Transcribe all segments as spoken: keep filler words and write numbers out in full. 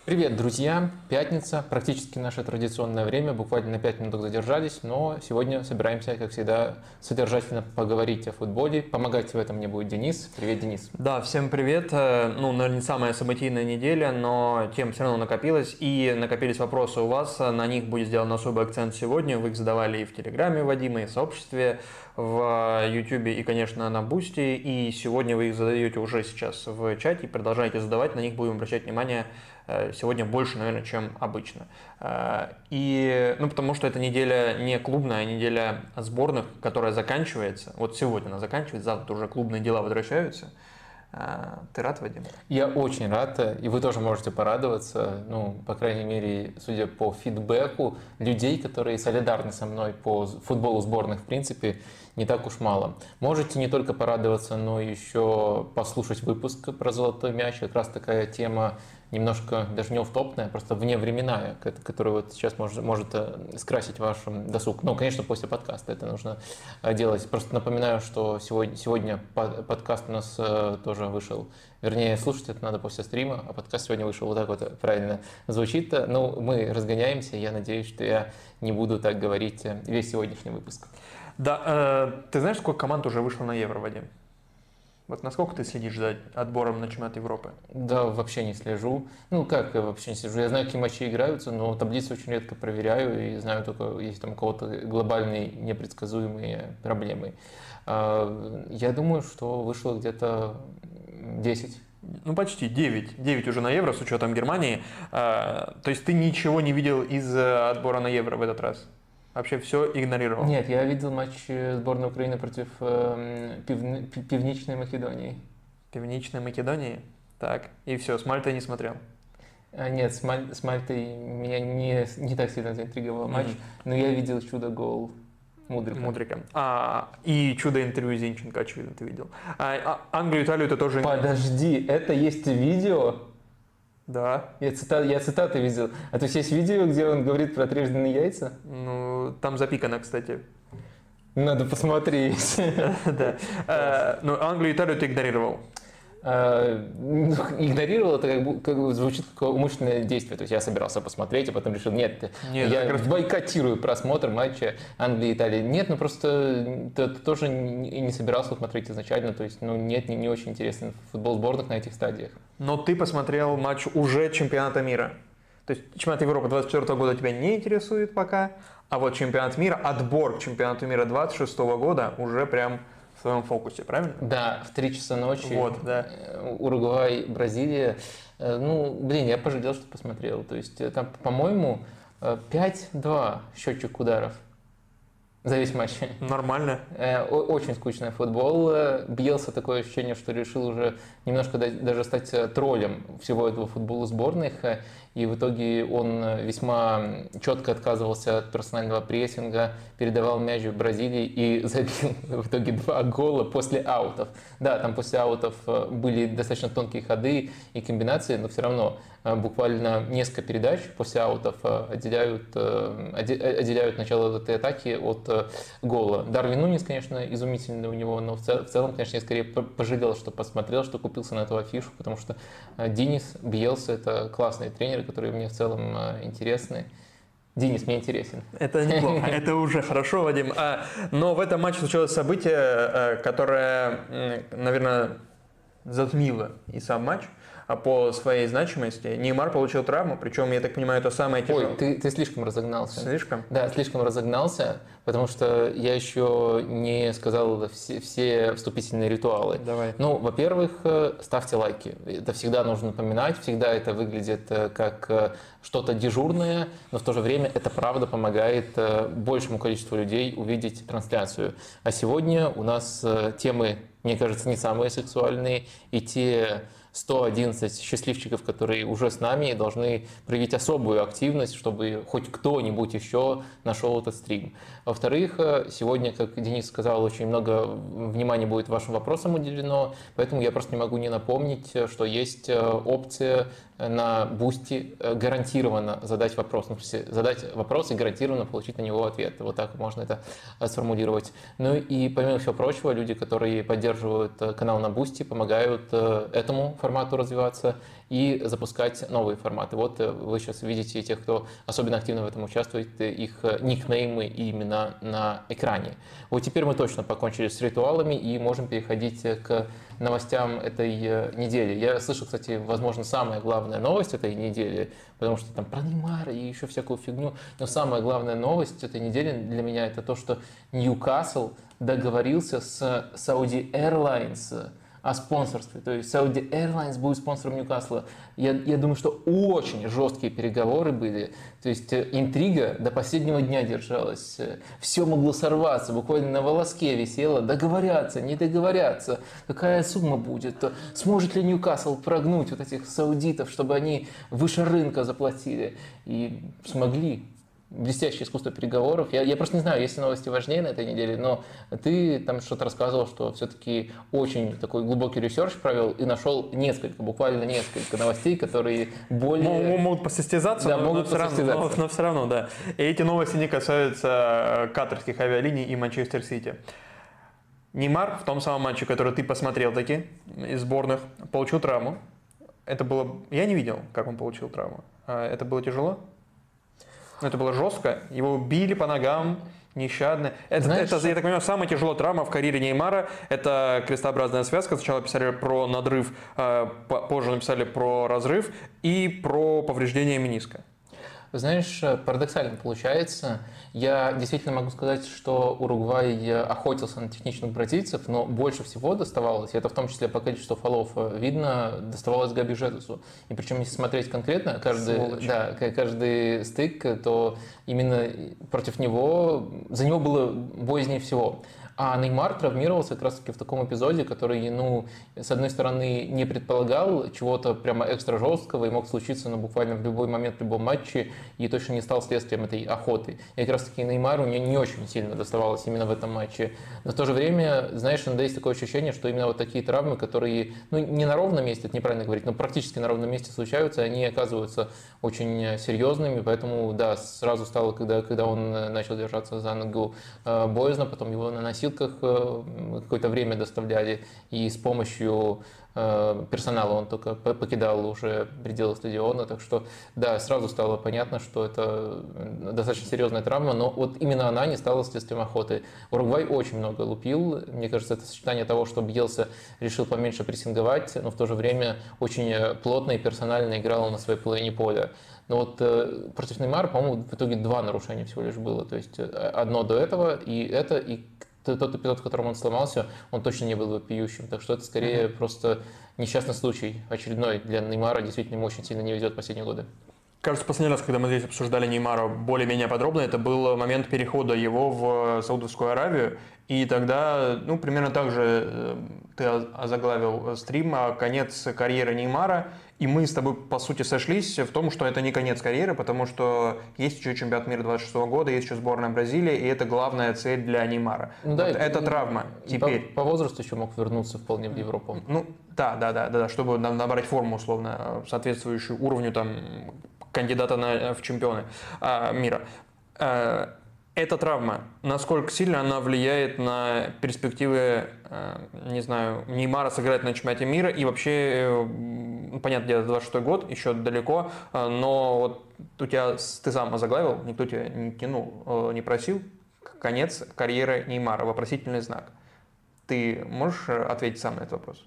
Привет, друзья! Пятница, практически наше традиционное время, буквально на пять минут задержались, но сегодня собираемся, как всегда, содержательно поговорить о футболе. Помогать в этом мне будет Денис. Привет, Денис! Да, всем привет! Ну, наверное, не самая событийная неделя, но тем все равно накопилось, и накопились вопросы у вас, на них будет сделан особый акцент сегодня, вы их задавали и в Телеграме, Вадима, и в сообществе, в Ютубе и, конечно, на Бусти, и сегодня вы их задаете уже сейчас в чате, и продолжаете задавать, на них будем обращать внимание сегодня больше, наверное, чем обычно. И, ну, потому что эта неделя не клубная, а неделя сборных, которая заканчивается. Вот сегодня она заканчивается, завтра уже клубные дела возвращаются. Ты рад, Вадим? Я очень рад, и вы тоже можете порадоваться. Ну, по крайней мере, судя по фидбэку людей, которые солидарны со мной по футболу сборных, в принципе, не так уж мало. Можете не только порадоваться, но еще послушать выпуск про золотой мяч. Как раз такая тема немножко даже не оффтопная, просто вневременная, которая вот сейчас может, может скрасить ваш досуг. Ну, конечно, после подкаста это нужно делать. Просто напоминаю, что сегодня, сегодня подкаст у нас тоже вышел. Вернее, слушать это надо после стрима, а подкаст сегодня вышел. Вот так вот правильно звучит. Ну, мы разгоняемся, я надеюсь, что я не буду так говорить весь сегодняшний выпуск. Да, э, ты знаешь, сколько команд уже вышло на Евро, Вадим? Вот насколько ты следишь за отбором на чемпионат Европы? Да, вообще не слежу. Ну, как вообще не слежу? Я знаю, какие матчи играются, но таблицу очень редко проверяю и знаю только, есть там у кого-то глобальные непредсказуемые проблемы. Я думаю, что вышло где-то десять. Ну, почти девять. девять уже на Евро с учетом Германии. То есть ты ничего не видел из отбора на Евро в этот раз? Вообще все игнорировал? Нет, я видел матч сборной Украины против э, пивни, Пивничной Македонии. Пивничной Македонии? Так, и все, с Мальтой не смотрел? А, нет, с, Маль, с Мальтой меня не, не так сильно заинтриговал матч, mm-hmm. но я видел чудо-гол Мудрика. Мудрика. А, и чудо-интервью Зинченко, очевидно, ты видел. А, а, Англию, Италию это тоже... Подожди, это есть видео? Да. Я, цитат, я цитаты видел. А то есть есть видео, где он говорит про отрезанные яйца? Ну, там запикано, кстати. Надо посмотреть. Да. Ну, Англию и Италию ты игнорировал? Игнорировал, это как, бы, как бы звучит как умышленное действие. То есть я собирался посмотреть, а потом решил, нет, нет я раз... бойкотирую просмотр матча Англии и Италии. Нет, ну просто ты, ты тоже и не собирался смотреть изначально. То есть, ну нет, не, не очень интересный футбол сборных на этих стадиях. Но ты посмотрел матч уже чемпионата мира. То есть чемпионат Европы двадцать четвёртого года тебя не интересует пока, а вот чемпионат мира, отбор к чемпионату мира двадцать шестого года уже прям в своем фокусе, правильно? Да, в три часа ночи. Вот, да. Уругвай, Бразилия. Ну, блин, я пожалел, что посмотрел. То есть там, по-моему, пять-два счетчик ударов за весь матч. Нормально. Очень скучный футбол. Бьелса такое ощущение, что решил уже немножко даже стать троллем всего этого футбола сборных. И в итоге он весьма четко отказывался от персонального прессинга, передавал мяч в Бразилии и забил в итоге два гола после аутов. Да, там после аутов были достаточно тонкие ходы и комбинации, но все равно буквально несколько передач после аутов отделяют, отделяют начало этой атаки от гола. Дарвин Нунес, конечно, изумительный у него, но в целом, конечно, я скорее пожалел, что посмотрел, что купился на эту афишу, потому что Денис Бьелса – это классный тренер, которые мне в целом интересны. Денис мне интересен. Это неплохо, это уже хорошо, Вадим. Но в этом матче случилось событие, которое, наверное, затмило и сам матч по своей значимости. Неймар получил травму, причем, я так понимаю, это самое тяжелое. Ой, ты, ты слишком разогнался. Слишком? Да, слишком разогнался, потому что я еще не сказал все, все вступительные ритуалы. Давай. Ну, во-первых, ставьте лайки. Это всегда нужно напоминать, всегда это выглядит как что-то дежурное, но в то же время это правда помогает большему количеству людей увидеть трансляцию. А сегодня у нас темы, мне кажется, не самые сексуальные, и те сто одиннадцать счастливчиков, которые уже с нами, должны проявить особую активность, чтобы хоть кто-нибудь еще нашел этот стрим. Во-вторых, сегодня, как Денис сказал, очень много внимания будет вашим вопросам уделено, поэтому я просто не могу не напомнить, что есть опция на Бусти гарантированно задать вопрос. Ну, задать вопрос и гарантированно получить на него ответ. Вот так можно это сформулировать. Ну и помимо всего прочего, люди, которые поддерживают канал на Бусти, помогают этому формату формату развиваться и запускать новые форматы. Вот вы сейчас видите тех, кто особенно активно в этом участвует, их никнеймы и имена на экране. Вот теперь мы точно покончили с ритуалами и можем переходить к новостям этой недели. Я слышал, кстати, возможно, самая главная новость этой недели, потому что там про Неймара и еще всякую фигню, но самая главная новость этой недели для меня это то, что Ньюкасл договорился с Saudi Airlines о спонсорстве. То есть Saudi Airlines будет спонсором Ньюкасла. Я, я думаю, что очень жесткие переговоры были. То есть интрига до последнего дня держалась. Все могло сорваться, буквально на волоске висело. Договорятся, не договорятся. Какая сумма будет? Сможет ли Ньюкасл прогнуть вот этих саудитов, чтобы они выше рынка заплатили? И смогли. Блестящее искусство переговоров. Я, я просто не знаю, есть ли новости важнее на этой неделе, но ты там что-то рассказывал, что все-таки очень такой глубокий ресерч провел и нашел несколько, буквально несколько новостей, которые более... Могут посостязаться, да, но, могут но, посостязаться. Все равно, но, но все равно, да. И эти новости не касаются катарских авиалиний и Манчестер Сити. Неймар в том самом матче, который ты посмотрел таки из сборных, получил травму. Это было... Я не видел, как он получил травму. Это было тяжело? Это было жестко. Его били по ногам нещадно. Это, Знаешь, это, я так понимаю, самая тяжелая травма в карьере Неймара. Это крестообразная связка. Сначала писали про надрыв, позже написали про разрыв и про повреждение мениска. Знаешь, парадоксально получается. Я действительно могу сказать, что Уругвай охотился на техничных бразильцев, но больше всего доставалось, и это в том числе по количеству фолов видно, доставалось Габи Жезусу. И причем, если смотреть конкретно, каждый, да, каждый стык, то именно против него, за него было боязнее всего. А Неймар травмировался как раз-таки в таком эпизоде, который, ну, с одной стороны, не предполагал чего-то прямо экстра жесткого и мог случиться, ну, буквально в любой момент, в любом матче, и точно не стал следствием этой охоты. И как раз-таки Неймару не, не очень сильно доставалось именно в этом матче. Но в то же время, знаешь, иногда есть такое ощущение, что именно вот такие травмы, которые, ну, не на ровном месте, это неправильно говорить, но практически на ровном месте случаются, они оказываются очень серьезными, поэтому, да, сразу стало, когда, когда он начал держаться за ногу, боязно, потом его на носилках какое-то время доставляли, и с помощью персонала он только покидал уже пределы стадиона, так что, да, сразу стало понятно, что это достаточно серьезная травма, но вот именно она не стала следствием охоты. Уругвай очень много лупил, мне кажется, это сочетание того, что Бьелса решил поменьше прессинговать, но в то же время очень плотно и персонально играл на своей половине поля. Но вот э, против Неймара, по-моему, в итоге два нарушения всего лишь было, то есть одно до этого, и это, и тот эпизод, в котором он сломался, он точно не был вопиющим. Так что это скорее mm-hmm. просто несчастный случай очередной. Для Неймара действительно ему очень сильно не везет в последние годы. Кажется, последний раз, когда мы здесь обсуждали Неймара более-менее подробно, это был момент перехода его в Саудовскую Аравию. И тогда, ну, примерно так же ты озаглавил стрим «Конец карьеры Неймара». И мы с тобой, по сути, сошлись в том, что это не конец карьеры, потому что есть еще чемпионат мира двадцать шестого года, есть еще сборная Бразилии, и это главная цель для Неймара. Ну, да, вот и, это травма и теперь. По, по возрасту еще мог вернуться вполне в Европу. Ну, да, да, да, да, чтобы набрать форму, условно, соответствующую уровню там, кандидата на, в чемпионы а, мира. А, эта травма, насколько сильно она влияет на перспективы, не знаю, Неймара сыграть на чемпионате мира и вообще, понятно, дело, двадцать шестой год, еще далеко, но вот у тебя, ты сам озаглавил, никто тебя не тянул, не просил, конец карьеры Неймара, вопросительный знак. Ты можешь ответить сам на этот вопрос?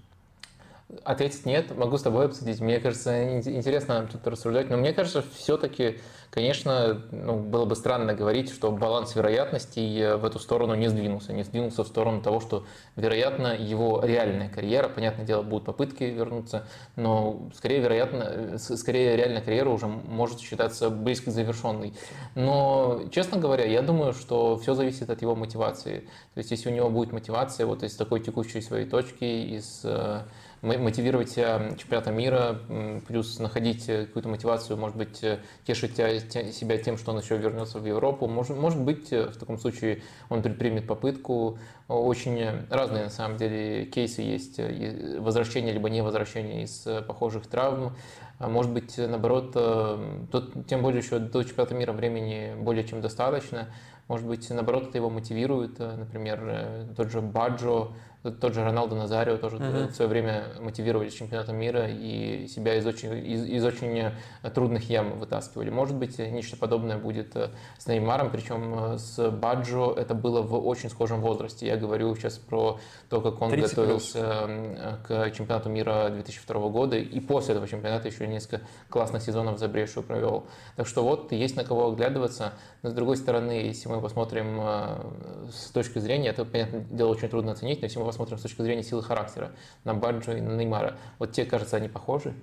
Ответить нет, могу с тобой обсудить. Мне кажется, интересно тут рассуждать, но мне кажется, все-таки, конечно, ну, было бы странно говорить, что баланс вероятностей в эту сторону не сдвинулся, не сдвинулся в сторону того, что, вероятно, его реальная карьера, понятное дело, будут попытки вернуться, но скорее, вероятно, скорее реальная карьера уже может считаться близко к завершенной. Но, честно говоря, я думаю, что все зависит от его мотивации. То есть, если у него будет мотивация вот из такой текущей своей точки, из мотивировать себя чемпионатом мира, плюс находить какую-то мотивацию, может быть, тешить себя тем, что он еще вернется в Европу. Может, может быть, в таком случае он предпримет попытку. Очень разные, на самом деле, кейсы есть возвращения либо не возвращения из похожих травм. Может быть, наоборот, тут, тем более еще до чемпионата мира времени более чем достаточно. Может быть, наоборот, это его мотивирует. Например, тот же Баджо, тот же Роналдо Назарио тоже uh-huh. в свое время мотивировались чемпионатом мира и себя из очень, из, из очень трудных ям вытаскивали. Может быть, нечто подобное будет с Неймаром, причем с Баджо это было в очень схожем возрасте. Я говорю сейчас про то, как он готовился плюс. К чемпионату мира две тысячи второго года, и после этого чемпионата еще несколько классных сезонов за Брешу провел. Так что вот, есть на кого оглядываться. Но с другой стороны, если мы посмотрим с точки зрения, это, понятное дело, очень трудно оценить, но если мы посмотрим с точки зрения силы характера на Баджо и на Неймара, вот тебе кажется, они похожи?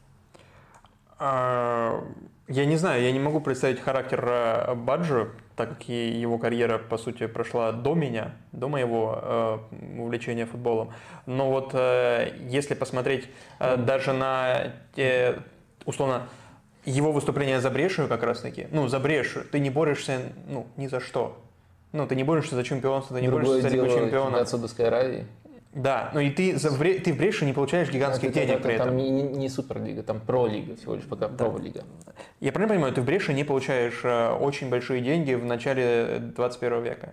Я не знаю, я не могу представить характер Баджо, так как его карьера, по сути, прошла до меня, до моего увлечения футболом. Но вот если посмотреть даже на, условно, его выступление за Брешу как раз-таки, ну, за Брешу, ты не борешься, ну, ни за что. Ну, ты не борешься за чемпионство, ты не Другое борешься за Лигу чемпионов. От Саудовской Аравии. Да, ну и ты, за, ты в Брешу не получаешь гигантских это, денег это, при этом. Там не, не суперлига, там пролига всего лишь, пока да. Пролига. Я правильно понимаю, ты в Брешу не получаешь очень большие деньги в начале двадцать первого века?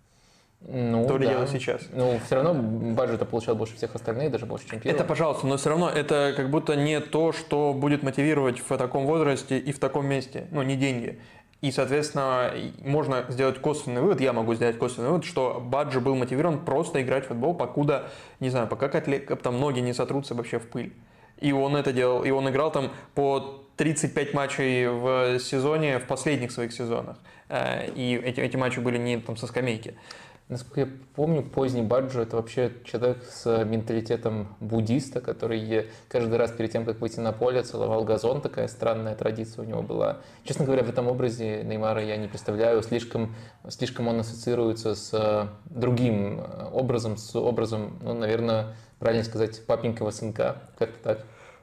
Ну, то ли да. дело сейчас. Ну, все равно Баджо получал больше всех остальных, даже больше, чем Пиро. Это, пожалуйста, но все равно это как будто не то, что будет мотивировать в таком возрасте и в таком месте. Ну, не деньги. И, соответственно, можно сделать косвенный вывод, я могу сделать косвенный вывод, что Баджо был мотивирован просто играть в футбол, покуда, не знаю, пока там ноги не сотрутся вообще в пыль. И он это делал, и он играл там по тридцать пять матчей в сезоне, в последних своих сезонах. И эти, эти матчи были не там со скамейки. Насколько я помню, поздний Баджо – это вообще человек с менталитетом буддиста, который каждый раз перед тем, как выйти на поле, целовал газон. Такая странная традиция у него была. Честно говоря, в этом образе Неймара я не представляю. Слишком, слишком он ассоциируется с другим образом, с образом, ну, наверное, правильно сказать, папенького сынка. Как-то так.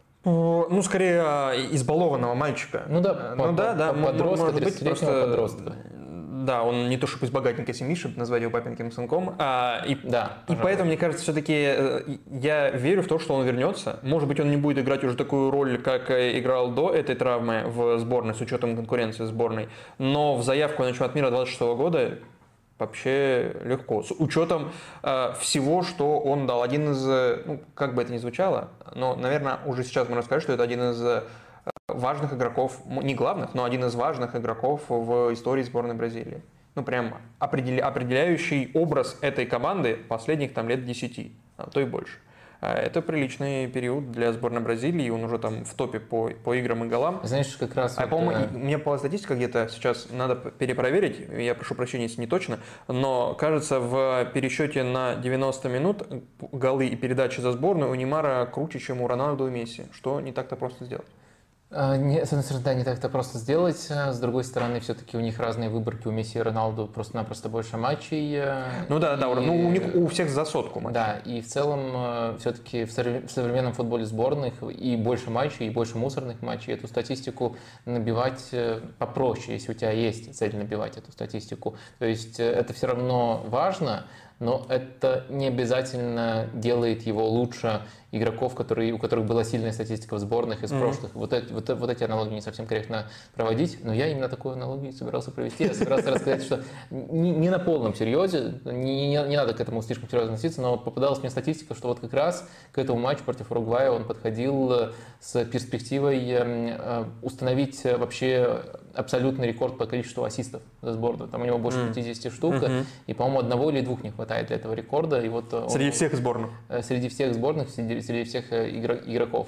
Ну, скорее, избалованного мальчика. Ну да, ну, по, да, да, подростка, тридцатилетнего просто... подростка. Да, он не то чтобы из богатенькой семьи, чтобы назвать его папеньким сынком. А, и, да, и поэтому, мне кажется, все-таки я верю в то, что он вернется. Может быть, он не будет играть уже такую роль, как играл до этой травмы в сборной, с учетом конкуренции сборной. Но в заявку на чемпионат мира двадцать шестого года вообще легко. С учетом э, всего, что он дал. Один из, ну, как бы это ни звучало, но, наверное, уже сейчас можно сказать, что это один из важных игроков, не главных, но один из важных игроков в истории сборной Бразилии. Ну, прям определя, определяющий образ этой команды последних там лет десяти, а то и больше. Это приличный период для сборной Бразилии, он уже там в топе по, по играм и голам. Знаешь, как раз... А, вот, по-моему, э... у меня была статистика где-то, сейчас надо перепроверить, я прошу прощения, если не точно, но, кажется, в пересчете на девяносто минут голы и передачи за сборную у Неймара круче, чем у Роналду и Месси, что не так-то просто сделать. Не, с одной стороны, да, не так-то просто сделать. С другой стороны, все-таки у них разные выборки. У Месси и Роналду просто-напросто больше матчей. Ну да, и... да, ну у них у всех за сотку матчей. Да, и в целом все-таки в современном футболе сборных и больше матчей, и больше мусорных матчей. Эту статистику набивать попроще, если у тебя есть цель набивать эту статистику. То есть это все равно важно, но это не обязательно делает его лучше игроков, которые, у которых была сильная статистика в сборных из mm-hmm. прошлых. Вот эти, вот, вот эти аналогии не совсем корректно проводить, но я именно такую аналогию собирался провести. Я собирался рассказать, что не, не на полном серьезе, не, не, не надо к этому слишком серьезно относиться, но попадалась мне статистика, что вот как раз к этому матчу против Уругвая он подходил с перспективой установить вообще абсолютный рекорд по количеству ассистов за сборную. Там у него больше mm-hmm. пятьдесят штук, mm-hmm. и, по-моему, одного или двух не хватает для этого рекорда. И вот среди он, всех сборных? Среди всех сборных, среди, среди всех игроков.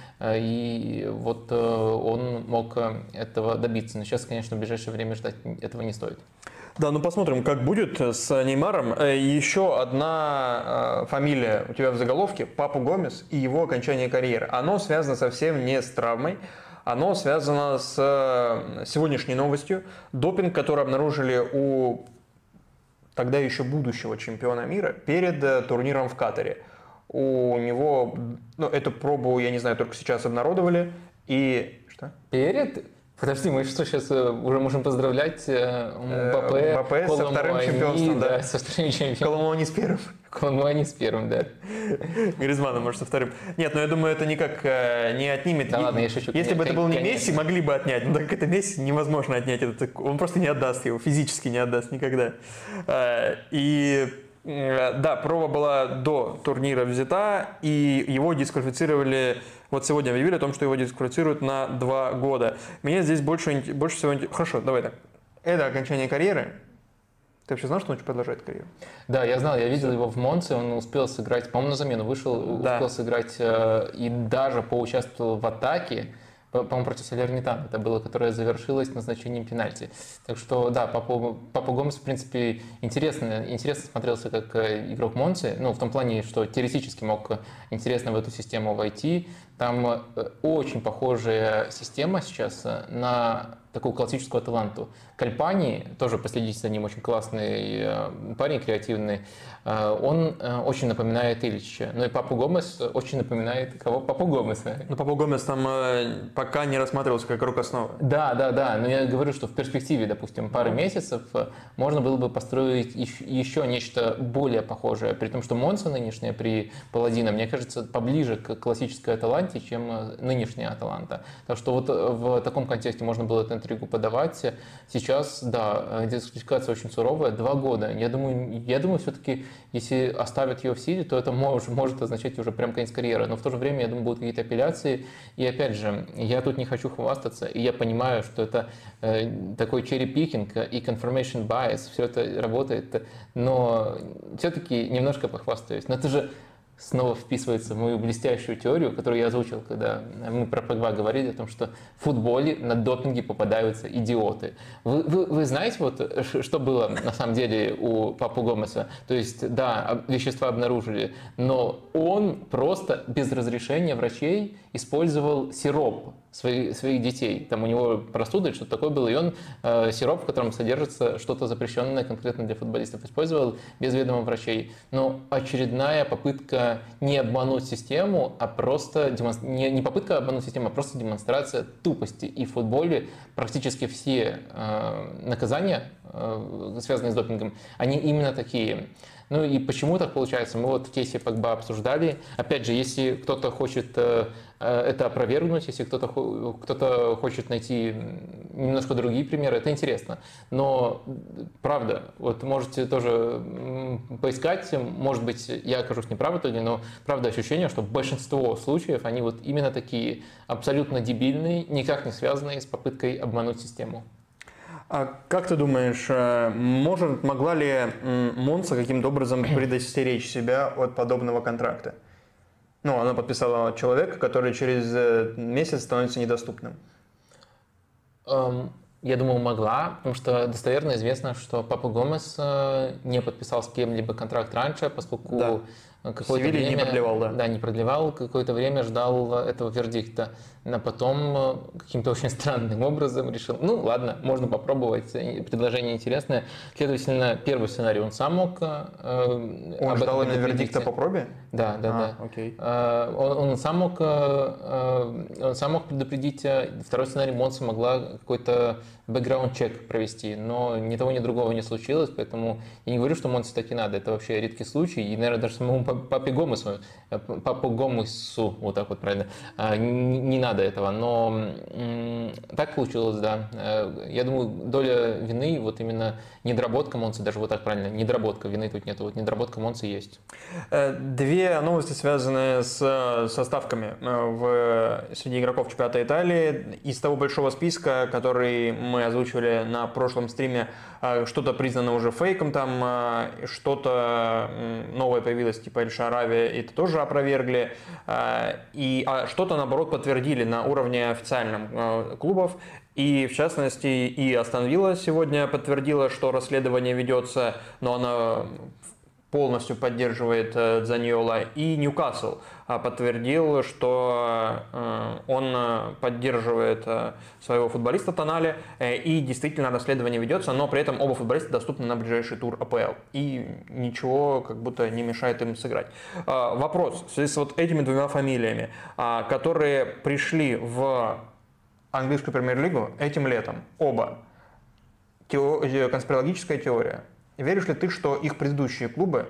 И вот он мог этого добиться. Но сейчас, конечно, в ближайшее время ждать этого не стоит. Да, ну посмотрим, как будет с Неймаром. Еще одна фамилия у тебя в заголовке, Папу Гомес и его окончание карьеры. Оно связано совсем не с травмой. Оно связано с сегодняшней новостью. Допинг, который обнаружили у тогда еще будущего чемпиона мира перед турниром в Катаре. У него, ну, эту пробу, я не знаю, только сейчас обнародовали. И что? Перед? Подожди, мы что, сейчас уже можем поздравлять Мбаппе, Мбаппе со вторым чемпионством, да. Со вторым чемпионством. Коломони с первым. Коломуани с первым, да. Гризманна, может, со вторым. Нет, но я думаю, это никак э, не отнимет. Да ладно, я шучу. Если бы это был не Конечно. Месси, могли бы отнять. Но так как это Месси, невозможно отнять. Этот, он просто не отдаст его, физически не отдаст никогда. Э, и э, да, проба была до турнира взята, и его дисквалифицировали. Вот сегодня объявили о том, что его дисквалифицируют на два года. Меня здесь больше, больше всего... Хорошо, давай так. Это окончание карьеры. Ты вообще знал, что он продолжает карьеру? Да, я знал, я видел его в Монце, он успел сыграть, по-моему, на замену вышел, Да. успел сыграть э, и даже поучаствовал в атаке, по-моему, против Салернитана это было, которое завершилось назначением пенальти. Так что, да, Папу, Папу Гомес, в принципе, интересно, интересно смотрелся как игрок Монцы, ну, в том плане, что теоретически мог интересно в эту систему войти. Там очень похожая система сейчас на такую классическую Аталанту. Кальпани, тоже последите за ним, очень классный парень, креативный, он очень напоминает Ильича. Но и Папу Гомес очень напоминает кого? Папу Гомеса. Ну, Папу Гомес там пока не рассматривался как игрок основы. Да, да, да. Но я говорю, что в перспективе, допустим, пары месяцев можно было бы построить еще нечто более похожее. При том, что Монса нынешняя при Паладино, мне кажется, поближе к классической Аталанте, чем нынешняя Аталанта. Так что вот в таком контексте можно было эту интригу подавать. Сейчас, да, дисквалификация очень суровая, два года. Я думаю, я думаю, все-таки, если оставят ее в силе, то это может, может означать уже прям конец карьеры. Но в то же время, я думаю, будут какие-то апелляции. И опять же, я тут не хочу хвастаться, и я понимаю, что это э, такой cherry-picking и confirmation bias, все это работает, но все-таки немножко похвастаюсь. Но это же снова вписывается в мою блестящую теорию, которую я озвучил, когда мы про Погба говорили, о том, что в футболе на допинге попадаются идиоты. Вы, вы, вы знаете, вот, что было на самом деле у Папу Гомеса? То есть, да, вещества обнаружили, но он просто без разрешения врачей использовал сироп своих, своих детей. Там у него простуда или что-то такое было, и он э, сироп, в котором содержится что-то запрещенное конкретно для футболистов, использовал без ведома врачей. Но очередная попытка не обмануть систему, а просто демонстр... не, не попытка обмануть систему, а просто демонстрация тупости. И в футболе практически все э, наказания, э, связанные с допингом, они именно такие. Ну и почему так получается? Мы вот в кейсе Погба обсуждали. Опять же, если кто-то хочет э, это опровергнуть, если кто-то кто-то хочет найти немножко другие примеры, это интересно. Но правда, вот можете тоже поискать, может быть, я окажусь неправ в итоге, но правда ощущение, что большинство случаев, они вот именно такие абсолютно дебильные, никак не связанные с попыткой обмануть систему. А как ты думаешь, может, могла ли Монса каким-то образом предостеречь себя от подобного контракта? Ну, она подписала человека, который через месяц становится недоступным. Um... Я думаю, могла, потому что достоверно известно, что Папа Гомес не подписал с кем-либо контракт раньше, поскольку да. какое-то время не продлевал, да. Да, не продлевал, какое-то время ждал этого вердикта. А потом каким-то очень странным образом решил, ну ладно, можно попробовать, предложение интересное. Следовательно, первый сценарий он сам мог. Он ждал именно вердикта по пробе? Да, да, а, да. Окей. Он, он, сам мог, он сам мог предупредить. Второй сценарий Монса могла какой-то бэкграунд-чек провести, но ни того, ни другого не случилось, поэтому я не говорю, что Монсе так и надо, это вообще редкий случай, и, наверное, даже самому Папе Гомесу, Папу Гомесу, вот так вот правильно, не, не надо этого, но так получилось, да. Я думаю, доля вины, вот именно недоработка Монсы, даже вот так правильно, недоработка, вины тут нету, вот недоработка Монсы есть. Две новости, связанные с, со ставками в, среди игроков чемпионата Италии. Из того большого списка, который мы озвучивали на прошлом стриме, что-то признано уже фейком, там что-то новое появилось, типа Эль Шарави, это тоже опровергли, и а что-то, наоборот, подтвердили на уровне официальном клубов. И, в частности, и Астон Вилла сегодня подтвердила, что расследование ведется, но она полностью поддерживает Дзаньола, и Ньюкасл подтвердил, что он поддерживает своего футболиста Тонале, и действительно расследование ведется, но при этом оба футболиста доступны на ближайший тур АПЛ, и ничего как будто не мешает им сыграть. Вопрос в связи с вот этими двумя фамилиями, которые пришли в английскую премьер-лигу этим летом, оба, Тео... конспирологическая теория. Веришь ли ты, что их предыдущие клубы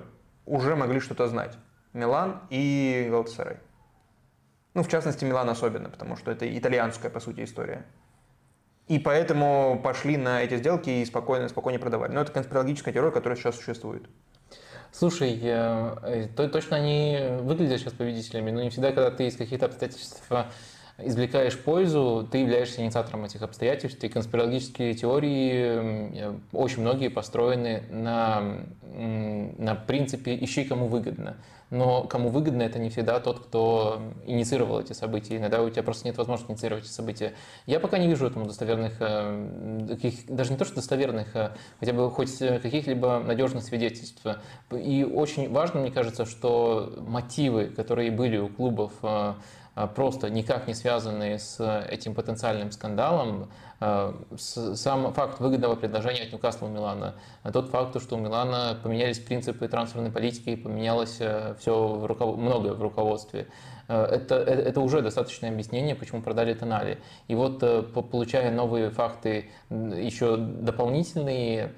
уже могли что-то знать. Милан и Галатасарай. Ну, в частности, Милан особенно, потому что это итальянская, по сути, история. И поэтому пошли на эти сделки и спокойно, спокойно продавали. Но это конспирологическая теория, которая сейчас существует. Слушай, то, точно они выглядят сейчас победителями, но не всегда, когда ты из каких-то обстоятельств извлекаешь пользу, ты являешься инициатором этих обстоятельств, и конспирологические теории очень многие построены на, на принципе «ищи, кому выгодно». Но кому выгодно, это не всегда тот, кто инициировал эти события. Иногда у тебя просто нет возможности инициировать эти события. Я пока не вижу этому достоверных, каких, даже не то, что достоверных, а хотя бы хоть каких-либо надежных свидетельств. И очень важно, мне кажется, что мотивы, которые были у клубов, просто никак не связанные с этим потенциальным скандалом, сам факт выгодного предложения от Ньюкасла у Милана, тот факт, что у Милана поменялись принципы трансферной политики, поменялось все в руков... многое в руководстве, это, это уже достаточное объяснение, почему продали Тонали. И вот, получая новые факты, еще дополнительные,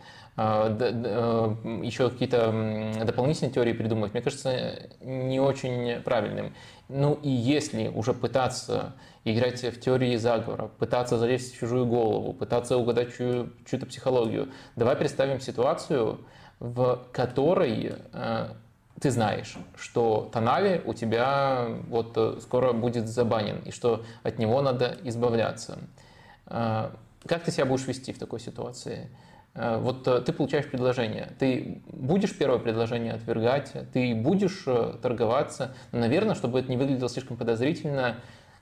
еще какие-то дополнительные теории придумывать, мне кажется, не очень правильным. Ну и если уже пытаться играть в теории заговора, пытаться залезть в чужую голову, пытаться угадать чью, чью-то психологию, давай представим ситуацию, в которой э, ты знаешь, что Тонали у тебя вот скоро будет забанен, и что от него надо избавляться. Э, как ты себя будешь вести в такой ситуации? Вот ты получаешь предложение, ты будешь первое предложение отвергать, ты будешь торговаться, но, наверное, чтобы это не выглядело слишком подозрительно,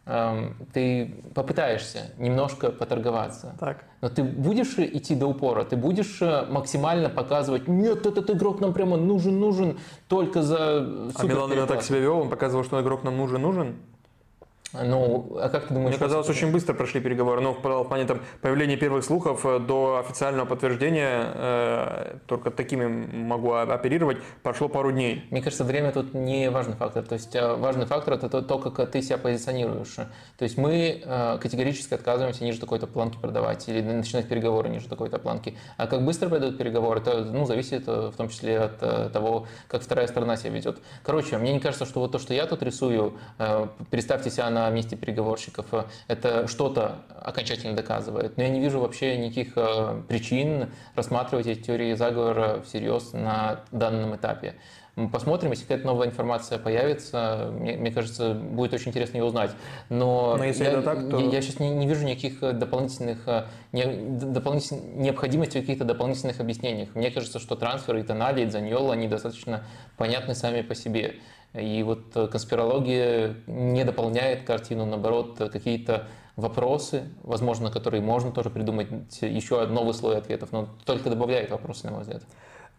ты попытаешься немножко поторговаться. Так. Но ты будешь идти до упора, ты будешь максимально показывать: нет, этот игрок нам прямо нужен-нужен только за супер. А Милан именно так себя вел, он показывал, что игрок нам нужен-нужен? Ну, а как ты думаешь? Мне казалось, очень быстро прошли переговоры, но в плане там, появления первых слухов до официального подтверждения, э, только такими могу оперировать, прошло пару дней. Мне кажется, время тут не важный фактор. То есть важный фактор – это то, то, как ты себя позиционируешь. То есть мы э, категорически отказываемся ниже такой-то планки продавать или начинать переговоры ниже такой-то планки. А как быстро пойдут переговоры, это ну, зависит в том числе от э, того, как вторая сторона себя ведет. Короче, мне не кажется, что вот то, что я тут рисую, э, представьте себя на месте переговорщиков, это что-то окончательно доказывает. Но я не вижу вообще никаких причин рассматривать эти теории заговора всерьез на данном этапе. Посмотрим, если какая-то новая информация появится, мне, мне кажется, будет очень интересно ее узнать. Но, Но если я, это так, то... я, я сейчас не, не вижу никаких дополнительных, не, дополнительных необходимости в каких-то дополнительных объяснениях. Мне кажется, что трансферы и Тонали, и Дзаньоло, они достаточно понятны сами по себе. И вот конспирология не дополняет картину, наоборот, какие-то вопросы, возможно, которые можно тоже придумать, еще новый слой ответов, но только добавляет вопросы, на мой взгляд.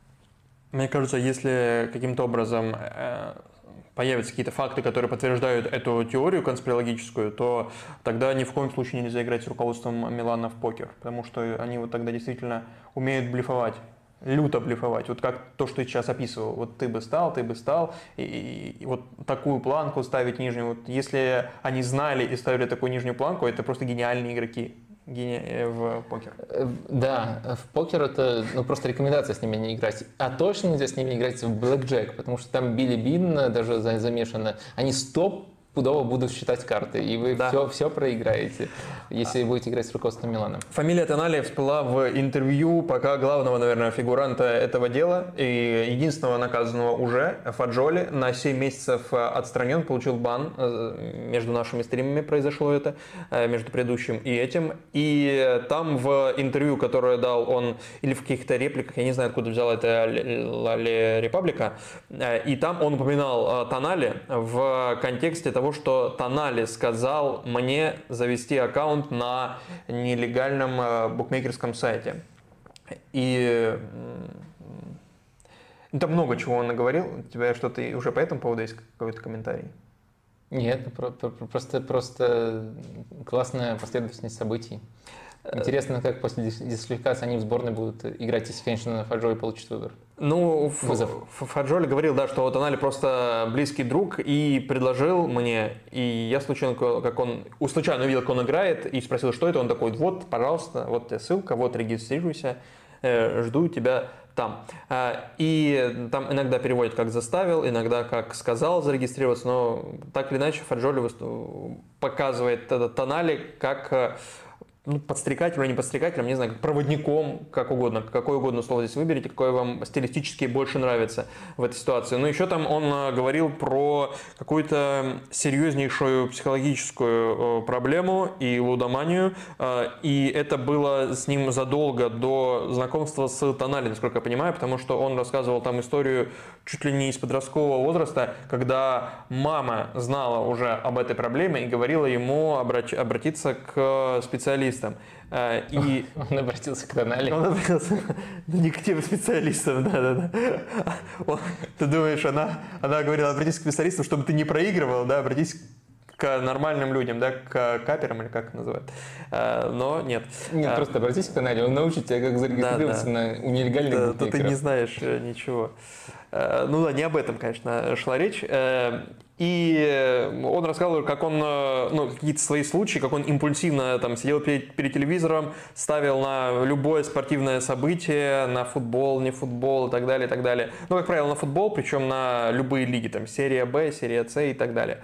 Мне кажется, если каким-то образом появятся какие-то факты, которые подтверждают эту теорию конспирологическую, то тогда ни в коем случае нельзя играть с руководством Милана в покер, потому что они вот тогда действительно умеют блефовать. Люто блефовать, вот как то, что я сейчас описывал, вот ты бы стал, ты бы стал, и, и, и вот такую планку ставить нижнюю, вот если они знали и ставили такую нижнюю планку, это просто гениальные игроки в покер. Да, в покер это ну, просто рекомендация с ними не играть, а точно нельзя с ними играть в блэкджек, потому что там Билли Бин даже замешано, они стоп пудово будут считать карты, и вы да. все, все проиграете, если будете играть с руководством Милана. Фамилия Тонали всплыла в интервью пока главного, наверное, фигуранта этого дела и единственного наказанного уже, Фаджоли, на семь месяцев отстранен, получил бан. Между нашими стримами произошло это, между предыдущим и этим. И там в интервью, которое дал он, или в каких-то репликах, я не знаю, откуда взял это Ле Репаблика, и там он упоминал Тонали в контексте того, что Тонали сказал мне завести аккаунт на нелегальном букмекерском сайте. И там много чего он наговорил. У тебя что-то уже по этому поводу есть какой-то комментарий? Нет, просто, просто классная последовательность событий. Интересно, как после дисквалификации они в сборной будут играть, если, конечно, Фаджоли получит выбор. Ну, Фаджоли говорил, да, что Тонали просто близкий друг и предложил мне, и я случайно, как он, случайно увидел, как он играет, и спросил, что это, он такой: вот, пожалуйста, вот тебе ссылка, вот, регистрируйся, жду тебя там. И там иногда переводят как «заставил», иногда как «сказал зарегистрироваться», но так или иначе Фаджоли показывает этот Тонали как... ну, подстрекателем или не подстрекателем, не знаю, как проводником, как угодно, какое угодно слово здесь выберите, какое вам стилистически больше нравится в этой ситуации. Но еще там он говорил про какую-то серьезнейшую психологическую проблему и лудоманию, и это было с ним задолго до знакомства с Тонали, насколько я понимаю, потому что он рассказывал там историю чуть ли не из подросткового возраста, когда мама знала уже об этой проблеме и говорила ему обратиться к специалистам. И... Он обратился к Тонали. Он обратился не к тем специалистам, да-да-да. Ты думаешь, она, она говорила, обратись к специалистам, чтобы ты не проигрывал, да, обратись к нормальным людям, да, к каперам или как называют. Но нет. Нет, а, просто обратись к Тонали, он научит тебя, как зарегистрироваться да, да. на у нелегальных да, букмекеров. Да, ты не знаешь ничего. Ну да, не об этом, конечно, шла речь. И он рассказывал, как он, ну, какие-то свои случаи, как он импульсивно там сидел перед, перед телевизором, ставил на любое спортивное событие, на футбол, не футбол и так далее, и так далее. Ну, как правило, на футбол, причем на любые лиги, там, серия Б, серия С и так далее.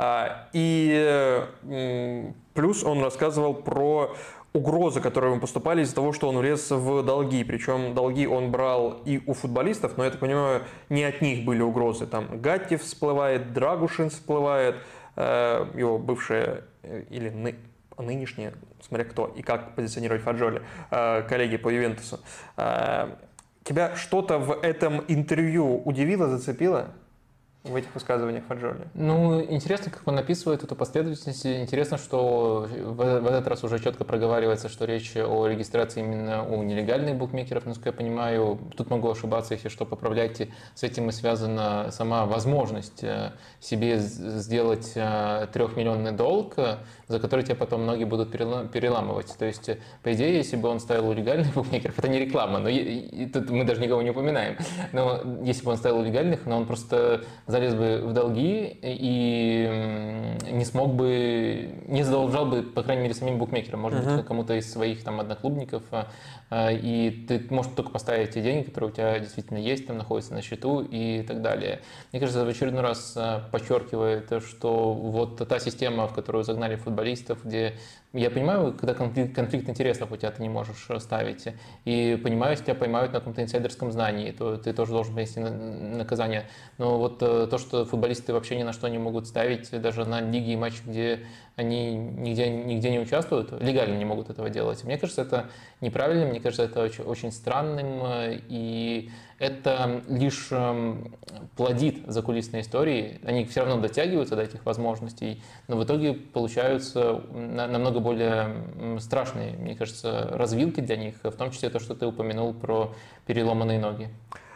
И плюс он рассказывал про угрозы, которые ему поступали из-за того, что он влез в долги. Причем долги он брал и у футболистов, но, я так понимаю, не от них были угрозы. Там Гатти всплывает, Драгушин всплывает, э, его бывшие или ны, нынешние, смотря кто и как позиционировать Фаджоли, э, коллеги по Ювентусу. Э, тебя что-то в этом интервью удивило, зацепило? В этих высказываниях Фаджоли? Ну, интересно, как он описывает эту последовательность. Интересно, что в, в этот раз уже четко проговаривается, что речь о регистрации именно у нелегальных букмекеров, насколько я понимаю. Тут могу ошибаться, если что, поправляйте. С этим и связана сама возможность себе сделать трехмиллионный долг, за который тебя потом многие будут переламывать. То есть, по идее, если бы он ставил у легальных букмекеров, это не реклама, но и, и, тут мы даже никого не упоминаем, но если бы он ставил у легальных, но он просто залез бы в долги и не смог бы, не задолжал бы, по крайней мере, самим букмекерам, может uh-huh. быть, кому-то из своих там одноклубников, и ты можешь только поставить те деньги, которые у тебя действительно есть, там находятся на счету и так далее. Мне кажется, в очередной раз подчеркивает, что вот та система, в которую загнали футболистов, где я понимаю, когда конфликт, конфликт интересов у тебя ты не можешь ставить, и понимаю, если тебя поймают на каком-то инсайдерском знании, то ты тоже должен понести наказание. Но вот то, что футболисты вообще ни на что не могут ставить, даже на лиги и матчи, где они нигде, нигде не участвуют, легально не могут этого делать. Мне кажется, это неправильно, мне кажется, это очень, очень странным, и это лишь плодит закулисные истории. Они все равно дотягиваются до этих возможностей, но в итоге получаются намного более страшные, мне кажется, развилки для них, в том числе то, что ты упомянул про переломанные ноги.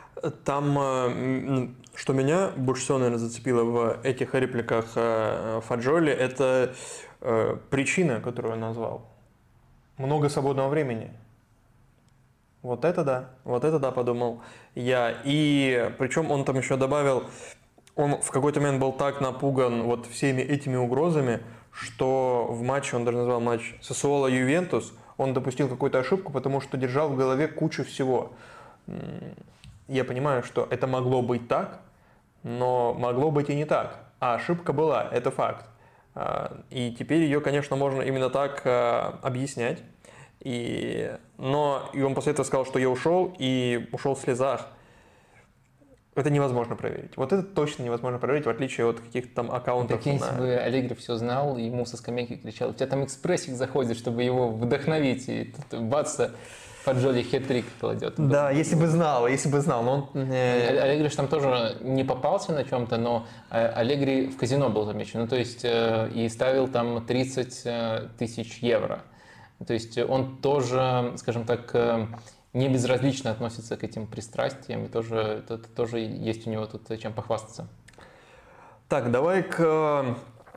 Там, что меня больше всего, наверное, зацепило в этих репликах Фаджоли, это причина, которую он назвал. Много свободного времени. Вот это да, вот это да, подумал я. И причем он там еще добавил, он в какой-то момент был так напуган вот всеми этими угрозами, что в матче, он даже назвал матч Сассуоло-Ювентус, он допустил какую-то ошибку, потому что держал в голове кучу всего. Я понимаю, что это могло быть так, но могло быть и не так. А ошибка была, это факт. И теперь ее, конечно, можно именно так объяснять. И, но и он после этого сказал, что я ушел, и ушел в слезах. Это невозможно проверить. Вот это точно невозможно проверить, в отличие от каких-то там аккаунтов. Так если на... бы Аллегри все знал, ему со скамейки кричал, у тебя там экспрессик заходит, чтобы его вдохновить, и тут бац, Фаджоли хет-трик кладет. Да, если бы знал, если бы знал. Но он... Аллегри же там тоже не попался на чем-то, но Аллегри в казино был замечен, ну то есть и ставил там тридцать тысяч евро. То есть он тоже, скажем так, не безразлично относится к этим пристрастиям, и тоже, это, тоже есть у него тут чем похвастаться. Так, давай к...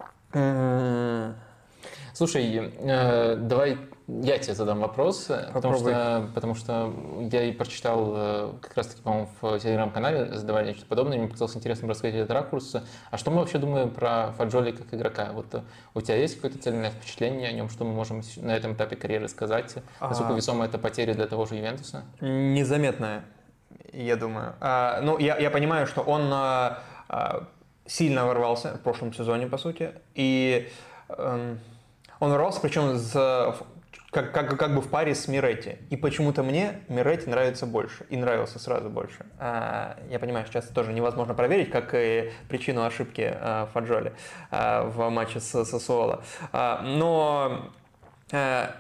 Слушай, давай я тебе задам вопрос, потому что, потому что я и прочитал как раз-таки, по-моему, в телеграм-канале задавали нечто подобное, мне показалось интересным рассказать этот ракурс. А что мы вообще думаем про Фаджоли как игрока? Вот у тебя есть какое-то цельное впечатление о нем, что мы можем на этом этапе карьеры сказать? Насколько весома эта потеря для того же Ювентуса? Незаметная. я думаю. А, ну, я, я понимаю, что он а, а, сильно ворвался в прошлом сезоне, по сути, и а, он ворвался, причем с, как, как, как бы в паре с Миретти. И почему-то мне Миретти нравится больше, и нравился сразу больше. А, я понимаю, сейчас тоже невозможно проверить, как и причину ошибки а, Фаджоли а, в матче с Сассуоло. А, но... А,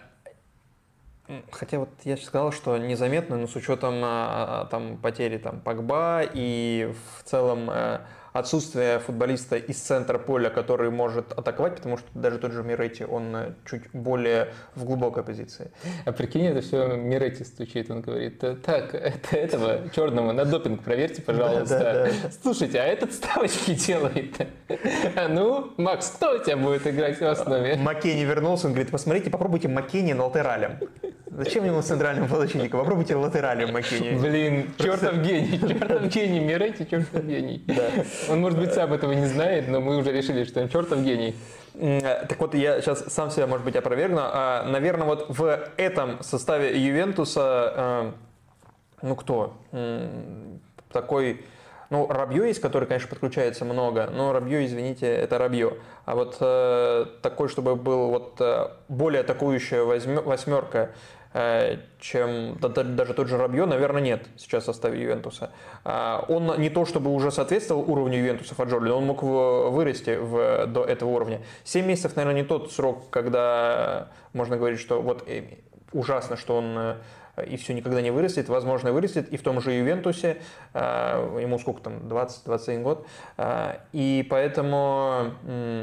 Хотя вот я сказал, что незаметно, но с учетом а, там, потери там, Погба и в целом а, отсутствия футболиста из центра поля, который может атаковать, потому что даже тот же Миретти, он чуть более в глубокой позиции. А прикинь, это все Миретти стучит, он говорит: так, это этого черного на допинг проверьте, пожалуйста. Да, да, да. Слушайте, а этот ставочки делает. А ну, Макс, кто у тебя будет играть в основе? Маккенни вернулся, он говорит: посмотрите, попробуйте Маккенни на латерале. Зачем ему центральным полузащитником? Попробуйте латерале Маккенни. Блин, чертов гений, чертов гений, Миретти, чертов гений. Да. Он, может быть, сам этого не знает, но мы уже решили, что он чертов гений. Так вот, я сейчас сам себя, может быть, опровергну. Наверное, вот в этом составе Ювентуса, ну кто? Такой... Ну, Рабье есть, который, конечно, подключается много, но Рабье, извините, это Рабье. А вот э, такой, чтобы был вот э, более атакующая восьмерка, э, чем да, даже тот же Рабье, наверное, нет сейчас в составе Ювентуса. А, он не то, чтобы уже соответствовал уровню Ювентуса Фаджоли, но он мог вырасти в, до этого уровня. семь месяцев, наверное, не тот срок, когда можно говорить, что вот э, ужасно, что он... и все никогда не вырастет, возможно, вырастет и в том же Ювентусе, ему сколько там, двадцать-двадцать один год, и поэтому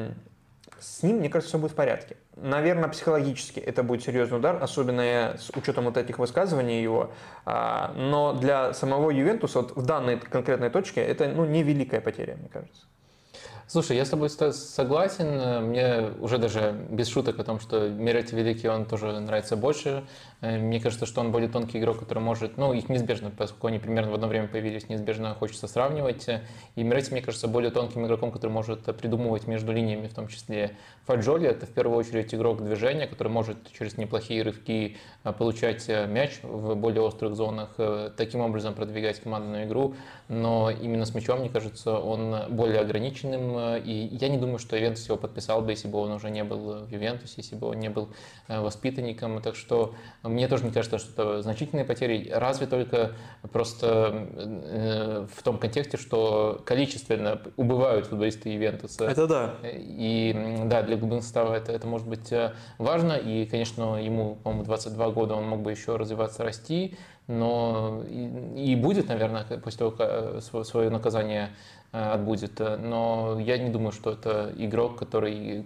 с ним, мне кажется, все будет в порядке. Наверное, психологически это будет серьезный удар, особенно с учетом вот этих высказываний его, но для самого Ювентуса вот в данной конкретной точке это ну, невеликая потеря, мне кажется. Слушай, я с тобой согласен. Мне уже даже без шуток о том, что Миретти великий, он тоже нравится больше. Мне кажется, что он более тонкий игрок, который может... Ну, их неизбежно, поскольку они примерно в одно время появились, неизбежно хочется сравнивать. И Миретти, мне кажется, более тонким игроком, который может придумывать между линиями, в том числе Фаджоли. Это в первую очередь игрок движения, который может через неплохие рывки получать мяч в более острых зонах, таким образом продвигать командную игру. Но именно с мячом, мне кажется, он более ограниченным. И я не думаю, что Ювентус его подписал бы, если бы он уже не был в Ювентусе, если бы он не был воспитанником. Так что мне тоже не кажется, что это значительные потери, разве только просто в том контексте, что количественно убывают футболисты Ювентуса. Это да. И да, для глубины состава это, это может быть важно. И, конечно, ему, по-моему, двадцать два года, он мог бы еще развиваться, расти. Но и, и будет, наверное, после того, как свое наказание отбудет. Но я не думаю, что это игрок, который...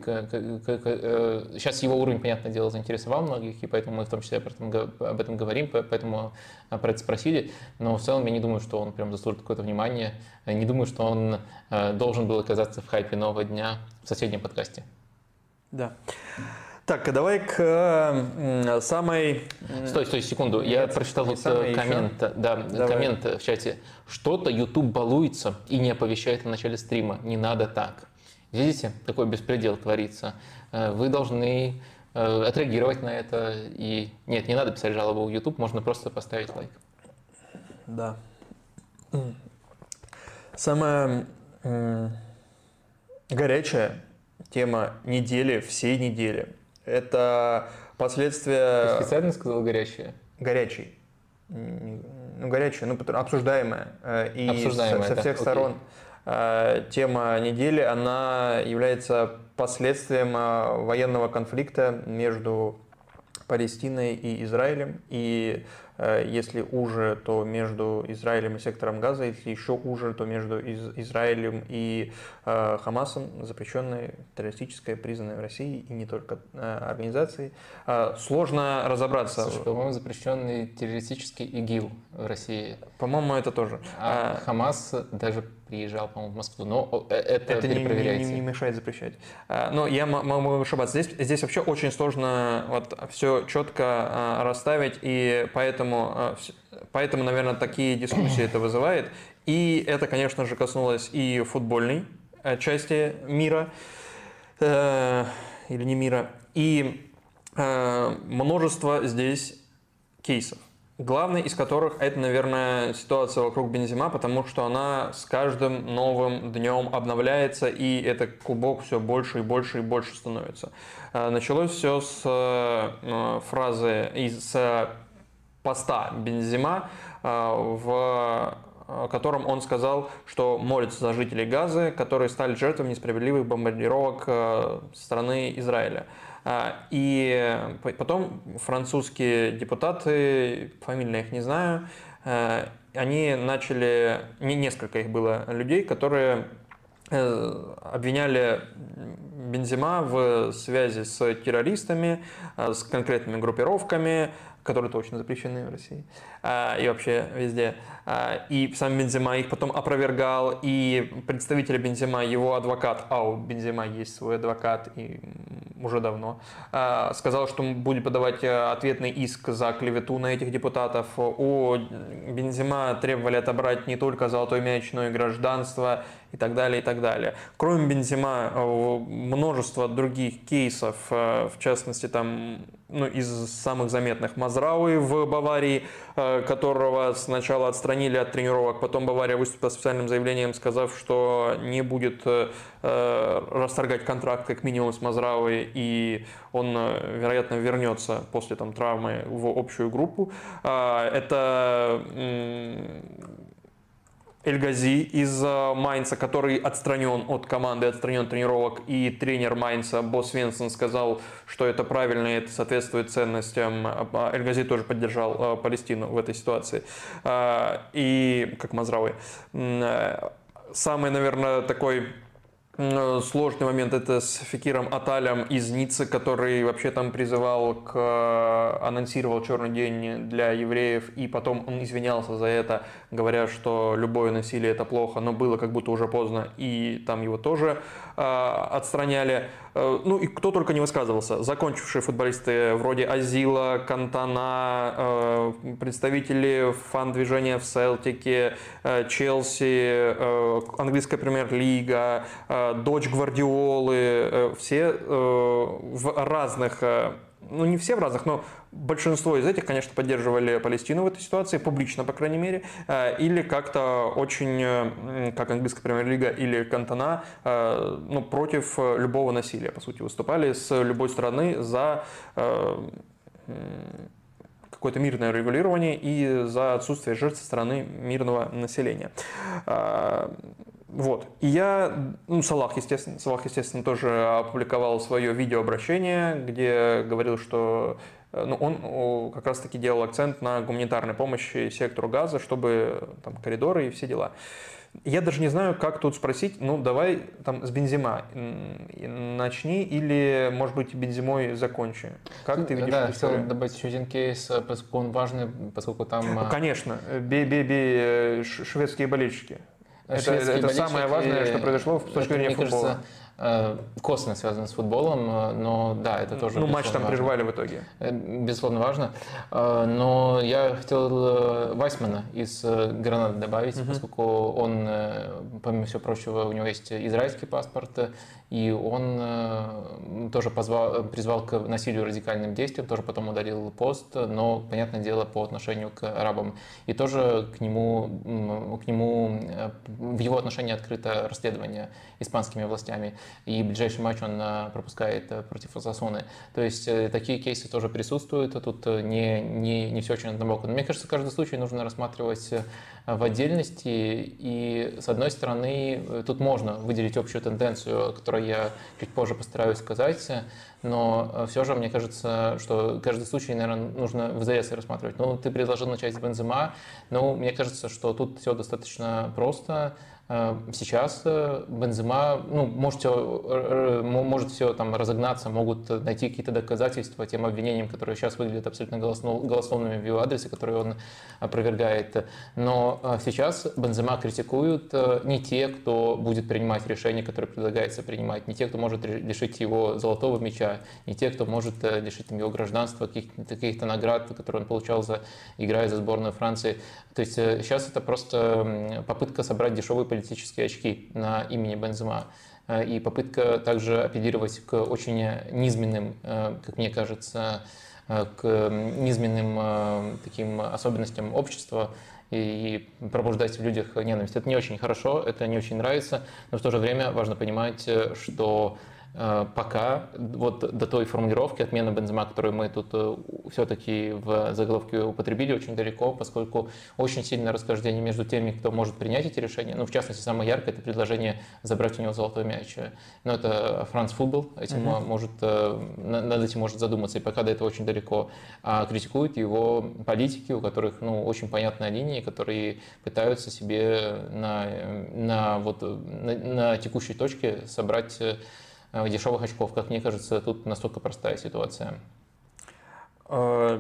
Сейчас его уровень, понятное дело, заинтересовал многих, и поэтому мы в том числе об этом, об этом говорим, поэтому про это спросили. Но в целом я не думаю, что он прям заслужит какое-то внимание. Не думаю, что он должен был оказаться в хайпе нового дня в соседнем подкасте. Да. Так, а давай к э, самой... Стой, стой, секунду. Нет, я прочитал вот коммент, да, коммент в чате. Что-то YouTube балуется и не оповещает о начале стрима. Не надо так. Видите, такой беспредел творится. Вы должны э, отреагировать на это. И нет, не надо писать жалобу в YouTube, можно просто поставить лайк. Да. Самая э, горячая тема недели, всей недели. Это последствия... Ты специально сказал горячее? Горячий. Ну, горячая, ну, обсуждаемая. И обсуждаемая, со, со всех да, сторон окей. Тема недели, она является последствием военного конфликта между Палестиной и Израилем. И если уже, то между Израилем и сектором Газа, если еще уже, то между Из- Израилем и э, Хамасом, запрещенной террористической, признанной в России и не только э, организацией. Э, сложно разобраться. Слушай, по-моему, запрещенный террористический ИГИЛ в России. По-моему, это тоже. А, а Хамас даже приезжал, по-моему, в Москву, но это, это перепроверяйте. Не, не, не мешает запрещать. Но я могу ошибаться. Здесь, здесь вообще очень сложно вот все четко расставить, и поэтому, поэтому, наверное, такие дискуссии это вызывает. И это, конечно же, коснулось и футбольной части мира, э, или не мира, и э, множество здесь кейсов. Главный из которых это, наверное, ситуация вокруг Бензема, потому что она с каждым новым днем обновляется, и этот клубок все больше и больше и больше становится. Началось все с фразы, из поста Бензема, в котором он сказал, что молится за жителей Газы, которые стали жертвами несправедливых бомбардировок со стороны Израиля. И потом французские депутаты, фамилии их не знаю, они начали, не несколько их было людей, которые обвиняли Бензема в связи с террористами, с конкретными группировками, которые точно запрещены в России и вообще везде. И сам Бензема их потом опровергал, и представитель Бензема, его адвокат, а у Бензема есть свой адвокат, и уже давно, сказал, что будет подавать ответный иск за клевету на этих депутатов. У Бензема требовали отобрать не только золотой мяч, но и гражданство, и так далее, и так далее. Кроме Бензема, множество других кейсов, в частности, там, ну, из самых заметных Мазрауи в Баварии, которого сначала отстранили от тренировок, потом Бавария выступила с специальным заявлением, сказав, что не будет расторгать контракт как минимум с Мазрауи, и он, вероятно, вернется после там, травмы в общую группу. Это Эль-Гази из Майнца, который отстранен от команды, отстранен от тренировок, и тренер Майнца Бо Свенсон сказал, что это правильно, и это соответствует ценностям. Эль-Гази тоже поддержал Палестину в этой ситуации, и как Мазрауи. Самый, наверное, такой сложный момент — это с Фекиром Аталем из Ниццы, который вообще там призывал, к, анонсировал черный день для евреев, и потом он извинялся за это, говоря, что любое насилие — это плохо, но было как будто уже поздно, и там его тоже э, отстраняли. Э, ну и кто только не высказывался. Закончившие футболисты вроде Азила, Кантана, э, представители фан-движения в Селтике, э, Челси, э, английская премьер-лига, э, дочь Гвардиолы, все в разных, ну не все в разных, но большинство из этих, конечно, поддерживали Палестину в этой ситуации, публично, по крайней мере, или как-то очень, как английская премьер-лига или Кантона, ну, против любого насилия, по сути, выступали с любой стороны за какое-то мирное регулирование и за отсутствие жертв со стороны мирного населения. Вот. И я, ну, Салах, естественно, Салах, естественно, тоже опубликовал свое видеообращение, где говорил, что ну, он как раз-таки делал акцент на гуманитарной помощи сектору Газа, чтобы там коридоры и все дела. Я даже не знаю, как тут спросить, ну, давай там с Бензема начни или, может быть, Бенземой закончи. Как ты видишь да, эту историю? хотел добавить еще один кейс, поскольку он важный, поскольку там... Ну, конечно, бей-бей-бей шведские болельщики. Это, это самое важное, что произошло с точки зрения футбола. Кажется, косвенно связано с футболом, но да, это тоже... Ну, матч там прервали в итоге. Безусловно, важно. Но я хотел Вайсмана из Гранады добавить, uh-huh. поскольку он, помимо всего прочего, у него есть израильский паспорт, и он тоже позвал, призвал к насилию, радикальным действиям, тоже потом удалил пост, но, понятное дело, по отношению к арабам. И тоже к нему, к нему в его отношении открыто расследование испанскими властями. И ближайший матч он пропускает против Осасуны. То есть такие кейсы тоже присутствуют, тут не, не, не все очень однобоко. Но мне кажется, каждый случай нужно рассматривать в отдельности. И с одной стороны, тут можно выделить общую тенденцию, о которой я чуть позже постараюсь сказать, но все же мне кажется, что каждый случай, наверное, нужно в изоляции рассматривать. Ну, ты предложил начать с Бензема, но мне кажется, что тут все достаточно просто. Сейчас Бензема, ну, может все, может все там разогнаться, могут найти какие-то доказательства тем обвинениям, которые сейчас выглядят абсолютно голословными в его адресе, которые он опровергает. Но сейчас Бензема критикуют не те, кто будет принимать решения, которые предлагается принимать, не те, кто может лишить его золотого мяча, не те, кто может лишить его гражданства, каких-то, каких-то наград, которые он получал, за, играя за сборную Франции. То есть сейчас это просто попытка собрать дешевые политические очки на имени Бензема и попытка также апеллировать к очень низменным, как мне кажется, к низменным таким особенностям общества и пробуждать в людях ненависть. Это не очень хорошо, это не очень нравится, но в то же время важно понимать, что пока вот до той формулировки отмена Бензема, которую мы тут все-таки в заголовке употребили, очень далеко, поскольку очень сильное расхождение между теми, кто может принять эти решения. Ну, в частности, самое яркое – это предложение забрать у него золотой мяч. Но это France Football, этим uh-huh. может, над этим может задуматься, и пока до этого очень далеко. А критикуют его политики, у которых ну, очень понятная линия, которые пытаются себе на, на, вот, на, на текущей точке собрать дешевых очков. Как мне кажется, тут настолько простая ситуация. Я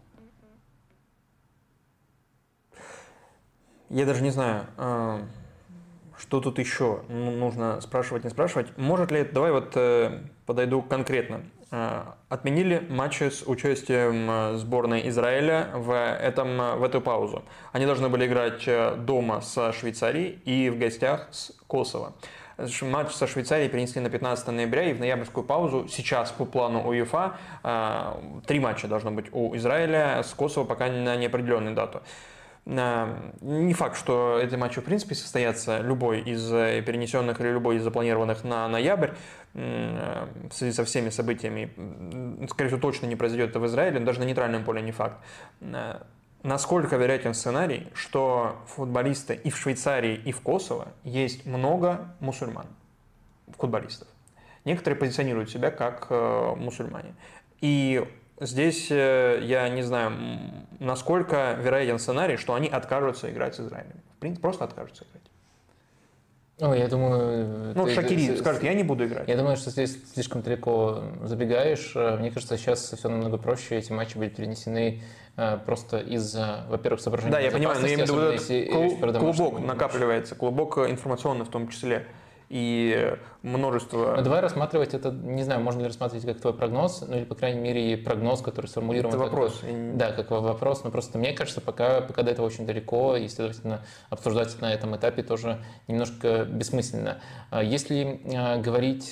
даже не знаю, что тут еще нужно спрашивать, не спрашивать. Может ли, давай вот подойду конкретно. Отменили матчи с участием сборной Израиля в, этом, в эту паузу. Они должны были играть дома с Швейцарией и в гостях с Косово. Матч со Швейцарией перенесли на пятнадцатое ноября, и в ноябрьскую паузу сейчас по плану УЕФА три матча должно быть у Израиля, с Косово пока на неопределенную дату. Не факт, что эти матчи в принципе состоятся, любой из перенесенных или любой из запланированных на ноябрь, в связи со всеми событиями. Скорее всего, точно не произойдет это в Израиле, даже на нейтральном поле не факт. Насколько вероятен сценарий, что футболисты и в Швейцарии, и в Косово есть много мусульман, футболистов. Некоторые позиционируют себя как мусульмане. И здесь я не знаю, насколько вероятен сценарий, что они откажутся играть с Израилем. В принципе, просто откажутся играть. О, я думаю... Ну, ты, Шакири ты, скажет, я не буду играть. Я думаю, что здесь слишком далеко забегаешь. Мне кажется, сейчас все намного проще. Эти матчи были перенесены просто из-за, во-первых, соображений Да, я понимаю, но я имею в виду, клуб, клубок накапливается, клубок информационный в том числе. И множество... Но давай рассматривать это, не знаю, можно ли рассматривать как твой прогноз, ну или, по крайней мере, прогноз, который сформулирован... Это вопрос. Как, да, как вопрос, но просто мне кажется, пока, пока до этого очень далеко, и, следовательно, обсуждать это на этом этапе тоже немножко бессмысленно. Если говорить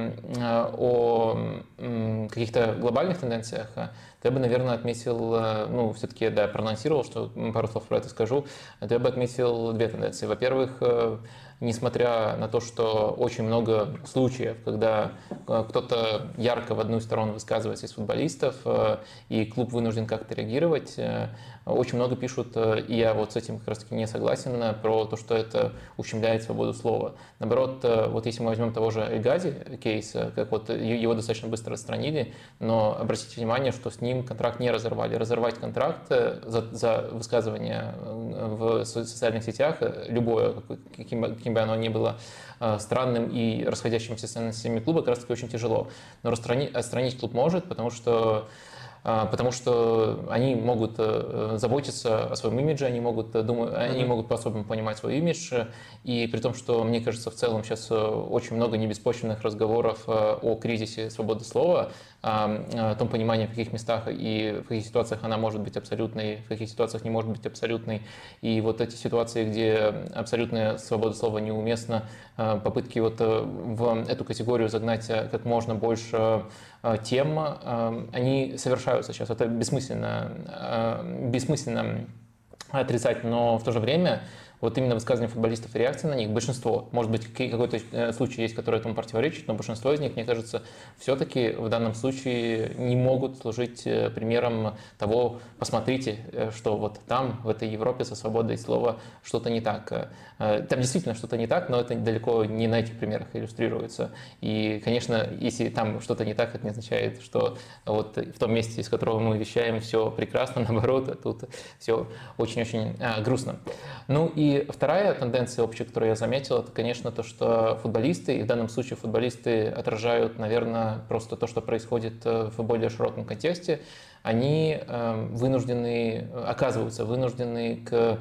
о каких-то глобальных тенденциях, то я бы, наверное, отметил, ну, все-таки, да, проанонсировал, что пару слов про это скажу, то я бы отметил две тенденции. Во-первых, несмотря на то, что очень много случаев, когда кто-то ярко в одну сторону высказывается из футболистов, и клуб вынужден как-то реагировать, очень много пишут, и я вот с этим как раз-таки не согласен, про то, что это ущемляет свободу слова. Наоборот, вот если мы возьмем того же Эль-Гази кейс, как вот его достаточно быстро отстранили, но обратите внимание, что с ним контракт не разорвали. Разорвать контракт за, за высказывание в социальных сетях, любое, каким, каким бы оно ни было странным и расходящимся с ценностями клуба, как раз таки очень тяжело. Но отстранить, отстранить клуб может, потому что Потому что они могут заботиться о своем имидже, они могут, думать, они могут по-особому понимать свой имидж. И при том, что, мне кажется, в целом сейчас очень много небеспочвенных разговоров о кризисе свободы слова, о том понимании, в каких местах и в каких ситуациях она может быть абсолютной, в каких ситуациях не может быть абсолютной. И вот эти ситуации, где абсолютная свобода слова неуместна, попытки вот в эту категорию загнать как можно больше тем, они совершаются сейчас. Это бессмысленно, бессмысленно отрицать, но в то же время вот именно высказывания футболистов и реакции на них, большинство, может быть, какой-то случай есть, который этому противоречит, но большинство из них, мне кажется, все-таки в данном случае не могут служить примером того, посмотрите, что вот там, в этой Европе со свободой слова что-то не так. Там действительно что-то не так, но это далеко не на этих примерах иллюстрируется. И, конечно, если там что-то не так, это не означает, что вот в том месте, из которого мы вещаем, все прекрасно, наоборот, тут все очень-очень грустно. Ну и И вторая тенденция общая, которую я заметил, это, конечно, то, что футболисты, и в данном случае футболисты отражают, наверное, просто то, что происходит в более широком контексте, они вынуждены, оказываются вынуждены к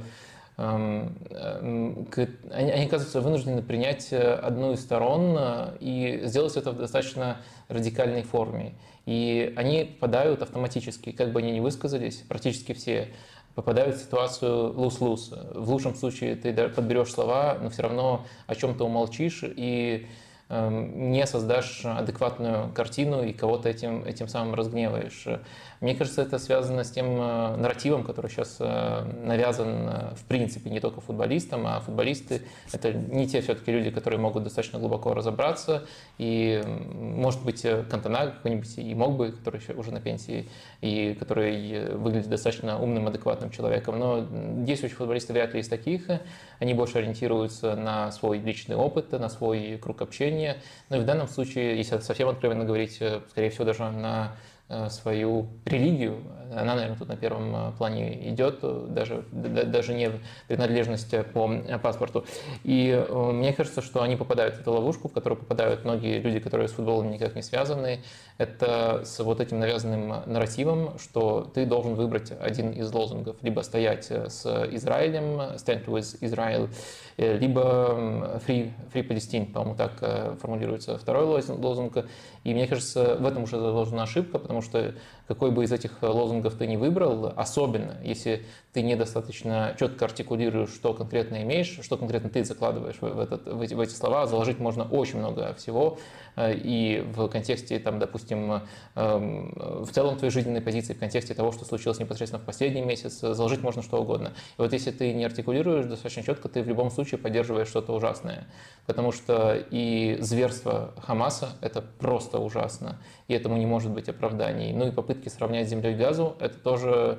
К, они, они оказываются вынуждены принять одну из сторон и сделать это в достаточно радикальной форме. И они попадают автоматически, как бы они ни высказались, практически все, попадают в ситуацию lose-lose. В лучшем случае ты подберешь слова, но все равно о чем-то умолчишь, и не создашь адекватную картину и кого-то этим, этим самым разгневаешь. Мне кажется, это связано с тем нарративом, который сейчас навязан в принципе не только футболистам, а футболисты – это не те все-таки люди, которые могут достаточно глубоко разобраться. И, может быть, Кантона какой-нибудь и мог бы, который еще уже на пенсии, и который выглядит достаточно умным, адекватным человеком. Но действующие футболисты вряд ли из таких. Они больше ориентируются на свой личный опыт, на свой круг общения. Ну и в данном случае, если совсем откровенно говорить, скорее всего, даже на свою религию, она, наверное, тут на первом плане идет, даже, даже не принадлежность по паспорту. И мне кажется, что они попадают в эту ловушку, в которую попадают многие люди, которые с футболом никак не связаны. Это с вот этим навязанным нарративом, что ты должен выбрать один из лозунгов. Либо стоять с Израилем, stand with Israel, либо Free, Free Palestine, по-моему, так формулируется второй лозунг. И мне кажется, в этом уже заложена ошибка, потому что какой бы из этих лозунгов ты ни выбрал, особенно если ты недостаточно четко артикулируешь, что конкретно имеешь, что конкретно ты закладываешь в, этот, в, эти, в эти слова, заложить можно очень много всего. И в контексте, там, допустим, в целом твоей жизненной позиции, в контексте того, что случилось непосредственно в последний месяц, заложить можно что угодно. И вот если ты не артикулируешь достаточно четко, ты в любом случае поддерживаешь что-то ужасное. Потому что и зверство Хамаса – это просто ужасно, и этому не может быть оправданий. Ну и попытки сравнять с землей газу – это тоже…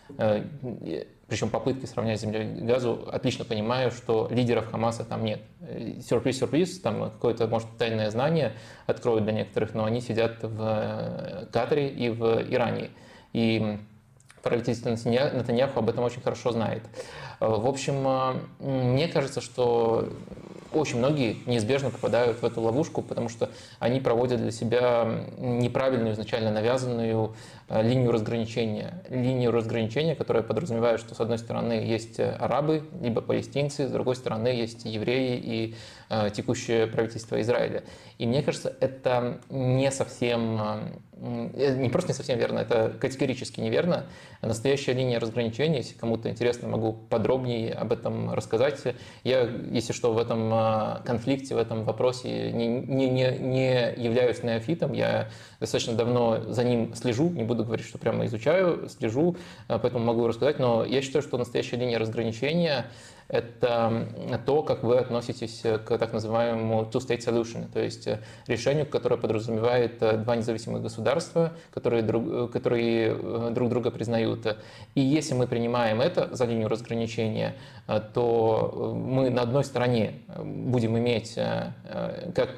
Причем попытки сравнять с землей газу, отлично понимаю, что лидеров Хамаса там нет. Сюрприз-сюрприз, там какое-то, может, тайное знание откроют для некоторых, но они сидят в Катаре и в Иране. И правительство Нетаньяху об этом очень хорошо знает. В общем, мне кажется, что очень многие неизбежно попадают в эту ловушку, потому что они проводят для себя неправильную, изначально навязанную линию разграничения. Линию разграничения, которая подразумевает, что с одной стороны есть арабы, либо палестинцы, с другой стороны есть евреи и э, текущее правительство Израиля. И мне кажется, это не совсем, э, не просто не совсем верно, это категорически неверно. Настоящая линия разграничения, если кому-то интересно, могу подробнее об этом рассказать. Я, если что, в этом конфликте, в этом вопросе не, не, не, не являюсь неофитом, я достаточно давно за ним слежу, не буду говорить, что прямо изучаю, слежу, поэтому могу рассказать, но я считаю, что настоящая линия разграничения – это то, как вы относитесь к так называемому two-state solution, то есть решению, которое подразумевает два независимых государства, которые друг, которые друг друга признают. И если мы принимаем это за линию разграничения, то мы на одной стороне будем иметь как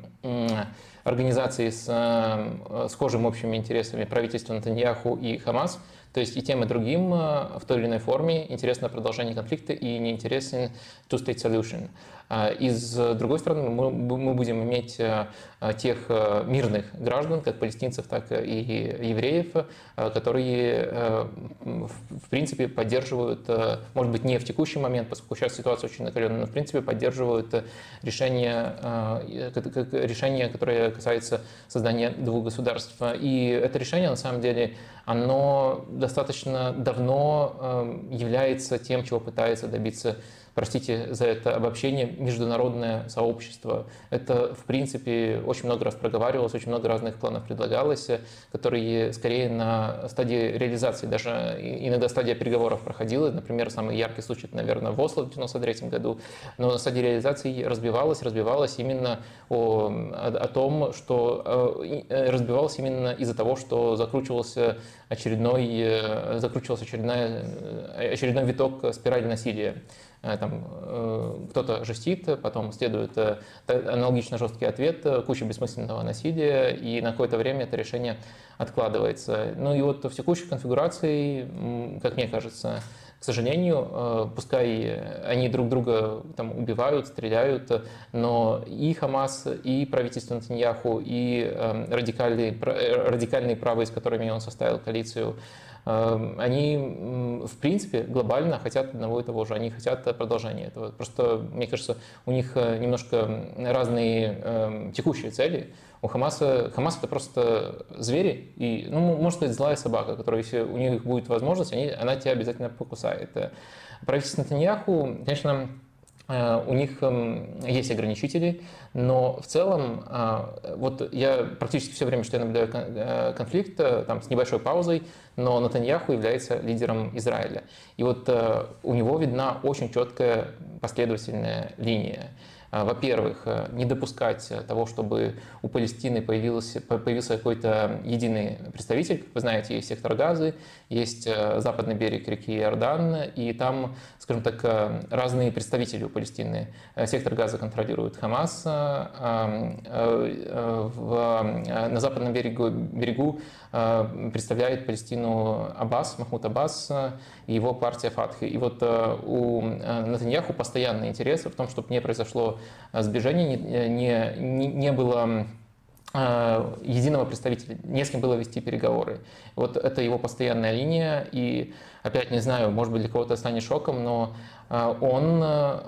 организации с схожими общими интересами правительства Нетаньяху и Хамас, то есть и тем, и другим в той или иной форме интересно продолжение конфликта и не интересен two-state solution. И с другой стороны, мы, мы будем иметь тех мирных граждан, как палестинцев, так и евреев, которые, в принципе, поддерживают, может быть, не в текущий момент, поскольку сейчас ситуация очень накаленная, но, в принципе, поддерживают решение, решение, которое касается создания двух государств. И это решение, на самом деле, оно достаточно давно является тем, чего пытается добиться, простите за это обобщение, международное сообщество. Это, в принципе, очень много раз проговаривалось, очень много разных планов предлагалось, которые скорее на стадии реализации, даже иногда стадия переговоров проходила. Например, самый яркий случай, это, наверное, в Осло в девяносто третьем году. Но на стадии реализации разбивалась, разбивалась именно о, о том, что разбивалась именно из-за того, что закручивался очередной, закручивался очередной, очередной виток спирали насилия. Там кто-то жестит, потом следует аналогично жесткий ответ, куча бессмысленного насилия, и на какое-то время это решение откладывается. Ну и вот в текущей конфигурации, как мне кажется, к сожалению, пускай они друг друга там убивают, стреляют, но и Хамас, и правительство Нетаньяху, и радикальные, радикальные правые, с которыми он составил коалицию, они, в принципе, глобально хотят одного и того же, они хотят продолжения этого. Просто, мне кажется, у них немножко разные текущие цели. У Хамаса, Хамас это просто звери, и, ну, можно сказать, злая собака, которая, если у них будет возможность, они, она тебя обязательно покусает. Правительство Нетаньяху, конечно, У них есть ограничители, но в целом, вот я практически все время, что я наблюдаю конфликт, там, с небольшой паузой, но Нетаньяху является лидером Израиля. И вот у него видна очень четкая последовательная линия. Во-первых, не допускать того, чтобы у Палестины появился, появился какой-то единый представитель. Вы знаете, есть сектор Газы, есть западный берег реки Иордан, и там, скажем так, разные представители у Палестины. Сектор Газа контролирует Хамас, на западном берегу, берегу представляет Палестину Аббас, Махмуд Аббас и его партия Фатх. И вот у Нетаньяху постоянный интерес в том, чтобы не произошло сближение, не, не, не было единого представителя, не с кем было вести переговоры. Вот это его постоянная линия, и опять не знаю, может быть, для кого-то станет шоком, но он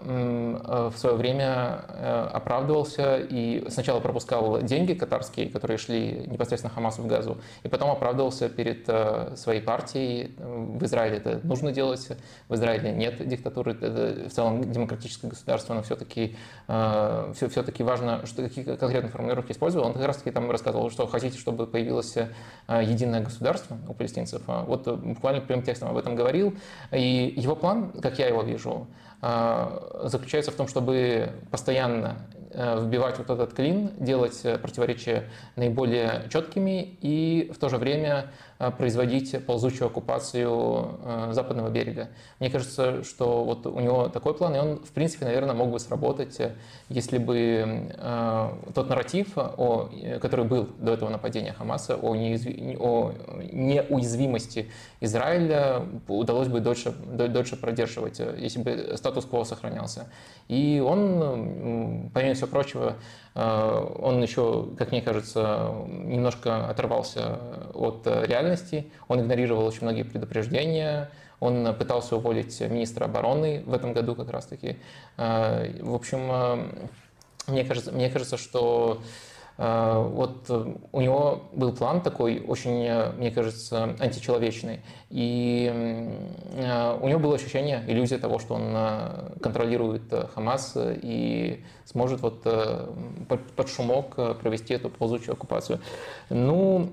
в свое время оправдывался и сначала пропускал деньги катарские, которые шли непосредственно Хамасу в Газу, и потом оправдывался перед своей партией. В Израиле это нужно делать, в Израиле нет диктатуры, это в целом демократическое государство, но все-таки все, все-таки важно, что, какие конкретные формулировки использовал. Он как раз-таки там рассказывал, что хотите, чтобы появилось единое государство у палестинцев. Вот буквально прямым текстом об этом говорил. И его план, как я его вижу, заключается в том, чтобы постоянно вбивать вот этот клин, делать противоречия наиболее четкими и в то же время производить ползучую оккупацию западного берега. Мне кажется, что вот у него такой план, и он, в принципе, наверное, мог бы сработать, если бы тот нарратив, о, который был до этого нападения Хамаса, о, неизви... о неуязвимости Израиля, удалось бы дольше, дольше продерживать, если бы статус-кво сохранялся. И он, помимо всего прочего, он еще, как мне кажется, немножко оторвался от реальности, он игнорировал очень многие предупреждения, он пытался уволить министра обороны в этом году как раз-таки. В общем, мне кажется, мне кажется, что вот у него был план такой, очень, мне кажется, античеловечный. И у него было ощущение, иллюзия того, что он контролирует Хамас и сможет вот под шумок провести эту ползучую оккупацию. Ну,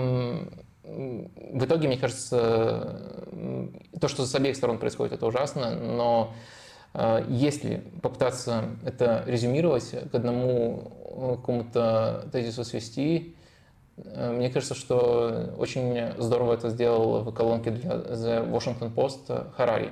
в итоге, мне кажется, то, что с обеих сторон происходит, это ужасно, но если попытаться это резюмировать, к одному какому-то тезису свести, мне кажется, что очень здорово это сделал в колонке для The Washington Post Харари.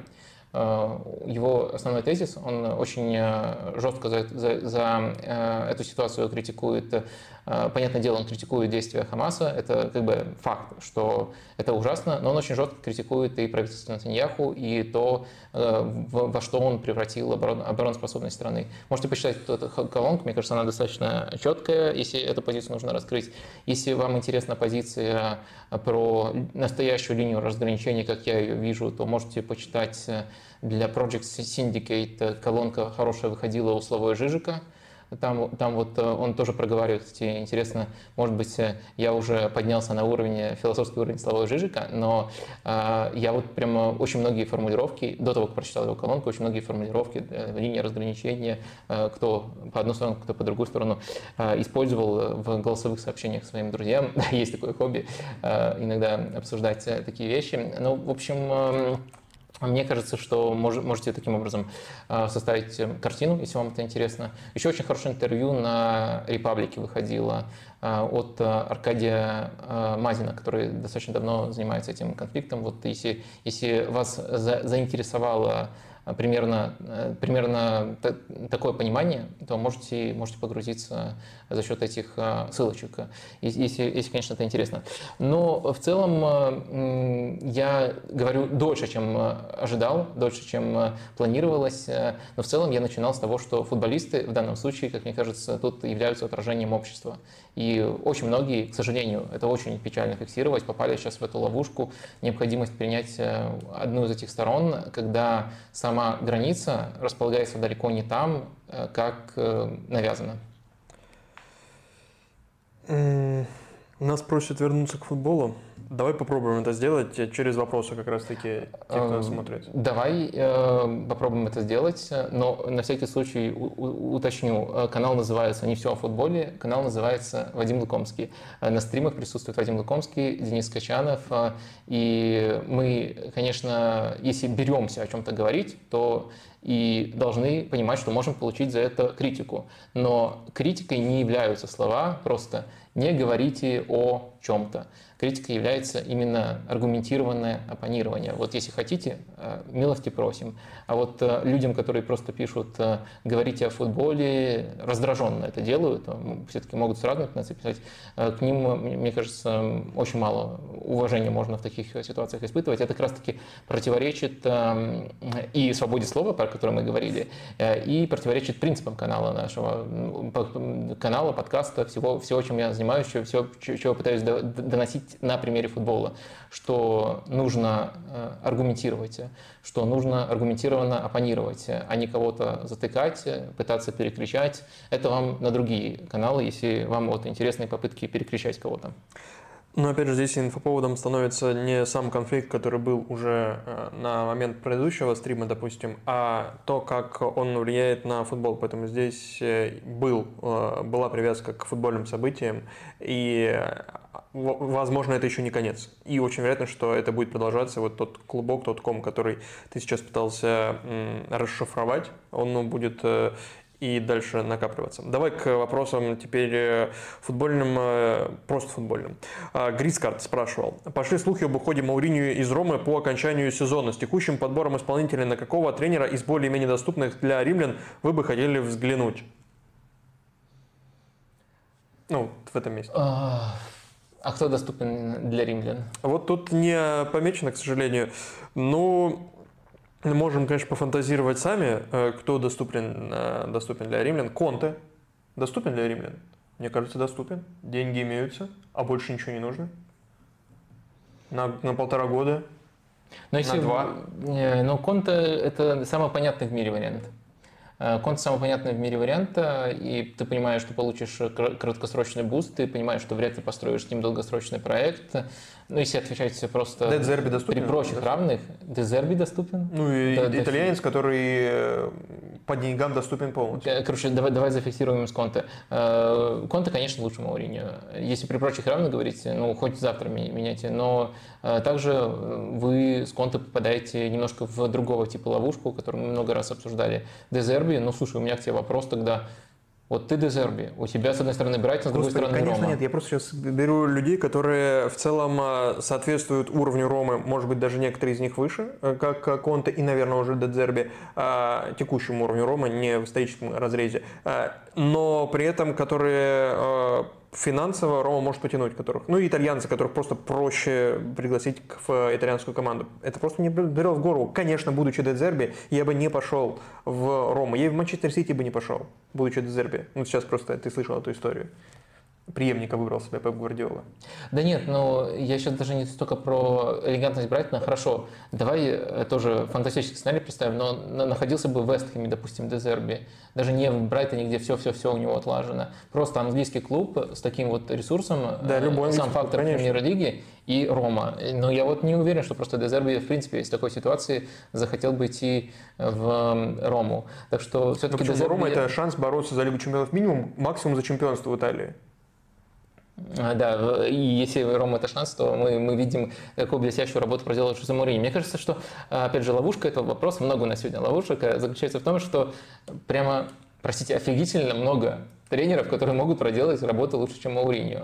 Его основной тезис, он очень жестко за, за, за эту ситуацию критикует. Понятное дело, он критикует действия Хамаса, это как бы факт, что это ужасно, но он очень жестко критикует и правительство Нетаньяху, и то, во что он превратил оборон, обороноспособность страны. Можете почитать эту колонку, мне кажется, она достаточно четкая, если эту позицию нужно раскрыть. Если вам интересна позиция про настоящую линию разграничения, как я ее вижу, то можете почитать для Project Syndicate колонка хорошая выходила у Славоя Жижика. Там, там вот он тоже проговаривает, кстати, интересно, может быть, я уже поднялся на уровень, философский уровень Славоя Жижика, но э, я вот прямо очень многие формулировки, до того, как прочитал его колонку, очень многие формулировки, э, линии разграничения, э, кто по одну сторону, кто по другую сторону, э, использовал в голосовых сообщениях своим друзьям. Есть такое хобби, э, иногда обсуждать такие вещи. Ну, в общем... Э, Мне кажется, что можете таким образом составить картину, если вам это интересно. Еще очень хорошее интервью на Репаблике выходило от Аркадия Мазина, который достаточно давно занимается этим конфликтом. Вот если, если вас за, заинтересовало примерно, примерно такое понимание, то можете, можете погрузиться за счет этих ссылочек, если, если, конечно, это интересно. Но в целом я говорю дольше, чем ожидал, дольше, чем планировалось, но в целом я начинал с того, что футболисты в данном случае, как мне кажется, тут являются отражением общества. И очень многие, к сожалению, это очень печально фиксировать, попали сейчас в эту ловушку, необходимость принять одну из этих сторон, когда сама граница располагается далеко не там, как навязано. Нас просят вернуться к футболу. Давай попробуем это сделать через вопросы как раз-таки тех, кто нас смотрит. Давай э, попробуем это сделать, но на всякий случай у- у- уточню. Канал называется «Не все о футболе», канал называется «Вадим Лукомский». На стримах присутствует Вадим Лукомский, Денис Качанов, и мы, конечно, если беремся о чем-то говорить, то и должны понимать, что можем получить за это критику. Но критикой не являются слова просто «не говорите о чем-то». Критика является именно аргументированное оппонирование. Вот если хотите, милости просим. А вот людям, которые просто пишут «говорите о футболе», раздраженно это делают, все-таки могут сразу это написать, к ним, мне кажется, очень мало уважения можно в таких ситуациях испытывать. Это как раз-таки противоречит и свободе слова, про которую мы говорили, и противоречит принципам канала нашего, канала, подкаста, всего, всего чем я занимаюсь, всего, чего пытаюсь доносить на примере футбола, что нужно аргументировать, что нужно аргументированно оппонировать, а не кого-то затыкать, пытаться перекричать. Это вам на другие каналы, если вам вот интересны попытки перекричать кого-то. Но опять же, здесь инфоповодом становится не сам конфликт, который был уже на момент предыдущего стрима, допустим, а то, как он влияет на футбол. Поэтому здесь был, была привязка к футбольным событиям, и, возможно, это еще не конец. И очень вероятно, что это будет продолжаться. Вот тот клубок, тот ком, который ты сейчас пытался расшифровать, он будет и дальше накапливаться. Давай к вопросам теперь футбольным, просто футбольным. Грицкарт спрашивал. Пошли слухи об уходе Мауриньо из Ромы по окончанию сезона. С текущим подбором исполнителей на какого тренера из более-менее доступных для римлян вы бы хотели взглянуть? Ну, в этом месте. А, а кто доступен для римлян? Вот тут не помечено, к сожалению. Ну... Можем, конечно, пофантазировать сами, кто доступен, доступен для римлян. Конте доступен для римлян? Мне кажется, доступен. Деньги имеются, а больше ничего не нужно. На, на полтора года, но если, на два. Но Конте – это самый понятный в мире вариант. Конте самый понятный в мире вариант, и ты понимаешь, что получишь краткосрочный буст, ты понимаешь, что вряд ли построишь с ним долгосрочный проект. Ну, если отвечать просто Де Зерби доступен? При прочих доступен? равных, Де Зерби доступен. Ну, и да, итальянец, да, который по деньгам доступен полностью. Короче, давай, давай зафиксируем с Конте. Конте, конечно, лучше Мауриньо. Если при прочих равных говорить, ну, хоть завтра меняйте, но также вы с Конте попадаете немножко в другого типа ловушку, которую мы много раз обсуждали. Де Зерби, ну, слушай, у меня к тебе вопрос тогда. Вот ты Де Зерби, у тебя с одной стороны Брайтон, с другой Господи, стороны конечно, Рома. нет, я просто сейчас беру людей, которые в целом соответствуют уровню Ромы, может быть, даже некоторые из них выше, как Конте и, наверное, уже Де Зерби, текущему уровню Ромы, не в историческом разрезе, но при этом которые финансово Рома может потянуть, которых, ну и итальянцы, которых просто проще пригласить в итальянскую команду. Это просто не берет в голову. Конечно, будучи Де Зерби, я бы не пошел в Рому. Я и в Манчестер Сити бы не пошел, будучи Де Зерби. Ну, сейчас просто ты слышал эту историю. Преемника выбрал себе Пеп Гвардиола. Да нет, но я сейчас даже не столько про элегантность Брайтона. Хорошо, давай тоже фантастический сценарий представим, но находился бы в Вест Хэме, допустим, Де Зерби. Даже не в Брайтоне, где все-все-все у него отлажено. Просто английский клуб с таким вот ресурсом, да, любой сам фактор Премьер-лиги и Рома. Но я вот не уверен, что просто Де Зерби, в принципе, из такой ситуации захотел бы идти в Рому. Так что все-таки Де Зерби... Рома – это шанс бороться за Лигу чемпионов минимум, максимум за чемпионство в Италии. Да, и если Рома это шанс, то мы, мы видим, какую блестящую работу проделал Жозе Моуриньо. Мне кажется, что, опять же, ловушка этого вопроса, много у нас сегодня ловушек, заключается в том, что прямо, простите, офигительно много тренеров, которые могут проделать работу лучше, чем Моуриньо.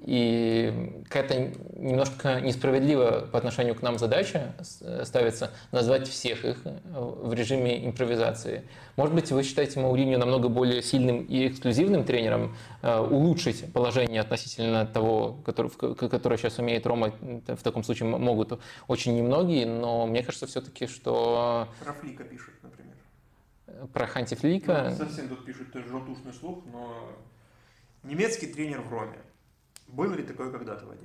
И какая-то немножко несправедливо по отношению к нам задача ставится назвать всех их в режиме импровизации. Может быть, вы считаете Мауриньо намного более сильным и эксклюзивным тренером, улучшить положение относительно того, который, которое сейчас умеет Рома, в таком случае могут очень немногие, но мне кажется все-таки, что... Про Флика пишут, например. Про Ханти Флика? Ну, совсем тут пишут желтушный слух, но немецкий тренер в Роме. Был ли такое когда-то, Вадим?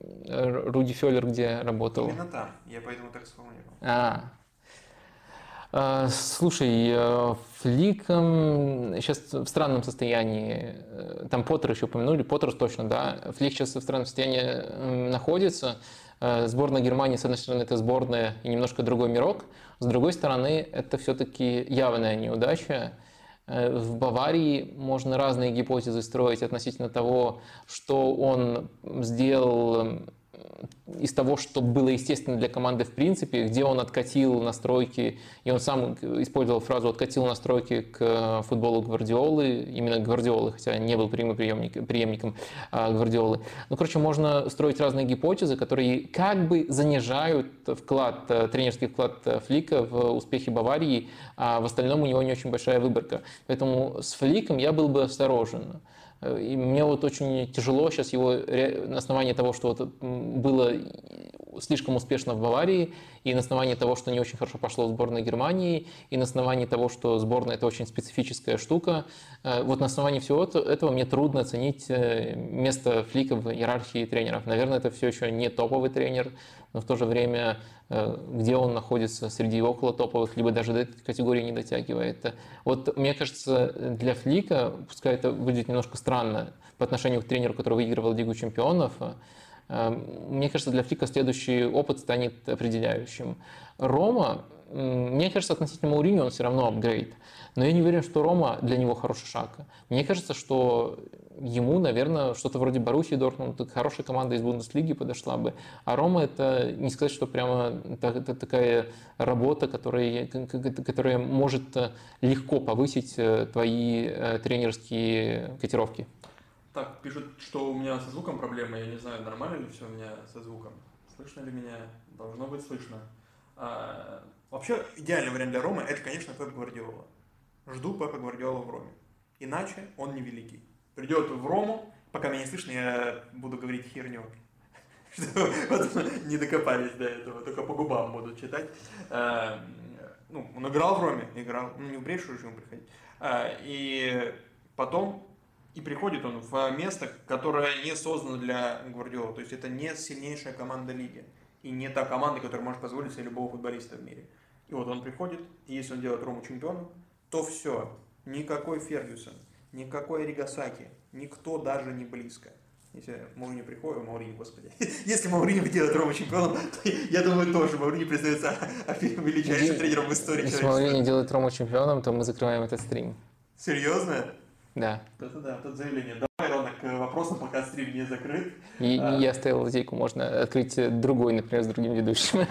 Руди Фёллер где работал? Именно там, я поэтому так сформулировал. А. Слушай, Флик сейчас в странном состоянии. Там Поттер еще упомянули, Поттер точно, да. Флик сейчас в странном состоянии находится. Сборная Германии, с одной стороны, это сборная и немножко другой мирок. С другой стороны, это все-таки явная неудача. В Баварии можно разные гипотезы строить относительно того, что он сделал из того, что было естественно для команды в принципе, где он откатил настройки, и он сам использовал фразу «откатил настройки к футболу Гвардиолы», именно Гвардиолы, хотя не был прямым преемник, преемником а, Гвардиолы. Ну, короче, можно строить разные гипотезы, которые как бы занижают вклад, тренерский вклад Флика в успехи Баварии, а в остальном у него не очень большая выборка. Поэтому с Фликом я был бы осторожен. И мне вот очень тяжело сейчас его на основании того, что вот было слишком успешно в Баварии, и на основании того, что не очень хорошо пошло в сборной Германии, и на основании того, что сборная – это очень специфическая штука. Вот на основании всего этого мне трудно оценить место Флика в иерархии тренеров. Наверное, это все еще не топовый тренер, но в то же время, где он находится среди около топовых, либо даже до этой категории не дотягивает. Вот мне кажется, для Флика, пускай это выглядит немножко странно по отношению к тренеру, который выигрывал Лигу чемпионов, мне кажется, для Флика следующий опыт станет определяющим. Рома, мне кажется, относительно Мауриньо он все равно апгрейд. Но я не уверен, что Рома для него хороший шаг. Мне кажется, что ему, наверное, что-то вроде Боруссии Дортмунд, хорошая команда из Бундеслиги подошла бы. А Рома — это не сказать, что прямо это такая работа, которая, которая может легко повысить твои тренерские котировки. Так, пишут, что у меня со звуком проблемы. Я не знаю, нормально ли все у меня со звуком. Слышно ли меня? Должно быть слышно. А, вообще, идеальный вариант для Ромы – это, конечно, Пеп Гвардиола. Жду Пепа Гвардиола в Роме. Иначе он не великий. Придет в Рому, пока меня не слышно, я буду говорить херню. Не докопались до этого, только по губам будут читать. Ну, он играл в Роме, играл, ну не в брешью же ему приходить. И потом, и приходит он в место, которое не создано для Гвардиолы. То есть это не сильнейшая команда лиги. И не та команда, которая может позволить себе любого футболиста в мире. И вот он приходит, и если он делает Рому чемпионом, то все. Никакой Фергюсон, никакой Ригасаки, никто даже не близко. Если Мауриньо приходит, Мауриньо, господи. Если Мауриньо делает Рому чемпионом, то я думаю, тоже Мауриньо признается величайшим тренером в истории. Если Мауриньо делает Рому чемпионом, то мы закрываем этот стрим. Серьезно? Да. Это да, это заявление. Давай, Рона, к вопросам, пока стрим не закрыт. И, а... Я оставил лазейку, можно открыть другой, например, с другим ведущим.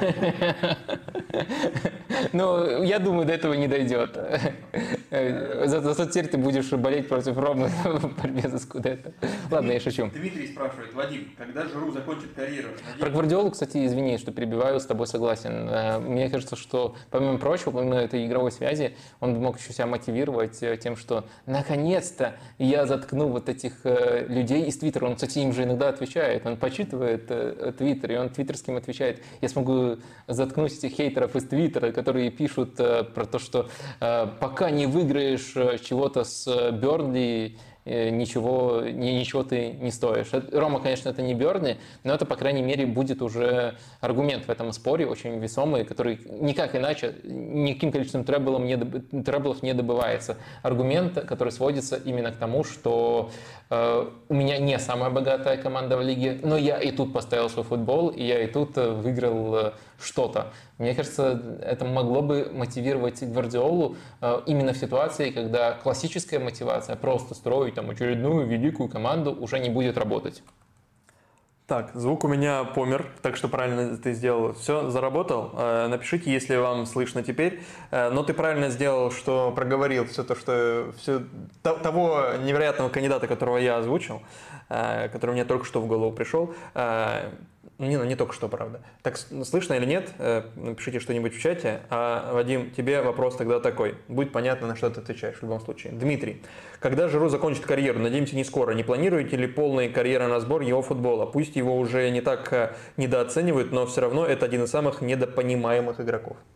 Но я думаю, до этого не дойдет. Зато теперь ты будешь болеть против Ромы в борьбе за Скудетто. Ладно, я шучу. Дмитрий спрашивает: Вадим, когда Жиру закончит карьеру? Про Гвардиолу, кстати, извини, что перебиваю, с тобой согласен. Мне кажется, что, помимо прочего, помимо этой игровой связи, он мог еще себя мотивировать тем, что наконец-то я заткну вот этих людей из Твиттера. Он, кстати, им же иногда отвечает. Он почитывает Твиттер, и он твиттерским отвечает: я смогу заткнуть этих хейтеров из Твиттера, которые пишут про то, что пока не выиграешь чего-то с Бернли, ничего, ничего ты не стоишь. Рома, конечно, это не Бернли, но это, по крайней мере, будет уже аргумент в этом споре, очень весомый, который никак иначе, никаким количеством треблов не, треблов не добывается. Аргумент, который сводится именно к тому, что э, у меня не самая богатая команда в лиге, но я и тут поставил свой футбол, и я и тут выиграл что-то. Мне кажется, это могло бы мотивировать Гвардиолу э, именно в ситуации, когда классическая мотивация, просто строить там очередную великую команду, уже не будет работать. Так, звук у меня помер, так что правильно ты сделал. Все, заработал. Напишите, если вам слышно теперь. Но ты правильно сделал, что проговорил все то, что все того невероятного кандидата, которого я озвучил, который мне только что в голову пришел. Не, ну не только что, правда. Так слышно или нет? Напишите что-нибудь в чате. А, Вадим, тебе вопрос тогда такой. Будет понятно, на что ты отвечаешь в любом случае. Дмитрий, когда Жиру закончит карьеру, надеемся, не скоро, не планируете ли полный карьерный разбор его футбола? Пусть его уже не так недооценивают, но все равно это один из самых недопонимаемых игроков.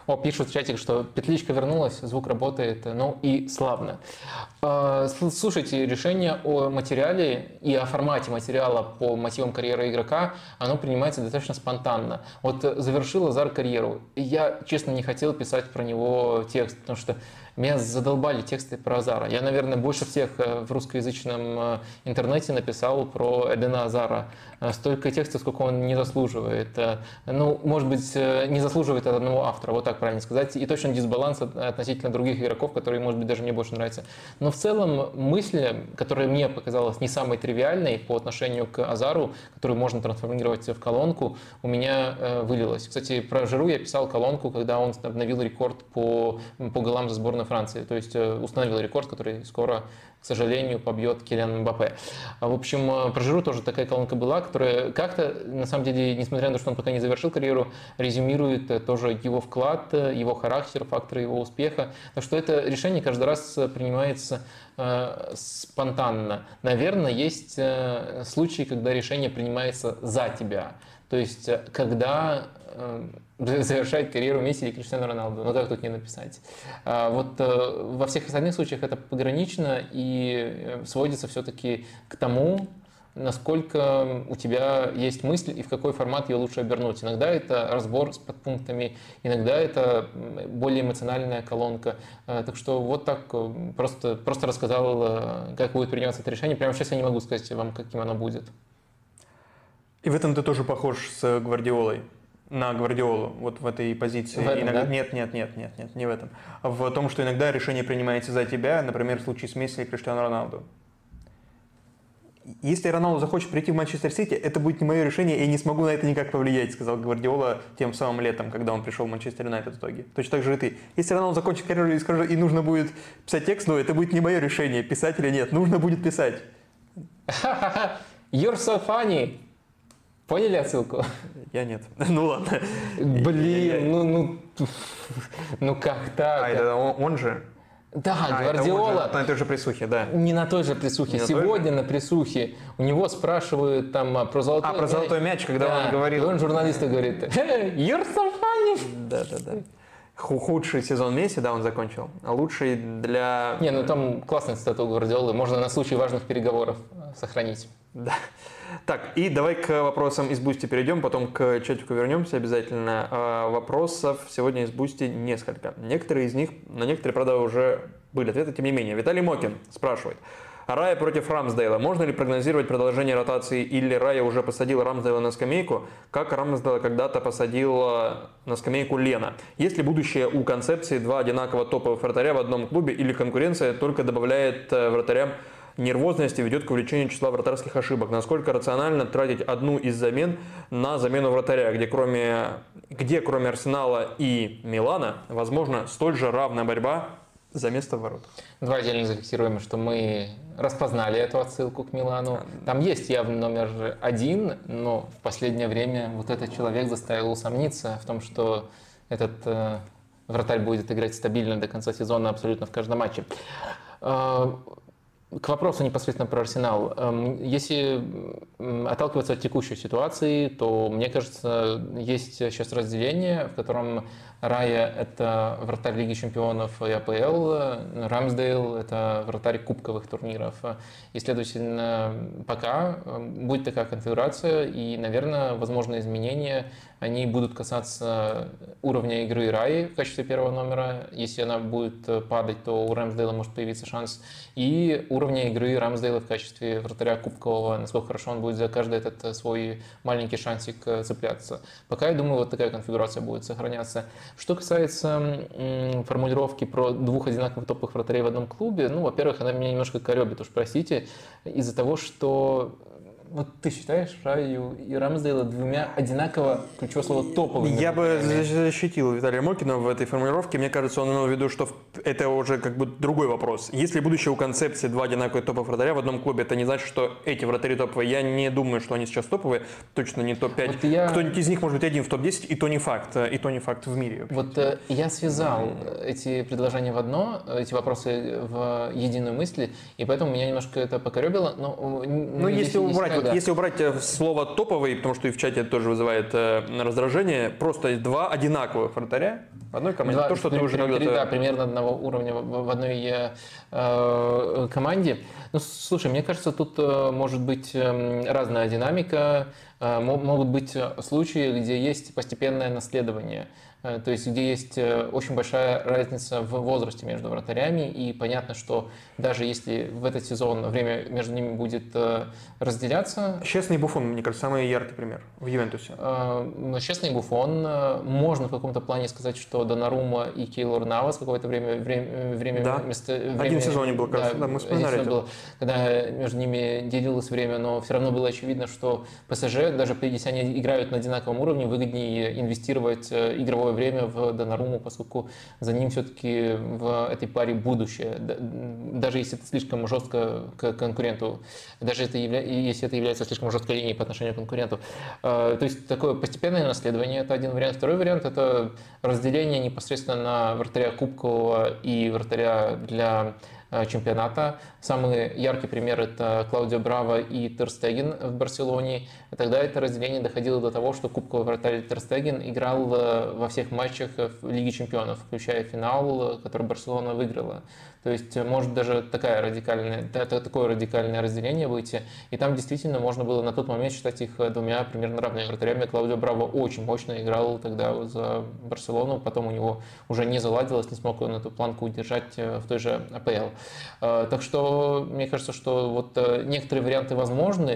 О, пишут в чатик, что петличка вернулась, звук работает, ну и славно. Слушайте, решение о материале и о формате материала по мотивам карьеры игрока, оно принимается достаточно спонтанно. Вот завершил Азар карьеру. Я, честно, не хотел писать про него текст, потому что меня задолбали тексты про Азара. Я, наверное, больше всех в русскоязычном интернете написал про Эдена Азара. Столько текстов, сколько он не заслуживает. Ну, может быть, не заслуживает от одного автора, вот так правильно сказать. И точно дисбаланс относительно других игроков, которые, может быть, даже мне больше нравятся. Но в целом мысль, которая мне показалась не самой тривиальной по отношению к Азару, которую можно трансформировать в колонку, у меня вылилась. Кстати, про Жиру я писал колонку, когда он обновил рекорд по, по голам за сборную Франции. То есть установил рекорд, который скоро, к сожалению, побьет Килиан Мбаппе. В общем, про Жиру тоже такая колонка была, которая как-то, на самом деле, несмотря на то, что он пока не завершил карьеру, резюмирует тоже его вклад, его характер, факторы его успеха. Так что это решение каждый раз принимается э, спонтанно. Наверное, есть э, случаи, когда решение принимается за тебя. То есть, когда э, завершает карьеру Месси или Криштиану Роналду. Ну как тут не написать? А вот э, во всех остальных случаях это погранично и сводится все-таки к тому, насколько у тебя есть мысль и в какой формат ее лучше обернуть. Иногда это разбор с подпунктами, иногда это более эмоциональная колонка. Так что вот так просто, просто рассказал, как будет приниматься это решение. Прямо сейчас я не могу сказать вам, каким оно будет. И в этом ты тоже похож с Гвардиолой. На Гвардиолу, вот в этой позиции. В этом, иногда... да? Нет, нет, нет, нет, нет, не в этом. В том, что иногда решение принимается за тебя, например, в случае с Месси и Криштиану Роналду. Если Роналду захочет прийти в Манчестер Сити, это будет не мое решение, и я не смогу на это никак повлиять, сказал Гвардиола тем самым летом, когда он пришел в Манчестер Юнайтед в итоге. Точно так же и ты. Если Роналду закончит карьеру и, скажет, и нужно будет писать текст, ну это будет не мое решение, писать или нет, нужно будет писать. You're so funny. Поняли отсылку? Я нет. Ну ладно. Блин, ну, ну, ну как так? А это он, он же? Да, а, Гвардиола. На той же присухе, да. Не на той же присухе. Не Сегодня на, на присухе у него спрашивают там про золотой А, про золотой мяч, когда да, он говорил. И он журналисту говорит: hey, you're so funny. Да, да, да. Худший сезон Месси, да, он закончил. А лучший для... Не, ну там классная цитата у Гвардиолы. Можно на случай важных переговоров сохранить. Да. Так, и давай к вопросам из Бусти перейдем, потом к чатику вернемся обязательно. А, вопросов сегодня из Бусти несколько. Некоторые из них, на некоторые, правда, уже были ответы, тем не менее. Виталий Мокин спрашивает. Рая против Рамсдейла. Можно ли прогнозировать продолжение ротации, или Рая уже посадил Рамсдейла на скамейку, как Рамсдейла когда-то посадил на скамейку Лена? Есть ли будущее у концепции два одинаково топовых вратаря в одном клубе, или конкуренция только добавляет вратарям нервозности, ведет к увеличению числа вратарских ошибок? Насколько рационально тратить одну из замен на замену вратаря, где кроме, где кроме Арсенала и Милана, возможно, столь же равная борьба за место в воротах? Давай отдельно зафиксируем, что мы распознали эту отсылку к Милану. Там есть явно номер один, но в последнее время вот этот человек заставил усомниться в том, что этот э, вратарь будет играть стабильно до конца сезона абсолютно в каждом матче. Э, К вопросу непосредственно про Арсенал. Если отталкиваться от текущей ситуации, то, мне кажется, есть сейчас разделение, в котором Рая – это вратарь Лиги Чемпионов и АПЛ, Рамсдейл – это вратарь кубковых турниров. И, следовательно, пока будет такая конфигурация, и, наверное, возможные изменения, они будут касаться уровня игры Раи в качестве первого номера. Если она будет падать, то у Рамсдейла может появиться шанс. И уровня игры Рамсдейла в качестве вратаря кубкового, насколько хорошо он будет за каждый этот свой маленький шансик цепляться. Пока, я думаю, вот такая конфигурация будет сохраняться. Что касается м, формулировки про двух одинаковых топовых вратарей в одном клубе, ну, во-первых, она меня немножко коребит, уж простите, из-за того, что вот ты считаешь Раю и Рамсдейла двумя одинаково, ключевое слово, топовыми? Я бы защитил Виталия Мокина в этой формулировке. Мне кажется, он имел в виду, что это уже как бы другой вопрос. Если будущее у концепции два одинаковых топовых вратаря в одном клубе, это не значит, что эти вратари топовые. Я не думаю, что они сейчас топовые, точно не топ пять. Вот я... Кто-нибудь из них может быть один в топ десять, и то не факт, и то не факт в мире. Вообще. Вот э, я связал эти предложения в одно, эти вопросы в единую мысль, и поэтому меня немножко это покоребило. Но, ну, если убрать вот вот да. если убрать слово топовый, потому что и в чате это тоже вызывает э, раздражение, просто два одинаковых вратаря в одной команде. Два, То, что при, ты уже при, когда-то... Да, примерно одного уровня в, в одной э, команде. Ну, слушай, мне кажется, тут э, может быть э, разная динамика. Э, могут быть случаи, где есть постепенное наследование. То есть, где есть очень большая разница в возрасте между вратарями, и понятно, что даже если в этот сезон время между ними будет разделяться... Честный Буфон, мне кажется, самый яркий пример в Ювентусе. Честный Буфон. Можно в каком-то плане сказать, что Донарума и Кейлор Навас какое-то время... время, время да, место, время, один сезон был, кажется, да, да, мы вспоминали это. Было, когда между ними делилось время, но все равно было очевидно, что ПСЖ, даже если они играют на одинаковом уровне, выгоднее инвестировать игровое время в Донаруму, поскольку за ним все-таки в этой паре будущее. Даже если это слишком жестко к конкуренту, даже это явля... если это является слишком жесткой линией по отношению к конкуренту. То есть такое постепенное наследование – это один вариант. Второй вариант – это разделение непосредственно на вратаря кубкового и вратаря для чемпионата. Самый яркий пример – это Клаудио Браво и Тер Стеген в Барселоне. Тогда это разделение доходило до того, что кубковый вратарь Тер Стеген играл во всех матчах в Лиге чемпионов, включая финал, который Барселона выиграла. То есть может даже такая радикальная, такое радикальное разделение выйти. И там действительно можно было на тот момент считать их двумя примерно равными вратарями. Клаудио Браво очень мощно играл тогда за Барселону, потом у него уже не заладилось, не смог он эту планку удержать в той же АПЛ. Так что мне кажется, что вот некоторые варианты возможны,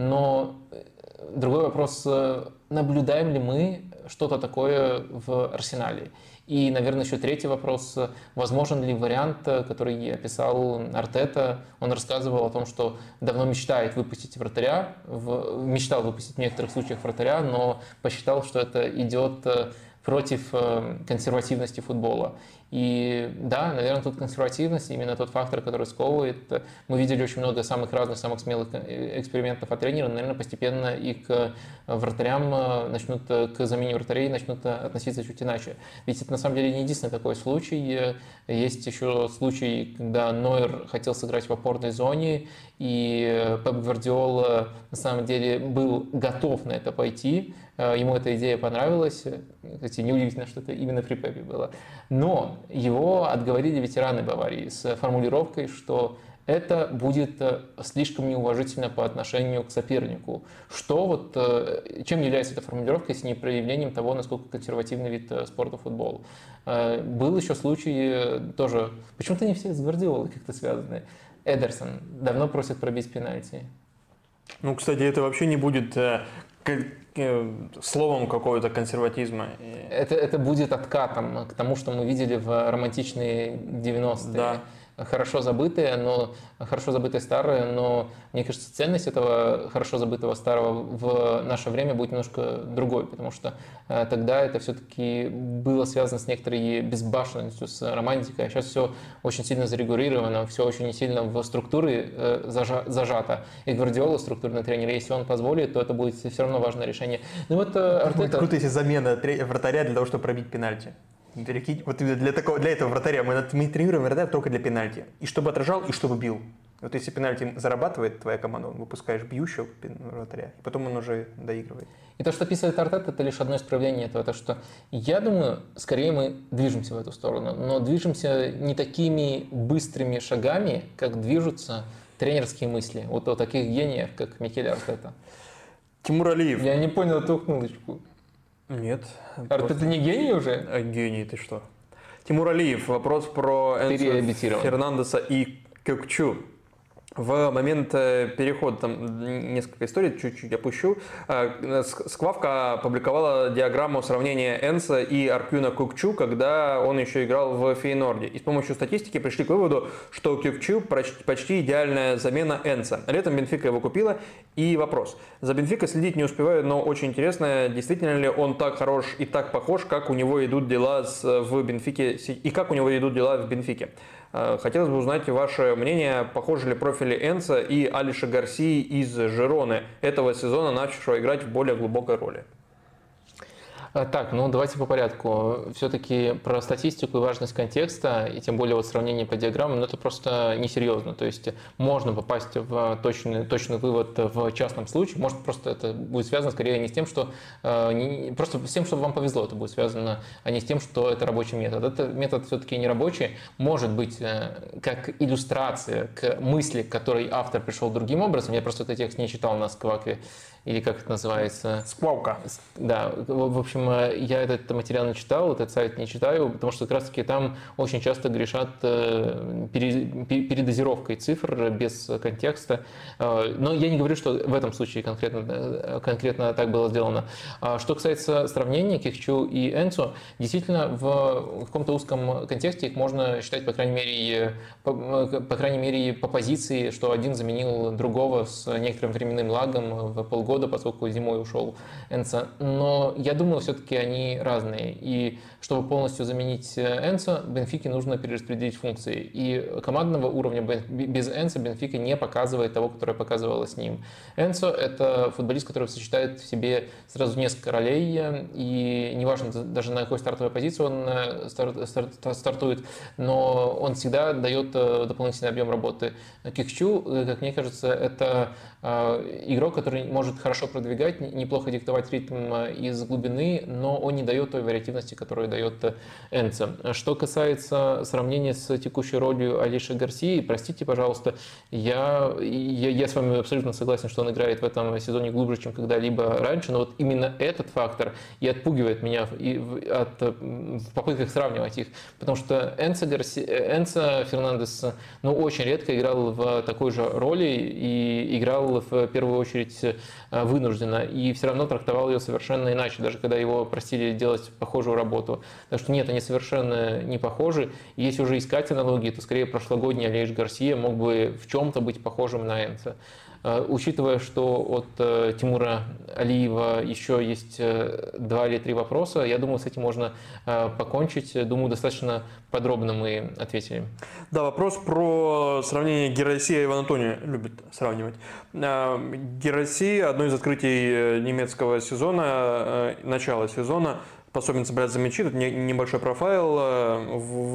но другой вопрос, наблюдаем ли мы что-то такое в Арсенале? И, наверное, еще третий вопрос, возможен ли вариант, который описал Артета. Он рассказывал о том, что давно мечтает выпустить вратаря, в, мечтал выпустить в некоторых случаях вратаря, но посчитал, что это идет против консервативности футбола. И да, наверное, тут консервативность, именно тот фактор, который сковывает. Мы видели очень много самых разных, самых смелых экспериментов от тренера. Наверное, постепенно и к вратарям начнут, к замене вратарей начнут относиться чуть иначе. Ведь это на самом деле не единственный такой случай. Есть еще случай, когда Нойер хотел сыграть в опорной зоне, и Пеп Гвардиола на самом деле был готов на это пойти. Ему эта идея понравилась. Кстати, неудивительно, что это именно при Пепе было. Но его отговорили ветераны Баварии с формулировкой, что это будет слишком неуважительно по отношению к сопернику. Что вот, чем является эта формулировка, если не проявлением того, насколько консервативный вид спорта футбол? Был еще случай тоже, почему-то не все с Гвардиолой как-то связаны. Эдерсон давно просит пробить пенальти. Ну, кстати, это вообще не будет э, к, э, словом какого-то консерватизма. Это, это будет откатом к тому, что мы видели в романтичные девяностые. Да. Хорошо забытые, но хорошо забытые старые, но мне кажется, ценность этого хорошо забытого старого в наше время будет немножко другой, потому что э, тогда это все-таки было связано с некоторой безбашенностью, с романтикой, а сейчас все очень сильно зарегулировано, все очень сильно в структуре э, зажа, зажато. И Гвардиола, структурный тренер, если он позволит, то это будет все равно важное решение. Ну вот э, Артета... Будет круто, если замена вратаря для того, чтобы пробить пенальти. Вот для, такого, для этого вратаря мы, мы тренируем вратаря только для пенальти. И чтобы отражал, и чтобы бил. Вот если пенальти зарабатывает твоя команда, выпускаешь бьющего вратаря, и потом он уже доигрывает. И то, что описывает Артета, это лишь одно из проявлений этого. То, что я думаю, скорее мы движемся в эту сторону, но движемся не такими быстрыми шагами, как движутся тренерские мысли. Вот у таких гениев, как Микель Артета. Тимур Алиев. Я не понял эту ухмылочку. Нет. Артета просто... не гений уже? А, гений, ты что? Тимур Алиев. Вопрос про Энцо Фернандеса и Кёкчу. В момент перехода, там несколько историй, чуть-чуть опущу, Сквавка опубликовала диаграмму сравнения Энса и Аркюна Кукчу, когда он еще играл в Фейнорде. И с помощью статистики пришли к выводу, что Кукчу почти идеальная замена Энса. Летом Бенфика его купила. И вопрос. За Бенфикой следить не успеваю, но очень интересно, действительно ли он так хорош и так похож, как у него идут дела в Бенфике, и как у него идут дела в Бенфике. Хотелось бы узнать ваше мнение, похожи ли профили Энса и Алиша Гарсии из Жироны этого сезона, начавшего играть в более глубокой роли. Так, ну давайте по порядку. Все-таки про статистику и важность контекста, и тем более вот сравнение по диаграммам, ну это просто несерьезно. То есть можно попасть в точный, точный вывод в частном случае, может просто это будет связано скорее не с тем, что не, просто с тем, что вам повезло, это будет связано, а не с тем, что это рабочий метод. Это метод все-таки не рабочий, может быть как иллюстрация к мысли, к которой автор пришел другим образом. Я просто этот текст не читал на Скваке, или как это называется? Сквалка. Да, в общем, я этот материал не читал, этот сайт не читаю, потому что как раз-таки там очень часто грешат передозировкой цифр без контекста. Но я не говорю, что в этом случае конкретно, конкретно так было сделано. Что касается сравнения Кикчу и Энцо, действительно в каком-то узком контексте их можно считать, по крайней мере, по, по крайней мере, по позиции, что один заменил другого с некоторым временным лагом в полгода, поскольку зимой ушел Энцо. Но я думаю, все-таки они разные. И чтобы полностью заменить Энцо, Бенфике нужно перераспределить функции. И командного уровня без Энцо Бенфика не показывает того, которое показывало с ним. Энцо – это футболист, который сочетает в себе сразу несколько ролей. И неважно даже на какой стартовой позиции он старт, старт, стартует, но он всегда дает дополнительный объем работы. Кикчу, как мне кажется, это игрок, который может хорошо продвигать, неплохо диктовать ритм из глубины, но он не дает той вариативности, которую дает Энцо. Что касается сравнения с текущей ролью Алиши Гарсии, простите, пожалуйста, я, я, я с вами абсолютно согласен, что он играет в этом сезоне глубже, чем когда-либо раньше, но вот именно этот фактор и отпугивает меня от в попытках сравнивать их, потому что Энцо, Гарси, Энцо Фернандес ну, очень редко играл в такой же роли и играл в первую очередь вынужденно, и все равно трактовал ее совершенно иначе, даже когда его просили делать похожую работу. Так что нет, они совершенно не похожи. И если уже искать аналогии, то скорее прошлогодний Алиш Гарсия мог бы в чем-то быть похожим на Энцо. Учитывая, что от Тимура Алиева еще есть два или три вопроса, я думаю, с этим можно покончить. Думаю, достаточно подробно мы ответили. Да, вопрос про сравнение Герасия и Иван Антонио любят сравнивать. Герасия – одно из открытий немецкого сезона, начала сезона. Способен собирать за мячи, тут небольшой профайл,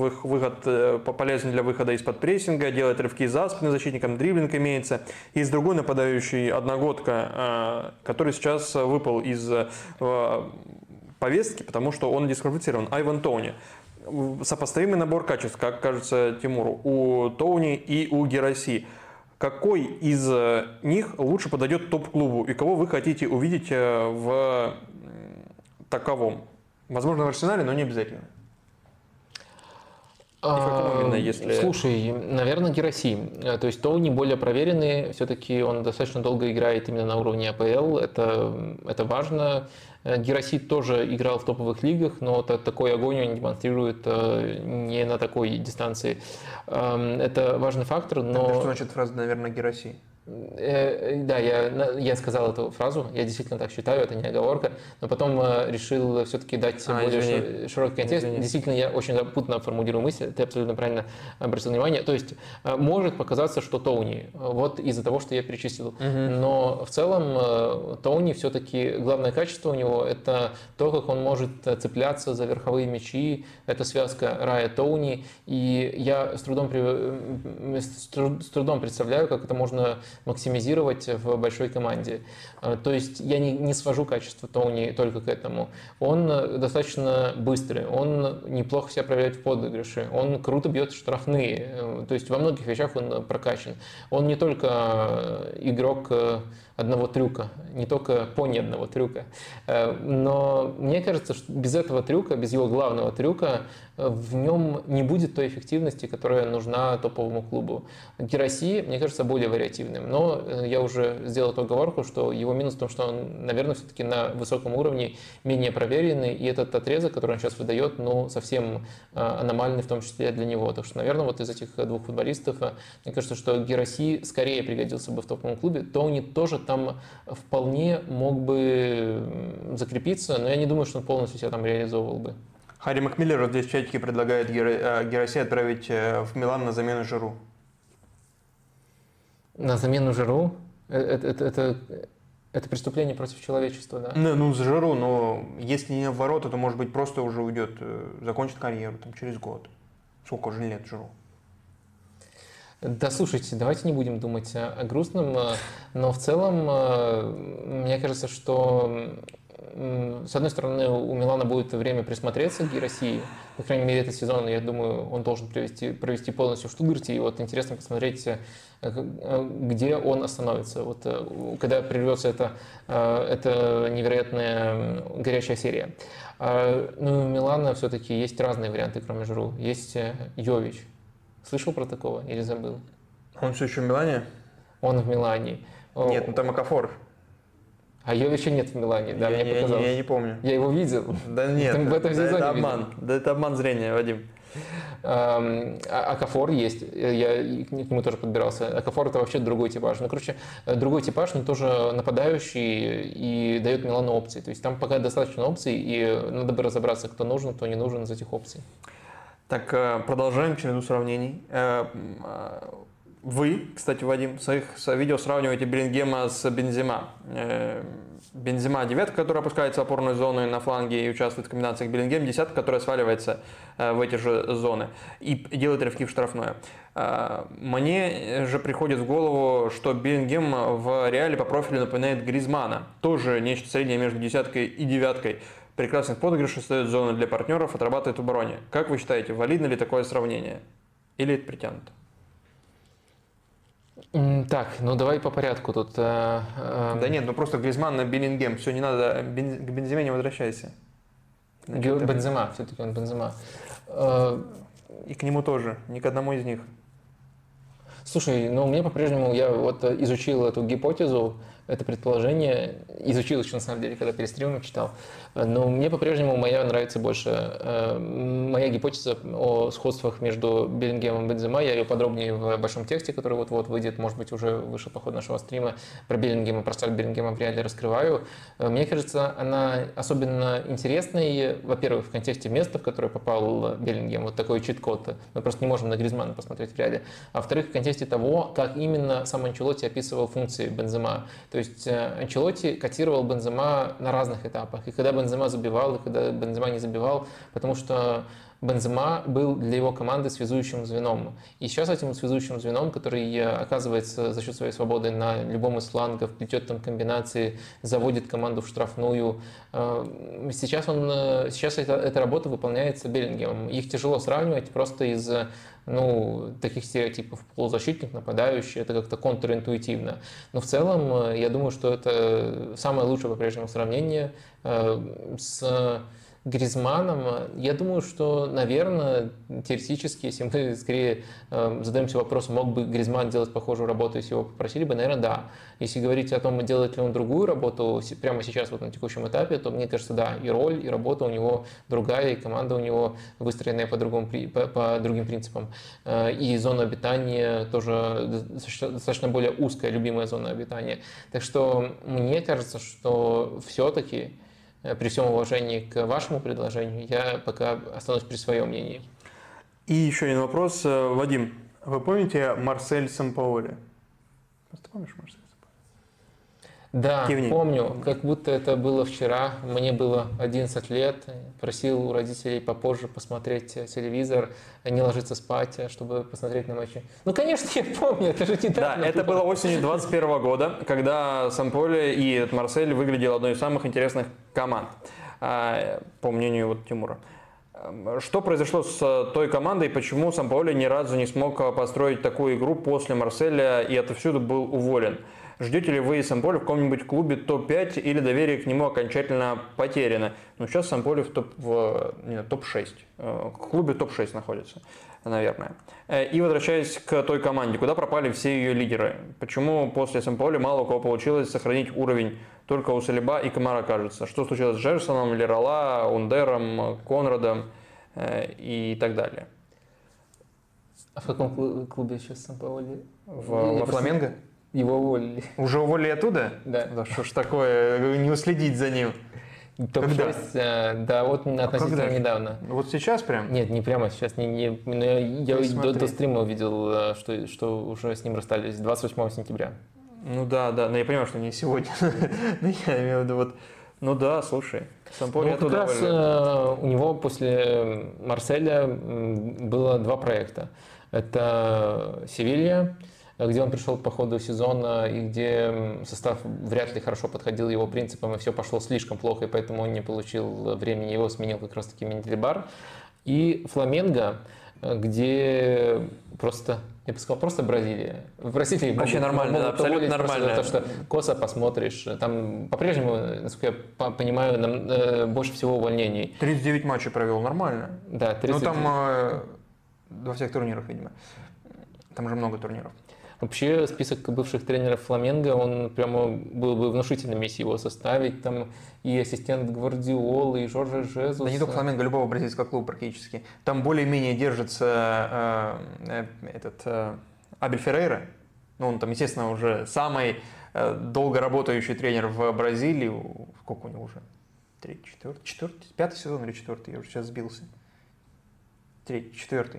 выход полезен для выхода из-под прессинга, делает рывки за спины защитникам, дриблинг имеется. Есть другой нападающий, одногодка, который сейчас выпал из повестки, потому что он дисквалифицирован, Айван Тоуни. Сопоставимый набор качеств, как кажется Тимуру, у Тоуни и у Гераси. Какой из них лучше подойдет топ-клубу и кого вы хотите увидеть в таковом? Возможно, в Арсенале, но не обязательно. А, именно, если... Слушай, наверное, Гераси. То есть Тоуни более проверенный, все-таки он достаточно долго играет именно на уровне АПЛ, это, это важно. Гераси тоже играл в топовых лигах, но такой огонь он демонстрирует не на такой дистанции. Это важный фактор, но... Так, что значит фраза, наверное, Гераси? Да, я, я сказал эту фразу, я действительно так считаю, это не оговорка, но потом решил все-таки дать а, более извини. широкий контекст. Извини. Действительно, я очень запутанно формулирую мысль, ты абсолютно правильно обратил внимание. То есть, может показаться, что Тоуни, вот из-за того, что я перечислил, угу. но в целом Тоуни все-таки главное качество у него это то, как он может цепляться за верховые мячи, это связка Рая Тоуни, и я с трудом, с трудом представляю, как это можно максимизировать в большой команде. То есть я не, не свожу качество Тоуни только к этому. Он достаточно быстрый, он неплохо себя проявляет в подыгрыше, он круто бьет штрафные, то есть во многих вещах он прокачан. Он не только игрок одного трюка, не только пони одного трюка. Но мне кажется, что без этого трюка, без его главного трюка, в нем не будет той эффективности, которая нужна топовому клубу. Гераси, мне кажется, более вариативным. Но я уже сделал эту оговорку, что его минус в том, что он, наверное, все-таки на высоком уровне менее проверенный, и этот отрезок, который он сейчас выдает, ну, совсем аномальный, в том числе для него. Так что, наверное, вот из этих двух футболистов, мне кажется, что Гераси скорее пригодился бы в топовом клубе. Тоуни тоже там вполне мог бы закрепиться, но я не думаю, что он полностью себя там реализовывал бы. Харри Макмиллер вот здесь в чатике предлагает Гераси отправить в Милан на замену Жиру. На замену Жиру? Это, это, это, Это преступление против человечества, да? Ну, ну, за Жиру, но если не в ворота, то, может быть, просто уже уйдет, закончит карьеру там, через год. Сколько уже лет Жиру? Да, слушайте, давайте не будем думать о грустном, но в целом, мне кажется, что, с одной стороны, у Милана будет время присмотреться к России. По крайней мере, этот сезон, я думаю, он должен провести, провести полностью в Штутгарте. И вот интересно посмотреть, где он остановится. Вот когда прервется эта, эта невероятная горячая серия. Ну, у Милана все-таки есть разные варианты, кроме Жиру. Есть Йович. Слышал про такого или забыл? Он все еще в Милане? Он в Милане. Нет, ну там Окафор. А Йовича нет в Милане, да, я, мне я, показалось. Я, я не помню. Я его видел. Да нет, в этом да, сезоне это обман. видел. Да это обман зрения, Вадим. Окафор есть, я к нему тоже подбирался. Окафор это вообще другой типаж. Ну, короче, другой типаж, но тоже нападающий и дает Милану опции. То есть там пока достаточно опций, и надо бы разобраться, кто нужен, кто не нужен из этих опций. Так, продолжаем череду сравнений. Вы, кстати, Вадим, в своих видео сравниваете Беллингема с Бензема. Бензема девятка, которая опускается в опорную зону на фланге и участвует в комбинациях. Беллингем десятка, которая сваливается в эти же зоны и делает рывки в штрафное. Мне же приходит в голову, что Беллингем в Реале по профилю напоминает Гризмана. Тоже нечто среднее между десяткой и девяткой. Прекрасных подыгрышей создает зоны для партнеров, отрабатывает в обороне. Как вы считаете, валидно ли такое сравнение? Или это притянуто? Так, ну давай по порядку тут. Э, э... Да нет, ну просто Гризман на Беллингем. Все, не надо, к Бенземе не возвращайся. Значит, Бензема, все-таки он Бензема. Э... И к нему тоже, ни к одному из них. Слушай, ну мне по-прежнему, я вот изучил эту гипотезу, это предположение, изучил еще на самом деле, когда перед стримом читал, но мне по-прежнему моя нравится больше. Моя гипотеза о сходствах между Беллингемом и Бензема, я ее подробнее в большом тексте, который вот-вот выйдет, может быть, уже вышел по ходу нашего стрима, про Беллингема, про старт Беллингема в Реале раскрываю. Мне кажется, она особенно интересной, во-первых, в контексте места, в которое попал Беллингем, вот такой чит-код, мы просто не можем на Гризмана посмотреть в Реале, а во-вторых, в контексте того, как именно сам Анчелотти описывал функции Бензема. То есть Анчелотти котировал Бензема на разных этапах. И когда Бензема забивал, и когда Бензема не забивал, потому что Бензема был для его команды связующим звеном. И сейчас этим связующим звеном, который оказывается за счет своей свободы на любом из флангов, плетет там комбинации, заводит команду в штрафную. Сейчас, он, сейчас эта, эта работа выполняется Беллингемом. Их тяжело сравнивать просто из ну, таких стереотипов. Полузащитник, нападающий, это как-то контринтуитивно. Но в целом, я думаю, что это самое лучшее по-прежнему сравнение с Гризманом. Я думаю, что, наверное, теоретически, если мы скорее э, задаемся вопросом, мог бы Гризман делать похожую работу, если его попросили бы, наверное, да. Если говорить о том, делает ли он другую работу прямо сейчас, вот на текущем этапе, то мне кажется, да, и роль, и работа у него другая, и команда у него выстроенная по, другому, по, по другим принципам. И зона обитания тоже достаточно более узкая, любимая зона обитания. Так что мне кажется, что все-таки при всем уважении к вашему предложению, я пока останусь при своем мнении. И еще один вопрос. Вадим, вы помните Марсель Сампаоли? Ты помнишь Марсель Сампаоли? Да, Кивни. Помню. Как будто это было вчера. Мне было одиннадцать лет. Просил у родителей попозже посмотреть телевизор, не ложиться спать, чтобы посмотреть на матчи. Ну, конечно, я помню. Это же недавно. Да, это было осенью двадцать первого года, когда Сампаоли и Марсель выглядел одной из самых интересных команд, по мнению вот Тимура. Что произошло с той командой, почему Сампаоли ни разу не смог построить такую игру после Марселя и отовсюду был уволен? Ждете ли вы Сампаоли в каком-нибудь клубе топ пять или доверие к нему окончательно потеряно? Ну, сейчас Сампаоли в, топ, в нет, топ шесть, в клубе топ шесть находится, наверное. И возвращаясь к той команде, куда пропали все ее лидеры? Почему после Сампаоли мало у кого получилось сохранить уровень? Только у Салиба и Камара, кажется. Что случилось с Джерсоном, Лерала, Ундером, Конрадом и так далее? А в каком клубе сейчас Сампаоли? В, во Фламенго? Его уволили. Уже уволили оттуда? Да. Да что ж такое, не уследить за ним. топ шесть, да, вот относительно а недавно. Вот сейчас прям? Нет, не прямо сейчас. Не, не, я я до, до стрима увидел, что, что уже с ним расстались двадцать восьмого сентября. Ну да, да, но я понимаю, что не сегодня. Но я имею в виду вот, ну да, слушай, Сампдория Ну, как оттуда раз вылез. э, у него после Марселя м, было два проекта. Это Севилья, где он пришел по ходу сезона и где м, состав вряд ли хорошо подходил его принципам, и все пошло слишком плохо, и поэтому он не получил времени, его сменил как раз-таки Менделибар. И Фламенго, э, где просто, я бы сказал, просто Бразилия. В Бразилии Вообще могут- нормально, могут абсолютно уволить просто нормально. за то, что косо посмотришь. Там по-прежнему, насколько я по- понимаю, нам, э, больше всего увольнений. тридцать девять матчей провел, нормально. Да, Ну тридцать. там э, во всех турнирах, видимо. Там же много турниров. Вообще список бывших тренеров Фламенго, он прямо был бы внушительным, если его составить. Там и ассистент Гвардиолы, и Жоржа Жезуса. Да не только Фламенго, любого бразильского клуба практически. Там более-менее держится э, э, этот э, Абель Феррейра. Ну, он там, естественно, уже самый э, долго работающий тренер в Бразилии. Сколько у него уже? Третий, четвертый, четвертый, пятый сезон или четвертый? Я уже сейчас сбился. Третий, четвертый.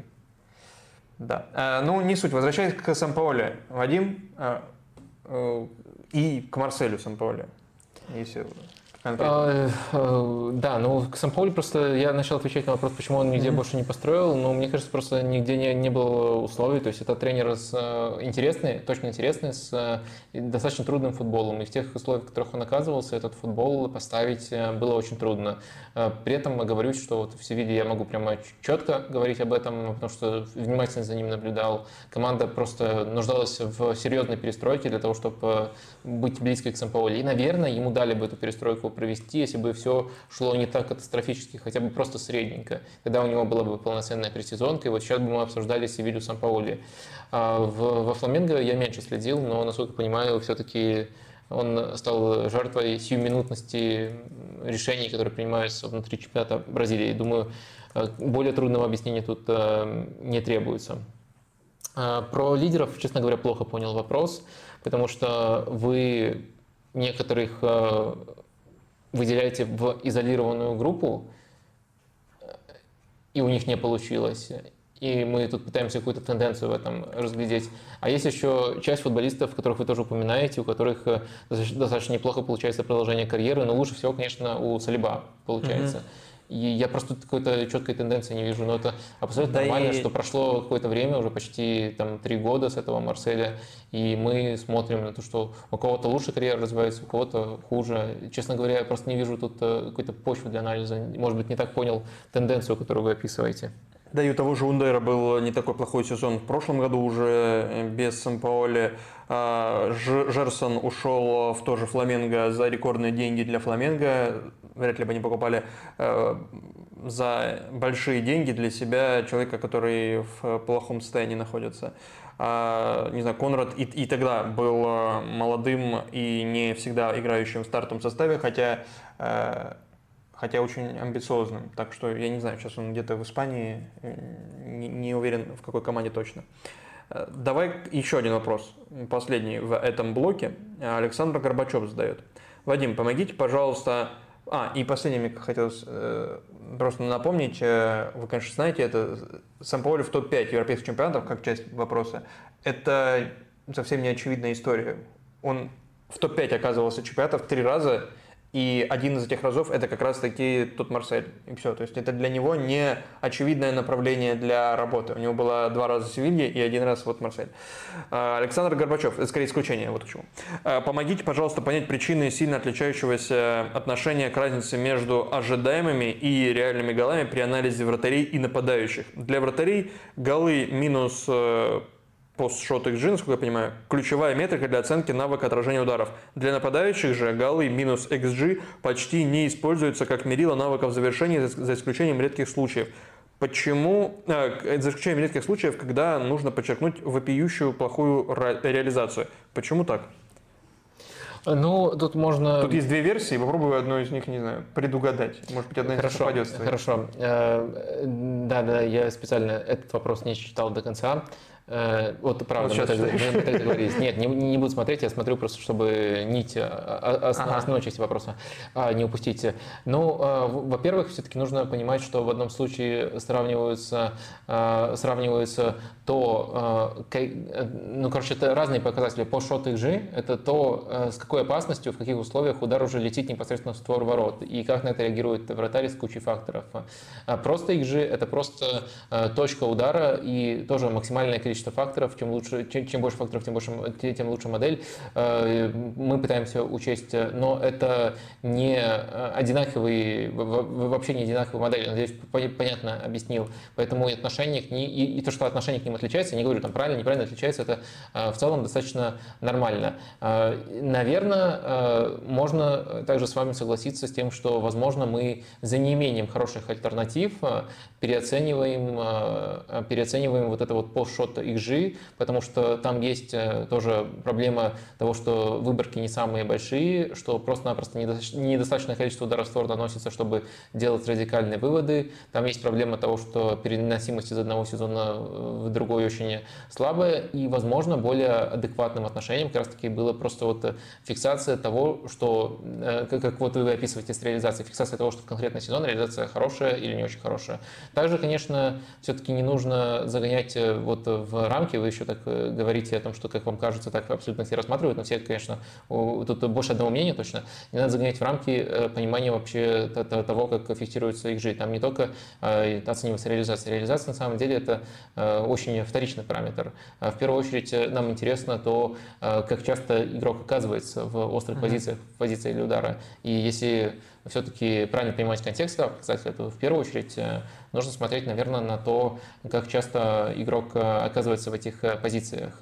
Да. Э, ну, не суть. Возвращаясь к Сампаоле. Вадим э, э, и к Марселю Сампаоле. Если конкретно. А, э, Да, ну к Сан-Паулу просто я начал отвечать на вопрос, почему он нигде Мгм. больше не построил, но мне кажется, просто нигде не, не было условий. То есть это тренер с э, интересный, точно интересный, с э, достаточно трудным футболом. И в тех условиях, в которых он оказывался, этот футбол поставить э, было очень трудно. Э, При этом я говорю, что вот в Севилье я могу прямо четко говорить об этом, потому что внимательно за ним наблюдал. Команда просто нуждалась в серьезной перестройке для того, чтобы быть близкой к Сан-Паулу. И, наверное, ему дали бы эту перестройку провести, если бы все шло не так катастрофически, хотя бы просто средненько. Тогда у него была бы полноценная предсезонка, и вот сейчас бы мы обсуждали Севилью Сан-Паули. А в, во Фламенго я меньше следил, но, насколько понимаю, все-таки он стал жертвой сиюминутности решений, которые принимаются внутри чемпионата Бразилии. Думаю, более трудного объяснения тут э, не требуется. А Про лидеров, честно говоря, плохо понял вопрос, потому что вы некоторых э, выделяете в изолированную группу, и у них не получилось. И мы тут пытаемся какую-то тенденцию в этом разглядеть. А есть еще часть футболистов, которых вы тоже упоминаете, у которых э, достаточно достаточно неплохо получается продолжение карьеры, но лучше всего, конечно, у Салиба получается. И я просто какой-то четкой тенденции не вижу, но это абсолютно Да нормально, и- что прошло какое-то время, уже почти там три года с этого Марселя, и мы смотрим на то, что у кого-то лучше карьера развивается, у кого-то хуже. Честно говоря, я просто не вижу тут э, какой-то почвы для анализа. Может быть, не так понял тенденцию, которую вы описываете. Да, и у того же Ундера был не такой плохой сезон в прошлом году уже без Сампаоли. А, Ж- Жерсон ушел в то же Фламенго за рекордные деньги для Фламенго. Вряд ли бы они покупали э, за большие деньги для себя человека, который в плохом состоянии находится. А, не знаю, Конрад и, и тогда был э, молодым и не всегда играющим в стартовом составе, хотя э, хотя очень амбициозным. Так что я не знаю, сейчас он где-то в Испании, не, не уверен, в какой команде точно. Э, Давай еще один вопрос, последний в этом блоке. Александр Горбачев задает. Вадим, помогите, пожалуйста. А, и последнее мне хотелось э, просто напомнить, э, вы, конечно, знаете, это Сан-Паоло в топ пять европейских чемпионатов, как часть вопроса. Это совсем не очевидная история. Он в топ пять оказывался чемпионатов три раза, и один из этих разов это как раз-таки тот Марсель. И все. То есть это для него не очевидное направление для работы. У него было два раза Севилья и один раз вот Марсель. Александр Горбачев, это скорее исключение, вот почему. Помогите, пожалуйста, понять причины сильно отличающегося отношения к разнице между ожидаемыми и реальными голами при анализе вратарей и нападающих. Для вратарей голы минус пост-шот икс джи, насколько я понимаю, ключевая метрика для оценки навыка отражения ударов. Для нападающих же голы минус икс джи почти не используются как мерило навыков завершения, за исключением редких случаев. Почему, э, за исключением редких случаев, когда нужно подчеркнуть вопиющую плохую ре- реализацию? Почему так? Ну, тут можно... Тут есть две версии, попробую одну из них, не знаю, предугадать. Может быть, одна из них Хорошо, совпадет с твоей. хорошо. Э, Да, да, я специально этот вопрос не читал до конца. Э, вот правда, вот мы, так, мы, мы так договорились. Нет, не, не буду смотреть, я смотрю просто, чтобы нить ос, ага. основной части вопроса а, не упустить. Ну, а, во-первых, все-таки нужно понимать, что в одном случае сравниваются, а, сравниваются то, а, к, ну, короче, это разные показатели. По шот икс джи это то, а, с какой опасностью, в каких условиях удар уже летит непосредственно в створ ворот, и как на это реагирует вратарь с кучей факторов. А просто икс джи это просто а, точка удара и тоже максимальное количество факторов, чем лучше, чем, чем больше факторов, тем, больше, тем лучше модель. Мы пытаемся учесть, но это не одинаковые, вообще не одинаковые модели. Надеюсь, понятно объяснил. Поэтому и отношение к ним, и, и то, что отношение к ним отличается, я не говорю, там правильно, неправильно отличается, это в целом достаточно нормально. Наверное, можно также с вами согласиться с тем, что, возможно, мы за неимением хороших альтернатив переоцениваем, переоцениваем вот это вот пост-шот икс джи, потому что там есть тоже проблема того, что выборки не самые большие, что просто-напросто недостаточное количество ударов в створ наносится, чтобы делать радикальные выводы. Там есть проблема того, что переносимость из одного сезона в другой очень слабая, и, возможно, более адекватным отношением как раз-таки было просто вот фиксация того, что, как вот вы описываете с реализацией, фиксация того, что в конкретный сезон реализация хорошая или не очень хорошая. Также, конечно, все-таки не нужно загонять вот в рамки, вы еще так говорите о том, что, как вам кажется, так абсолютно все рассматривают, но все, конечно, тут больше одного мнения точно. Не надо загонять в рамки понимания вообще того, как фиксируется икс джи. Там не только оценивается реализация. Реализация, на самом деле, это очень вторичный параметр. В первую очередь, нам интересно то, как часто игрок оказывается в острых mm-hmm. позициях, в позиции для удара. И если все-таки правильно понимать контекст этого показателя, то в первую очередь нужно смотреть, наверное, на то, как часто игрок оказывается в этих позициях.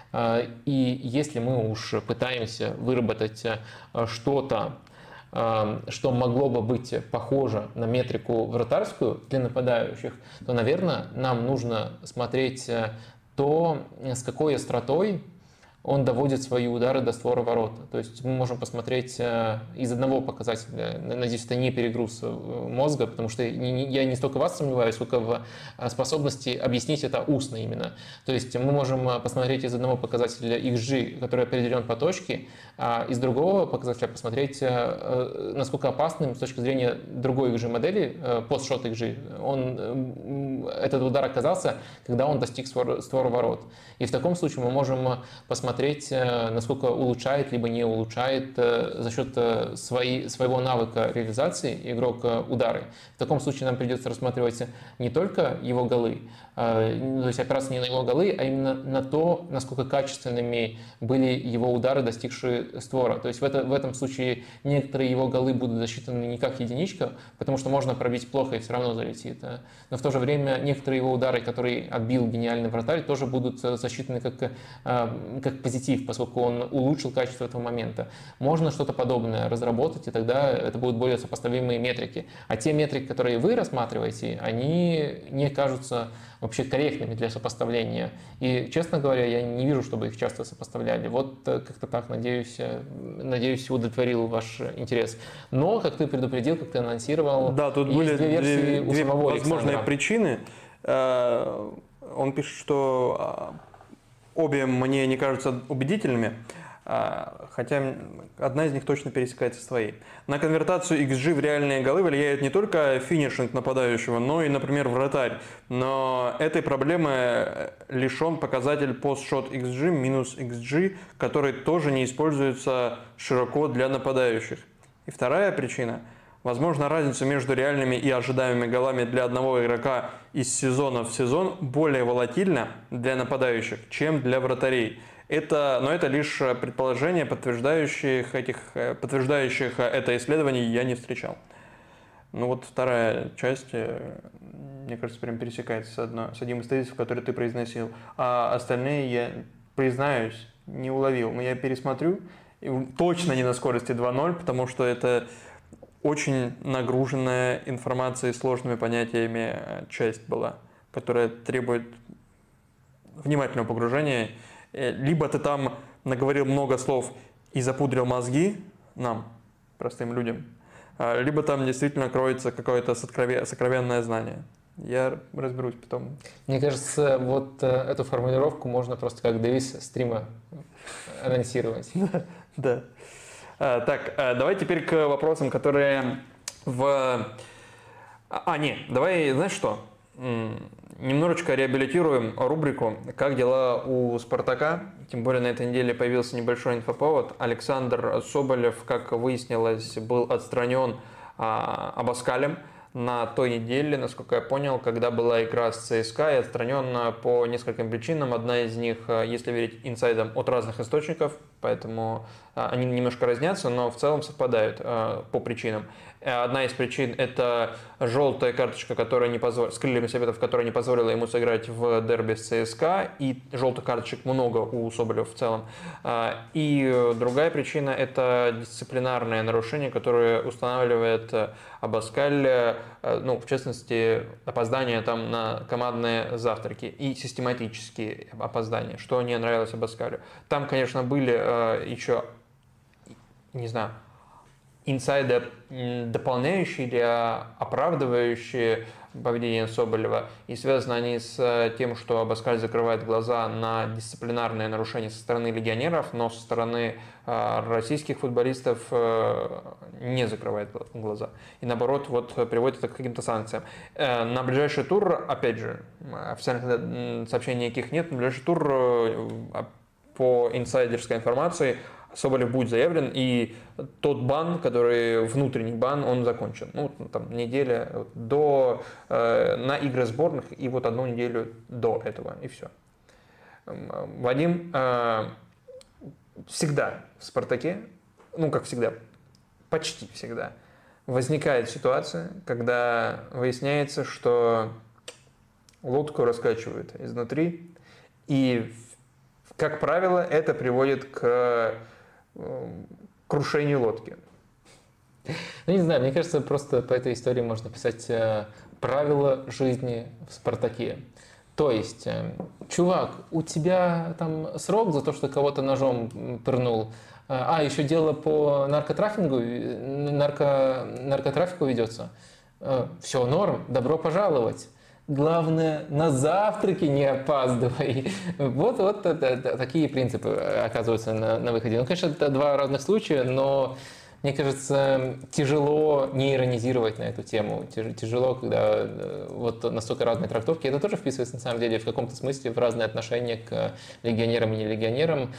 И если мы уж пытаемся выработать что-то, что могло бы быть похоже на метрику вратарскую для нападающих, то, наверное, нам нужно смотреть то, с какой остротой он доводит свои удары до створа ворота. То есть мы можем посмотреть из одного показателя. Надеюсь, это не перегруз мозга, потому что я не столько в вас сомневаюсь, сколько в способности объяснить это устно именно. То есть мы можем посмотреть из одного показателя икс джи, который определен по точке, а из другого показателя посмотреть, насколько опасным с точки зрения другой икс джи-модели, пост-шот икс джи, он, этот удар оказался, когда он достиг створа ворот. И в таком случае мы можем посмотреть, насколько улучшает, либо не улучшает за счет своей, своего навыка реализации игрок удары. В таком случае нам придется рассматривать не только его голы, то есть опираться не на его голы, а именно на то, насколько качественными были его удары, достигшие створа. То есть в, это, в этом случае некоторые его голы будут засчитаны не как единичка, потому что можно пробить плохо и все равно залетит. Но в то же время некоторые его удары, которые отбил гениальный вратарь, тоже будут засчитаны как, как позитив, поскольку он улучшил качество этого момента. Можно что-то подобное разработать, и тогда это будут более сопоставимые метрики. А те метрики, которые вы рассматриваете, они не кажутся вообще корректными для сопоставления. И, честно говоря, я не вижу, чтобы их часто сопоставляли. Вот как-то так, надеюсь, надеюсь, удовлетворил ваш интерес. Но, как ты предупредил, как ты анонсировал, да, тут были две версии две, у самого возможные Александра. Причины. Он пишет, что обе мне не кажутся убедительными, хотя одна из них точно пересекается с твоей. На конвертацию икс джи в реальные голы влияет не только финишинг нападающего, но и, например, вратарь. Но этой проблемы лишен показатель пост-шот икс джи минус икс джи, который тоже не используется широко для нападающих. И вторая причина. Возможно, разница между реальными и ожидаемыми голами для одного игрока из сезона в сезон более волатильна для нападающих, чем для вратарей. Это, но это лишь предположение, подтверждающих, этих, подтверждающих это исследование я не встречал. Ну вот вторая часть, мне кажется, прям пересекается с, одной, с одним из тезисов, который ты произносил. А остальные, я признаюсь, не уловил. Но я пересмотрю, и точно не на скорости два ноль, потому что это очень нагруженная информацией, сложными понятиями часть была, которая требует внимательного погружения. Либо ты там наговорил много слов и запудрил мозги нам, простым людям, либо там действительно кроется какое-то сокровенное знание. Я разберусь потом. Мне кажется, вот эту формулировку можно просто как девиз стрима анонсировать. Да. Так, давай теперь к вопросам, которые в... А, не, давай, знаешь что? Немножечко реабилитируем рубрику «Как дела у Спартака?». Тем более на этой неделе появился небольшой инфоповод. Александр Соболев, как выяснилось, был отстранен а, Абаскалем на той неделе, насколько я понял, когда была игра с ЦСКА, и отстранен по нескольким причинам. Одна из них, если верить инсайдам от разных источников, поэтому они немножко разнятся, но в целом совпадают по причинам. Одна из причин – это желтая карточка, которая не позволила, с крыльями советов, которая не позволила ему сыграть в дерби с ЦСКА, и желтых карточек много у Соболева в целом. И другая причина – это дисциплинарное нарушение, которое устанавливает Абаскаль, ну, в частности, опоздание там на командные завтраки и систематические опоздания, что не нравилось Абаскалю. Там, конечно, были еще, не знаю, инсайды, дополняющие или оправдывающие поведение Соболева, и связаны они с тем, что Абаскаль закрывает глаза на дисциплинарные нарушения со стороны легионеров, но со стороны российских футболистов не закрывает глаза. И наоборот, вот приводит это к каким-то санкциям. На ближайший тур, опять же, официальных сообщений никаких нет, на ближайший тур по инсайдерской информации Соболев будет заявлен, и тот бан, который внутренний бан, он закончен. Ну, там неделя до, э, на игры сборных и вот одну неделю до этого, и все. Вадим, э, всегда в «Спартаке», ну, как всегда, почти всегда, возникает ситуация, когда выясняется, что лодку раскачивают изнутри, и, как правило, это приводит к крушению лодки. Ну, не знаю, мне кажется, просто по этой истории можно писать э, правила жизни в «Спартаке». То есть, э, чувак, у тебя там срок за то, что кого-то ножом пырнул, а, еще дело по наркотрафику, нарко, наркотрафику ведется. Э, все, норм, добро пожаловать. Главное, на завтраки не опаздывай. Вот, вот такие принципы оказываются на, на выходе. Ну, конечно, это два разных случая, но мне кажется, тяжело не иронизировать на эту тему. Тяжело, когда вот настолько разные трактовки. Это тоже вписывается, на самом деле, в каком-то смысле в разные отношения к легионерам и нелегионерам.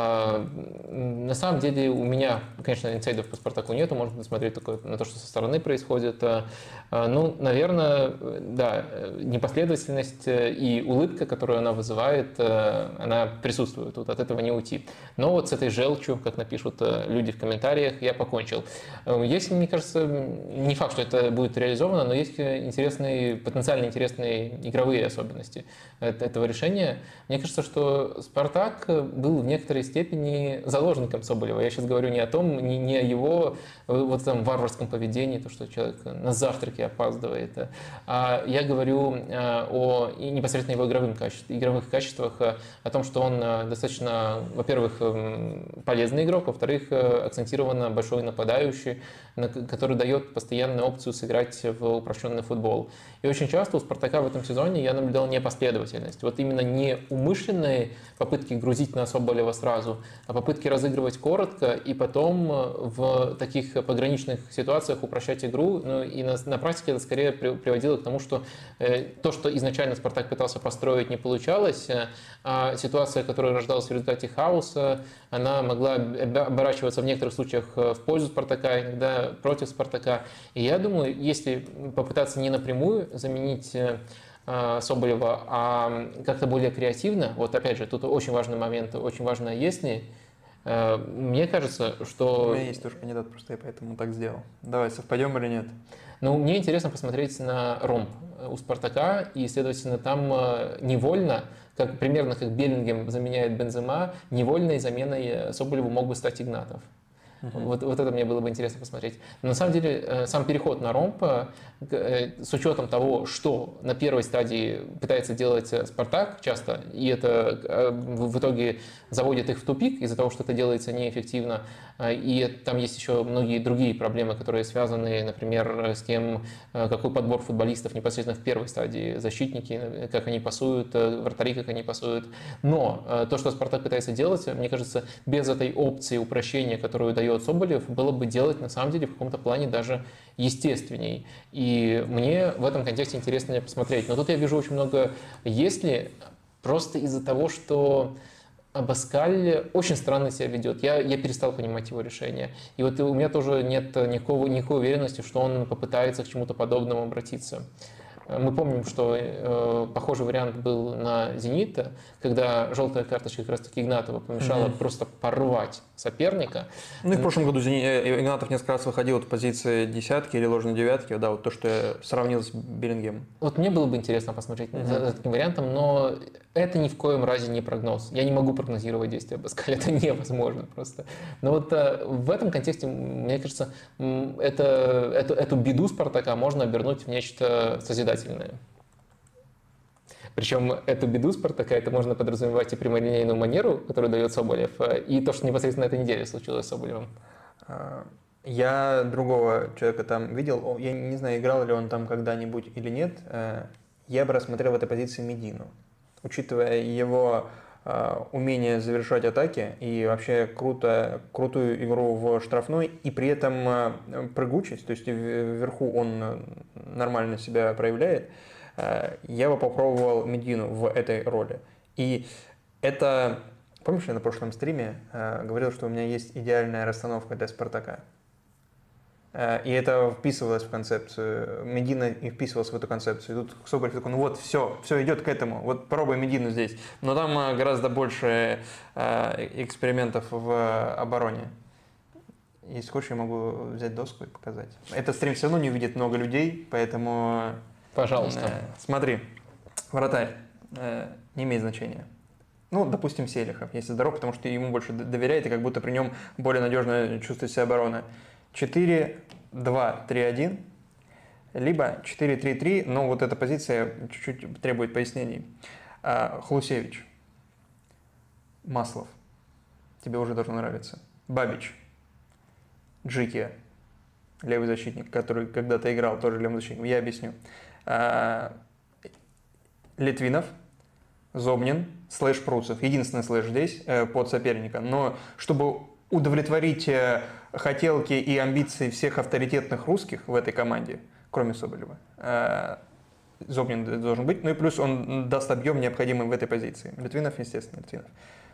На самом деле у меня, конечно, инсайдов по «Спартаку» нету, можно смотреть только на то, что со стороны происходит. Ну, наверное, да, непоследовательность и улыбка, которую она вызывает, она присутствует, тут от этого не уйти. Но вот с этой желчью, как напишут люди в комментариях, я кончил. Есть, мне кажется, не факт, что это будет реализовано, но есть интересные, потенциально интересные игровые особенности этого решения. Мне кажется, что «Спартак» был в некоторой степени заложником Соболева. Я сейчас говорю не о том, не, не о его вот этом варварском поведении, то, что человек на завтраке опаздывает, а я говорю о непосредственно его игровых качествах, игровых качествах, о том, что он достаточно, во-первых, полезный игрок, во-вторых, акцентированно большой нападающий, который дает постоянную опцию сыграть в упрощенный футбол. И очень часто у «Спартака» в этом сезоне я наблюдал непоследовательность. Вот именно не умышленные попытки грузить на Соболева сразу, а попытки разыгрывать коротко и потом в таких пограничных ситуациях упрощать игру. Ну, и на, на практике это скорее приводило к тому, что э, то, что изначально «Спартак» пытался построить, не получалось, а ситуация, которая рождалась в результате хаоса, она могла оборачиваться в некоторых случаях в пользу «Спартака», иногда против «Спартака». И я думаю, если попытаться не напрямую заменить Соболева, а как-то более креативно, вот опять же, тут очень важный момент, очень важно «если», мне кажется, что... У меня есть тоже кандидат, просто я поэтому так сделал. Давай, совпадем или нет? Ну, мне интересно посмотреть на ромб у «Спартака», и, следовательно, там невольно, как, примерно как Беллингем заменяет Бензема, невольной заменой Соболеву мог бы стать Игнатов. Uh-huh. Вот, вот это мне было бы интересно посмотреть. Но на самом деле сам переход на ромб, с учетом того, что на первой стадии пытается делать Спартак часто, и это в итоге заводит их в тупик из-за того, что это делается неэффективно, и там есть еще многие другие проблемы, которые связаны, например, с тем, какой подбор футболистов непосредственно в первой стадии, защитники, как они пасуют, вратари, как они пасуют. Но то, что Спартак пытается делать, мне кажется, без этой опции упрощения, которую дает Соболев, было бы делать на самом деле в каком-то плане даже естественней. И мне в этом контексте интересно посмотреть. Но тут я вижу очень много «если», просто из-за того, что Абаскаль очень странно себя ведет. Я, я перестал понимать его решение. И вот у меня тоже нет никакого, никакой уверенности, что он попытается к чему-то подобному обратиться. Мы помним, что э, похожий вариант был на «Зенита», когда желтая карточка как раз-таки Игнатова помешала mm-hmm. просто порвать соперника. Ну и в прошлом году Игнатов несколько раз выходил от позиции десятки или ложной девятки, да, вот то, что я сравнил с Беллингемом. Вот мне было бы интересно посмотреть mm-hmm. за, за таким вариантом, но это ни в коем разе не прогноз. Я не могу прогнозировать действия Абаскаля, это невозможно просто. Но вот э, в этом контексте, мне кажется, это, эту, эту беду Спартака можно обернуть в нечто созидательное. Причем эту беду Спартака, это можно подразумевать и прямолинейную манеру, которую дает Соболев, и то, что непосредственно на этой неделе случилось с Соболевым. Я другого человека там видел, я не знаю, играл ли он там когда-нибудь или нет, я бы рассмотрел в этой позиции Медину. Учитывая его умение завершать атаки и вообще круто, крутую игру в штрафной, и при этом прыгучесть, то есть вверху он нормально себя проявляет, я бы попробовал Медину в этой роли. И это, помнишь, я на прошлом стриме говорил, что у меня есть идеальная расстановка для Спартака? И это вписывалось в концепцию, Медина и вписывалась в эту концепцию. И тут Соболев такой, ну вот, все, все идет к этому, вот попробуй Медину здесь. Но там гораздо больше экспериментов в обороне. Если хочешь, я могу взять доску и показать. Этот стрим все равно не увидит много людей, поэтому... Пожалуйста. Смотри, вратарь не имеет значения. Ну, допустим, Селихов, если здоров, потому что ему больше доверяет, и как будто при нем более надежно чувствует себя оборона. четыре два три один, либо четыре три три, но вот эта позиция чуть-чуть требует пояснений. Хлусевич, Маслов, тебе уже должно нравиться. Бабич, Джики, левый защитник, который когда-то играл тоже левым защитником, я объясню. Литвинов, Зобнин, слэш Пруцев. Единственный слэш здесь под соперника. Но чтобы удовлетворить хотелки и амбиции всех авторитетных русских в этой команде, кроме Соболева, Зобнин должен быть. Ну и плюс он даст объем, необходимый в этой позиции. Литвинов, естественно, Литвинов.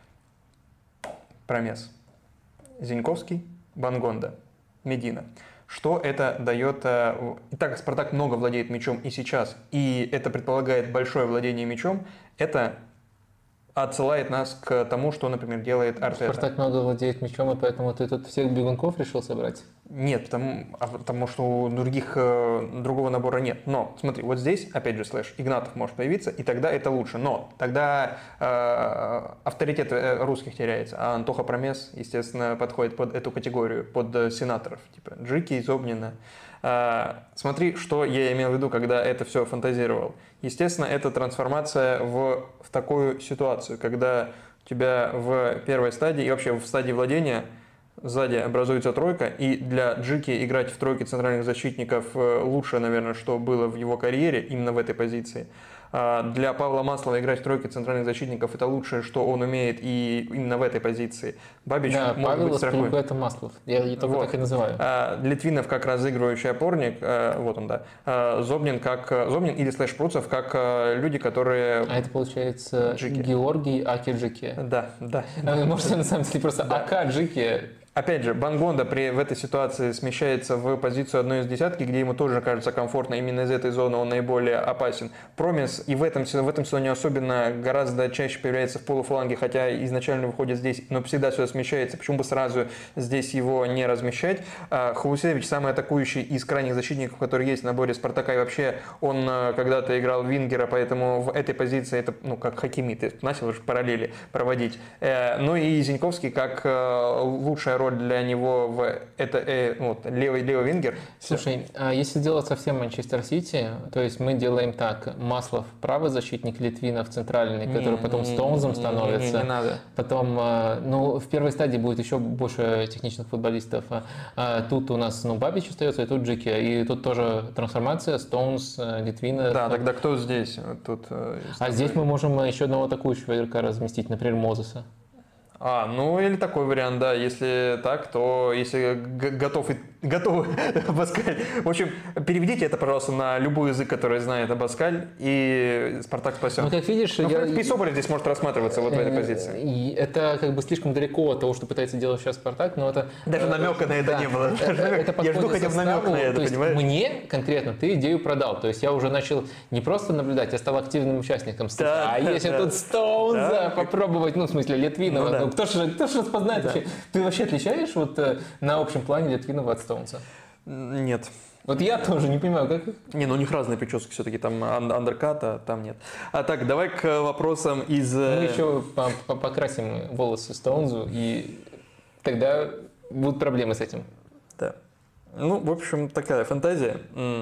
Промес. Зиньковский, Бангонда, Медина. Что это дает? И так как Спартак много владеет мячом и сейчас, и это предполагает большое владение мячом, это отсылает нас к тому, что, например, делает Артета. Спартак много владеет мячом, и поэтому ты тут всех бегунков решил собрать? Нет, потому, а потому что у других, другого набора нет. Но, смотри, вот здесь, опять же, слэш, Игнатов может появиться, и тогда это лучше. Но тогда э, авторитет русских теряется, а Антоха Промес, естественно, подходит под эту категорию, под сенаторов, типа Джики, Зобнина. Э, смотри, что я имел в виду, когда это все фантазировал. Естественно, это трансформация в, в такую ситуацию, когда у тебя в первой стадии и вообще в стадии владения сзади образуется тройка, и для Джики играть в тройке центральных защитников лучше, наверное, что было в его карьере, именно в этой позиции. Для Павла Маслова играть в тройке центральных защитников – это лучшее, что он умеет, и именно в этой позиции. Бабич да, может Павел быть страхой. это Маслов. Я только вот. так и называю. Литвинов как разыгрывающий опорник, вот он, да. Зобнин как Зобнин или слэш Пруцев как люди, которые… А это получается Джики. Георгий Аки Джики. Да, да. Может, на самом деле просто да. Ака Джики. Опять же, Бангонда при, в этой ситуации смещается в позицию одной из десятки, где ему тоже кажется комфортно, именно из этой зоны он наиболее опасен. Промес и в этом, в этом сезоне особенно гораздо чаще появляется в полуфланге, хотя изначально выходит здесь, но всегда сюда смещается. Почему бы сразу здесь его не размещать? Хлусевич самый атакующий из крайних защитников, который есть в наборе Спартака, и вообще он когда-то играл вингера, поэтому в этой позиции это, ну, как Хакими, ты начал уже параллели проводить. Ну и Зиньковский как лучшая роль для него в это э, вот, левый левый вингер? Слушай, а если делать совсем Манчестер Сити, то есть мы делаем так: Маслов правый защитник, Литвинов центральный, Не, который потом не, Стоунзом не, не, становится. Не, не надо. Потом, а, ну, в первой стадии будет еще больше техничных футболистов. А тут у нас, ну, Бабич остается, и тут Джеки. И тут тоже трансформация, Стоунс, Литвинов. Да, тогда кто здесь? Тут, а здесь мы можем еще одного атакующего игрока разместить, например, Мозеса. А, ну или такой вариант, да. Если так, то если готов, готовы Абаскаль. В общем, переведите это, пожалуйста, на любой язык, который знает Абаскаль, и Спартак спасен. Ну, как видишь, ну, я... в принципе, Соболь здесь может рассматриваться вот в этой позиции. Это как бы слишком далеко от того, что пытается делать сейчас Спартак, но это... Даже намека на это да, не было. Это я жду хотя бы намек на это, то есть понимаешь? Мне конкретно ты идею продал. То есть я уже начал не просто наблюдать, я стал активным участником. Да, а да, если да. тут Стоунза Да, попробовать, ну, в смысле, Литвинова, Ну, да. ну, кто же кто ж распознает Да. вообще? Ты вообще отличаешь вот э, на общем плане Литвинова от Стоунза? Нет. Вот я тоже не понимаю, как... Не, ну у них разные прически все-таки, там ан- андеркат, а там нет. А так, давай к вопросам из... Мы еще по- по- покрасим волосы Стоунзу, и тогда будут проблемы с этим. Да. Ну, в общем, такая фантазия.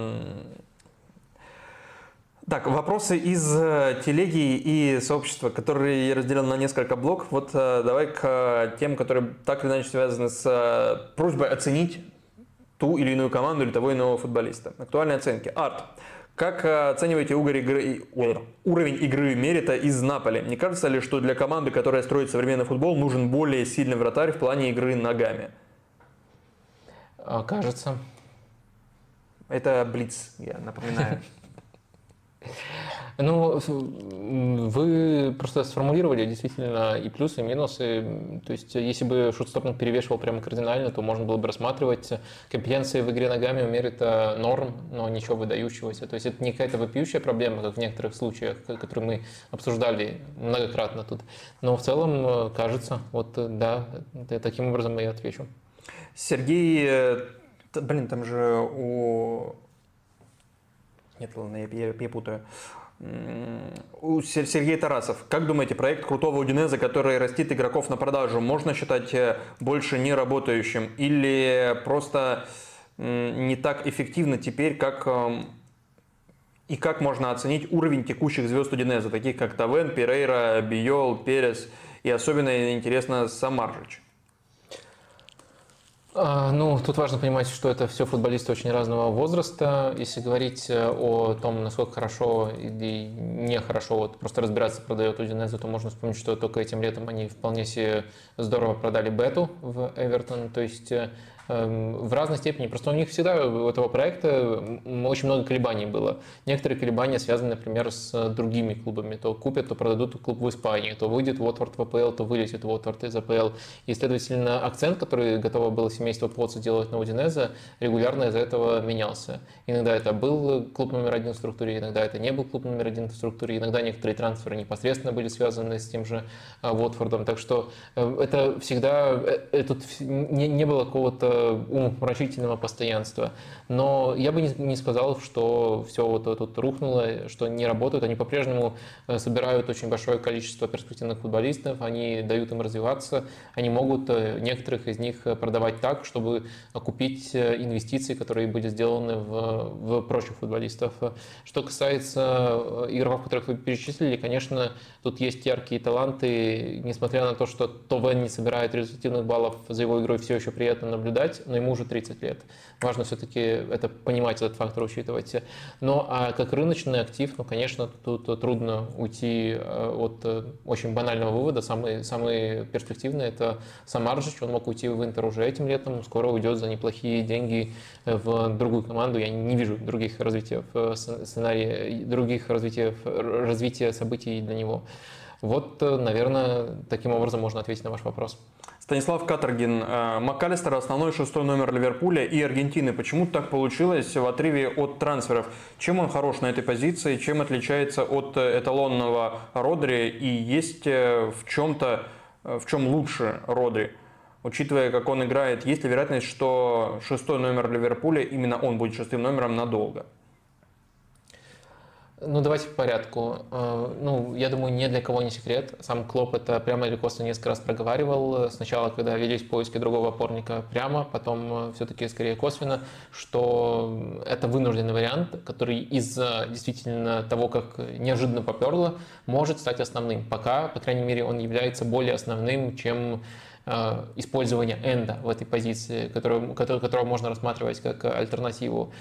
Так, вопросы из телеги и сообщества, которые я разделил на несколько блоков. Вот давай к тем, которые так или иначе связаны с просьбой оценить ту или иную команду или того или иного футболиста. Актуальные оценки. Арт. Как оцениваете угол игры, уровень игры Мерита из Наполи? Не кажется ли, что для команды, которая строит современный футбол, нужен более сильный вратарь в плане игры ногами? Кажется. Это Блиц, я напоминаю. Ну, вы просто сформулировали действительно и плюсы, и минусы. То есть, если бы шутстопинг перевешивал прямо кардинально, то можно было бы рассматривать компетенции в игре ногами у Мерита норм, но ничего выдающегося. То есть, это не какая-то вопиющая проблема, как в некоторых случаях, которые мы обсуждали многократно тут. Но в целом, кажется, вот да, таким образом я отвечу. Сергей, блин, там же у... Нет, ладно, я, я, я путаю. У Сергей Тарасов. Как думаете, проект крутого Удинезе, который растит игроков на продажу, можно считать больше не работающим или просто не так эффективно теперь, как и как можно оценить уровень текущих звезд Удинезе, таких как Тавен, Перейра, Биол, Перес и особенно интересно Самаржич? Ну, тут важно понимать, что это все футболисты очень разного возраста. Если говорить о том, насколько хорошо или нехорошо вот просто разбираться, продает Удинезе, то можно вспомнить, что только этим летом они вполне себе здорово продали Бету в Эвертон. То есть в разной степени. Просто у них всегда у этого проекта очень много колебаний было. Некоторые колебания связаны, например, с другими клубами. То купят, то продадут клуб в Испании, то выйдет Уотфорд в АПЛ, то вылетит Уотфорд из АПЛ. И, следовательно, акцент, который готово было семейство Поца делать на Удинезе, регулярно из-за этого менялся. Иногда это был клуб номер один в структуре, иногда это не был клуб номер один в структуре, иногда некоторые трансферы непосредственно были связаны с тем же Уотфордом. Так что это всегда, тут не, не было какого-то умопомрачительного постоянства. Но я бы не, не сказал, что все вот тут рухнуло, что не работают. Они по-прежнему собирают очень большое количество перспективных футболистов, они дают им развиваться, они могут некоторых из них продавать так, чтобы окупить инвестиции, которые были сделаны в, в прочих футболистов. Что касается игроков, которых вы перечислили, конечно, тут есть яркие таланты, несмотря на то, что Товен не собирает результативных баллов, за его игрой все еще приятно наблюдать, но ему уже тридцать лет. Важно все-таки это понимать, этот фактор учитывать. Но а как рыночный актив, ну, конечно, тут трудно уйти от очень банального вывода. Самый, самый перспективный – это Самаржич. Он мог уйти в Интер уже этим летом, скоро уйдет за неплохие деньги в другую команду. Я не вижу других развития в сценарии, других развития, развития событий для него. Вот, наверное, таким образом можно ответить на ваш вопрос. Станислав Каторгин. МакАлистер – основной шестой номер Ливерпуля и Аргентины. Почему так получилось в отрыве от трансферов? Чем он хорош на этой позиции? Чем отличается от эталонного Родри? И есть в чем-то, в чем лучше Родри? Учитывая, как он играет, есть ли вероятность, что шестой номер Ливерпуля, именно он будет шестым номером надолго? Ну, давайте по порядку. Ну, я думаю, ни для кого не секрет. Сам Клоп это прямо или косвенно несколько раз проговаривал. Сначала, когда велись поиски другого опорника прямо, потом все-таки скорее косвенно, что это вынужденный вариант, который из-за действительно того, как неожиданно поперло, может стать основным. Пока, по крайней мере, он является более основным, чем использование энда в этой позиции, которую, которую, которую можно рассматривать как альтернативу.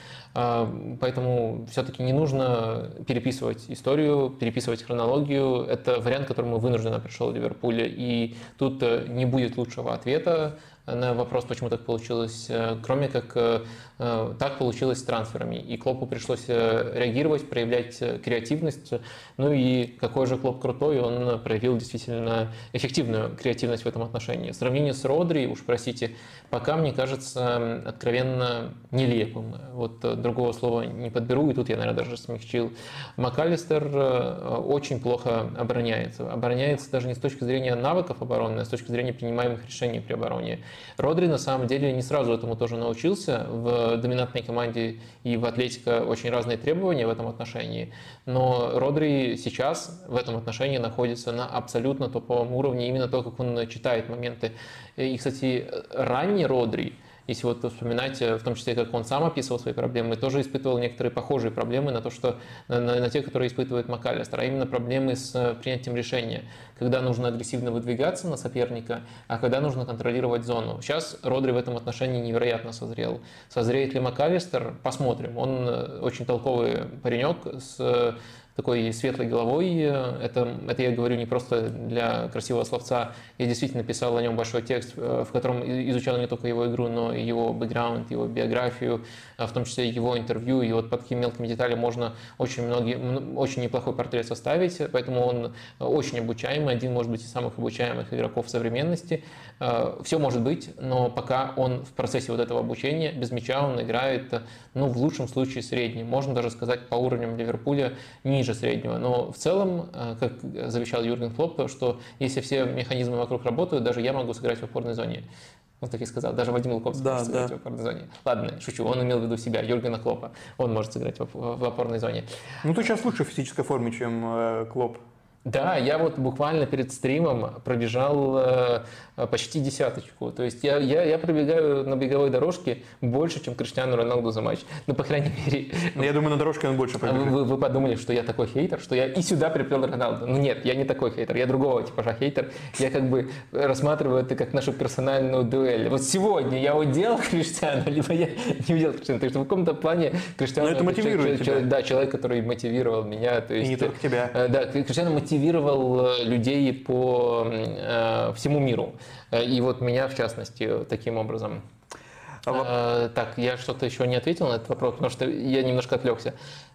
Поэтому все-таки не нужно переписывать историю, переписывать хронологию. Это вариант, к которому вынужденно пришел Ливерпуль. И тут не будет лучшего ответа на вопрос, почему так получилось, кроме как так получилось с трансферами. И Клопу пришлось реагировать, проявлять креативность. Ну и какой же Клоп крутой, он проявил действительно эффективную креативность в этом отношении. В сравнении с Родри, уж простите, пока мне кажется откровенно нелепым. Вот другого слова не подберу, и тут я, наверное, даже смягчил. МакАлистер очень плохо обороняется. Обороняется даже не с точки зрения навыков обороны, а с точки зрения принимаемых решений при обороне. Родри на самом деле не сразу этому тоже научился. В доминантной команде и в Атлетико очень разные требования в этом отношении. Но Родри сейчас в этом отношении находится на абсолютно топовом уровне, именно то, как он читает моменты. И, кстати, ранний Родри, если вот вспоминать, в том числе, как он сам описывал свои проблемы, тоже испытывал некоторые похожие проблемы на то, что на, на, на те, которые испытывает МакАлистер, а именно проблемы с принятием решения, когда нужно агрессивно выдвигаться на соперника, а когда нужно контролировать зону. Сейчас Родри в этом отношении невероятно созрел. Созреет ли МакАлистер? Посмотрим. Он очень толковый паренек с такой светлой головой. Это, это я говорю не просто для красивого словца. Я действительно писал о нем большой текст, в котором изучал не только его игру, но и его бэкграунд, его биографию, в том числе его интервью. И вот по таким мелким деталям можно очень, многие, очень неплохой портрет составить. Поэтому он очень обучаемый, один, может быть, из самых обучаемых игроков современности. Все может быть, но пока он в процессе вот этого обучения, без мяча он играет, ну, в лучшем случае средний. Можно даже сказать по уровням Ливерпуля ниже среднего. Но в целом, как завещал Юрген Клопп, что если все механизмы вокруг работают, даже я могу сыграть в опорной зоне. Вот так и сказал. Даже Вадим Луковский да, может сыграть да. в опорной зоне. Ладно, шучу. Он имел в виду себя, Юргена Клоппа. Он может сыграть в, в опорной зоне. Ну, ты сейчас лучше в физической форме, чем э, Клопп. Да, я вот буквально перед стримом пробежал э, почти десяточку. То есть я, я, я пробегаю на беговой дорожке больше, чем Криштиану Роналду за матч. Ну, по крайней мере... Но я думаю, на дорожке он больше пробежит. Вы, вы подумали, что я такой хейтер, что я и сюда приплел Роналду. Ну нет, я не такой хейтер, я другого типажа хейтер. Я как бы рассматриваю это как нашу персональную дуэль. Вот сегодня я уделал Криштиану, либо я не уделал Криштиану. Так что в каком-то плане Криштиану... Но это мотивирует человек, тебя. Человек, да, человек, который мотивировал меня. То есть, и не только тебя. Да, Криштиану мотивировал людей по э, всему миру. И вот меня, в частности, таким образом. А, э, так, я что-то еще не ответил на этот вопрос, потому что я немножко отвлекся.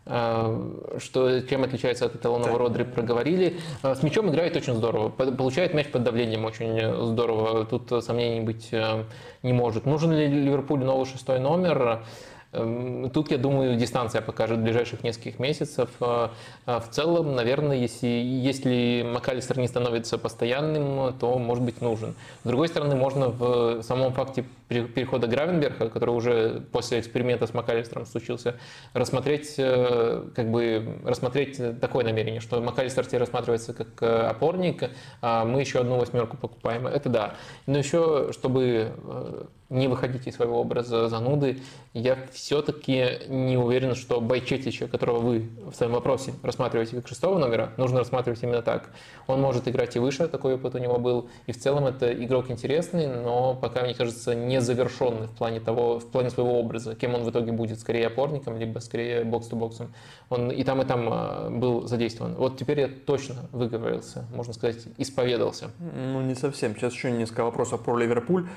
Э, что, чем отличается от эталонного Родри, проговорили. Э, с мячом играет очень здорово. Получает мяч под давлением очень здорово. Тут сомнений быть не может. Нужен ли Ливерпулю новый шестой номер? Тут, я думаю, дистанция покажет в ближайших нескольких месяцев. В целом, наверное, если, если МакАлистер не становится постоянным, то, может быть, нужен. С другой стороны, можно в самом факте перехода Гравенберха, который уже после эксперимента с МакАлистером случился, рассмотреть, как бы, рассмотреть такое намерение, что МакАлистер теперь рассматривается как опорник, а мы еще одну восьмерку покупаем. Это да. Но еще, чтобы не выходить из своего образа зануды, я все-таки не уверен, что Байчетича, которого вы в своем вопросе рассматриваете как шестого номера, нужно рассматривать именно так. Он может играть и выше, такой опыт у него был, и в целом это игрок интересный, но пока, мне кажется, не завершенный в плане того, в плане своего образа, кем он в итоге будет, скорее опорником, либо скорее бокс-то-боксом. Он и там, и там был задействован. Вот теперь я точно выговорился, можно сказать, исповедался. Ну, не совсем. Сейчас еще несколько вопросов про Ливерпуль.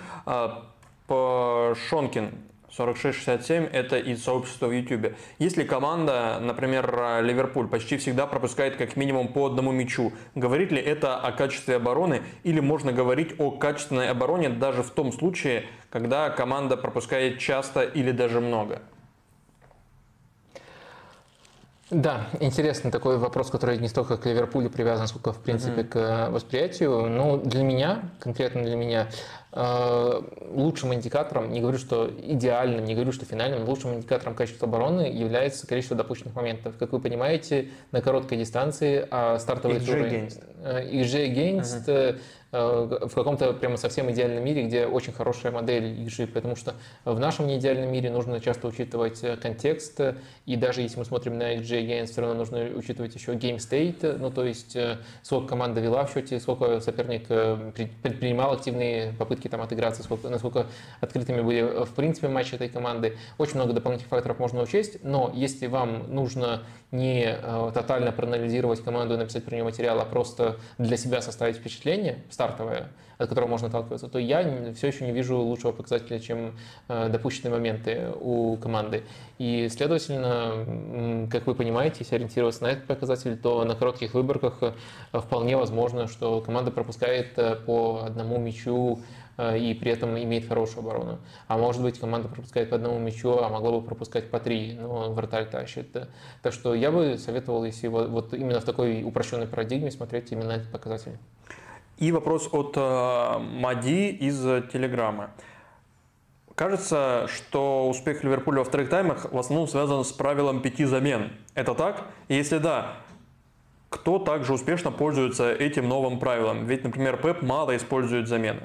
По Шонкин сорок шесть шестьдесят семь, это из сообщества в Ютубе. Если команда, например, Ливерпуль, почти всегда пропускает как минимум по одному мячу, говорит ли это о качестве обороны или можно говорить о качественной обороне даже в том случае, когда команда пропускает часто или даже много? Да, интересный такой вопрос, который не столько к Ливерпулю привязан, сколько, в принципе, mm-hmm. к восприятию. Но для меня, конкретно для меня, лучшим индикатором, не говорю, что идеальным, не говорю, что финальным, лучшим индикатором качества обороны является количество допущенных моментов. Как вы понимаете, на короткой дистанции стартовый икс джи against. икс джи against uh-huh. в каком-то прямо совсем идеальном мире, где очень хорошая модель икс джи, потому что в нашем неидеальном мире нужно часто учитывать контекст, и даже если мы смотрим на икс джи against, все равно нужно учитывать еще game state, ну то есть сколько команда вела в счете, сколько соперник предпринимал активные попытки там отыграться, сколько, насколько открытыми были в принципе матчи этой команды. Очень много дополнительных факторов можно учесть, но если вам нужно не тотально проанализировать команду и написать про нее материал, а просто для себя составить впечатление стартовое, от которого можно отталкиваться, то я все еще не вижу лучшего показателя, чем допущенные моменты у команды. И, следовательно, как вы понимаете, если ориентироваться на этот показатель, то на коротких выборках вполне возможно, что команда пропускает по одному мячу и при этом имеет хорошую оборону. А может быть, команда пропускает по одному мячу, а могла бы пропускать по три, но вратарь тащит. Так что я бы советовал, если вот, вот именно в такой упрощенной парадигме смотреть именно этот показатель. И вопрос от э, Мади из Телеграма. Кажется, что успех Ливерпуля во вторых таймах в основном связан с правилом пяти замен. Это так? И если да, кто также успешно пользуется этим новым правилом? Ведь, например, Пеп мало использует замены.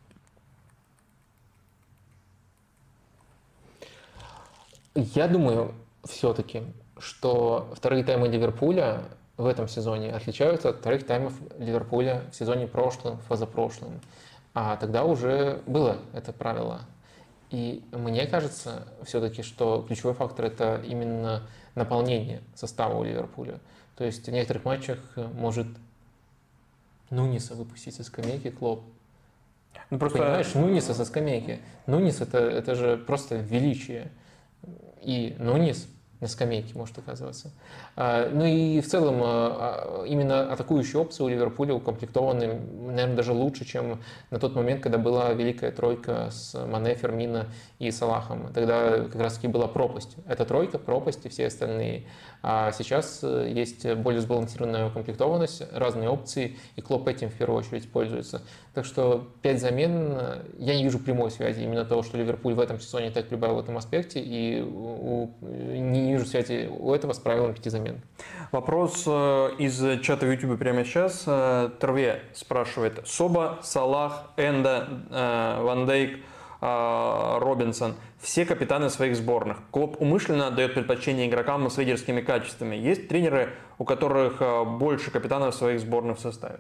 Я думаю все-таки, что вторые таймы Ливерпуля в этом сезоне отличаются от вторых таймов Ливерпуля в сезоне прошлом, позапрошлом. А тогда уже было это правило. И мне кажется все-таки, что ключевой фактор – это именно наполнение состава у Ливерпуля. То есть в некоторых матчах может Нуниса выпустить со скамейки Клоп. Ну, просто... Понимаешь, Нуниса со скамейки. Нунис это, – это же просто величие. И Нунис на скамейке может оказываться. Ну и в целом именно атакующие опции у Ливерпуля укомплектованы, наверное, даже лучше, чем на тот момент, когда была великая тройка с Мане, Фермино и Салахом. Тогда как раз таки была пропасть. Эта тройка, пропасть и все остальные. А сейчас есть более сбалансированная укомплектованность, разные опции, и Клоп этим в первую очередь пользуется. Так что пять замен, я не вижу прямой связи именно того, что Ливерпуль в этом сезоне так прибавил в этом аспекте, и у, не вижу связи у этого с правилом пяти замен. Вопрос из чата в YouTube прямо сейчас. Терве спрашивает: Соба, Салах, Энда, Ван Дейк, Робинсон – все капитаны своих сборных. Клоп умышленно отдает предпочтение игрокам с лидерскими качествами. Есть тренеры, у которых больше капитанов своих сборных в составе?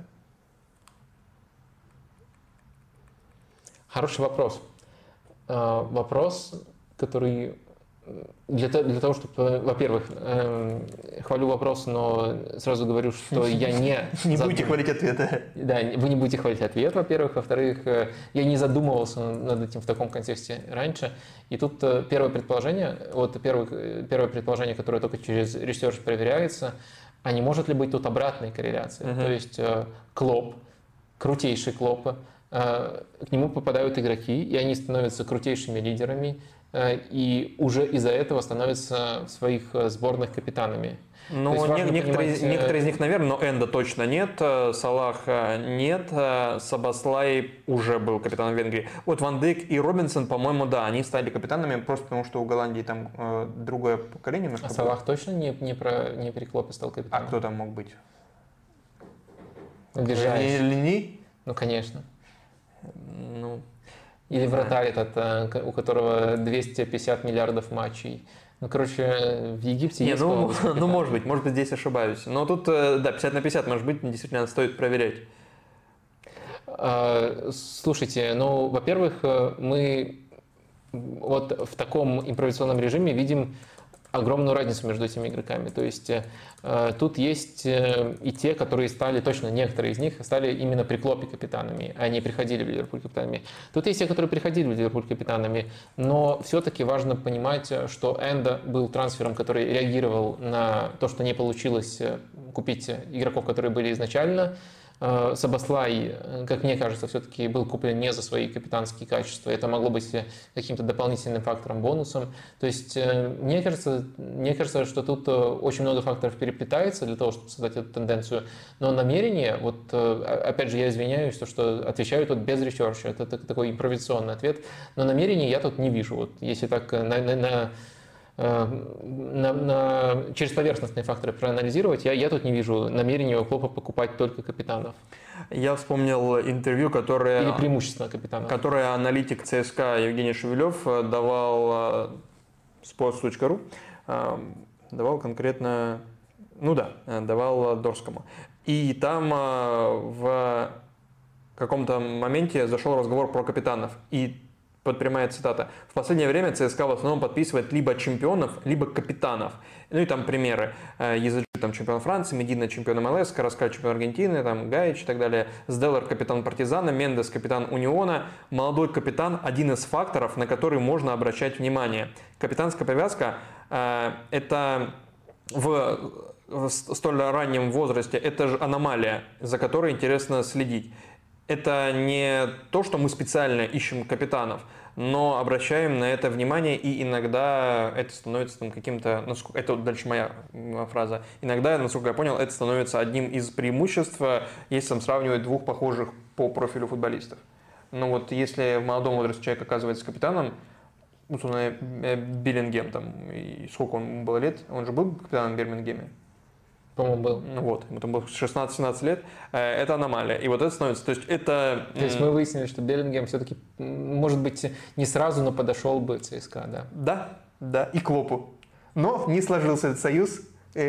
Хороший вопрос. Вопрос, который для, для того, чтобы, во-первых, хвалю вопрос, но сразу говорю, что я не... Не будете хвалить ответ. Да, вы не будете хвалить ответ, во-первых. Во-вторых, я не задумывался над этим в таком контексте раньше. И тут первое предположение, вот первое, первое предположение, которое только через ресерч проверяется, а не может ли быть тут обратной корреляции? Uh-huh. То есть Клоп, крутейший Клоп, к нему попадают игроки, и они становятся крутейшими лидерами, и уже из-за этого становятся в своих сборных капитанами. Ну, не, некоторые, понимать... некоторые из них, наверное, но Энда точно нет, Салах нет, Сабаслай уже был капитаном Венгрии. Вот Ван Дейк и Робинсон, по-моему, да, они стали капитанами просто потому, что у Голландии там э, другое поколение. А Салах точно не, не, про, не при Клопе стал капитаном? А кто там мог быть? Обижаешь. Лини? Ну, конечно. Ну... Или вратарь этот, у которого двести пятьдесят миллиардов матчей. Ну, короче, в Египте Не, есть... Ну, ну, может быть, может быть, здесь ошибаюсь. Но тут, да, пятьдесят на пятьдесят, может быть, действительно стоит проверять. Слушайте, ну, во-первых, мы вот в таком импровизационном режиме видим огромную разницу между этими игроками. То есть э, тут есть э, и те, которые стали, точно некоторые из них стали именно при Клопе капитанами, а не приходили в Ливерпуль капитанами. Тут есть те, которые приходили в Ливерпуль капитанами, но все-таки важно понимать, что Энда был трансфером, который реагировал на то, что не получилось купить игроков, которые были изначально. Сабаслай, как мне кажется, все-таки был куплен не за свои капитанские качества. Это могло быть каким-то дополнительным фактором, бонусом. То есть мне кажется, мне кажется, что тут очень много факторов переплетается для того, чтобы создать эту тенденцию. Но намерение, вот опять же я извиняюсь, то, что отвечаю тут без ресерча, это такой импровизационный ответ, но намерения я тут не вижу. Вот если так на, на, на На, на, через поверхностные факторы проанализировать, я, я тут не вижу намерения у Клопа покупать только капитанов. Я вспомнил интервью, которое, Или преимущественно капитанов. Которое аналитик ЦСКА Евгений Шевелев давал sports точка ру, давал конкретно, ну да, давал Дорскому. И там в каком-то моменте зашел разговор про капитанов. И под прямая цитата. В последнее время ЦСКА в основном подписывает либо чемпионов, либо капитанов. Ну и там примеры. Языджи, там чемпион Франции, Медина чемпион МЛС, Караскаль чемпион Аргентины, там Гаич и так далее. Сделлар капитан Партизана, Мендес капитан Униона. Молодой капитан – один из факторов, на который можно обращать внимание. Капитанская повязка э, – это в, в столь раннем возрасте, это же аномалия, за которой интересно следить. Это не то, что мы специально ищем капитанов, но обращаем на это внимание, и иногда это становится там, каким-то, насколько, это вот дальше моя фраза, иногда, насколько я понял, это становится одним из преимуществ, если там сравнивать двух похожих по профилю футболистов. Но вот если в молодом возрасте человек оказывается капитаном, условно, Биллингем, там, и сколько ему было лет, он же был капитаном в Бирмингеме? По-моему, был. Вот, ему там было шестнадцать-семнадцать лет, это аномалия. И вот это становится, то есть это... То есть мы выяснили, что Беллингем все-таки, может быть, не сразу, но подошел бы ЦСКА, да? Да, да, и Клопу. Но не сложился этот союз.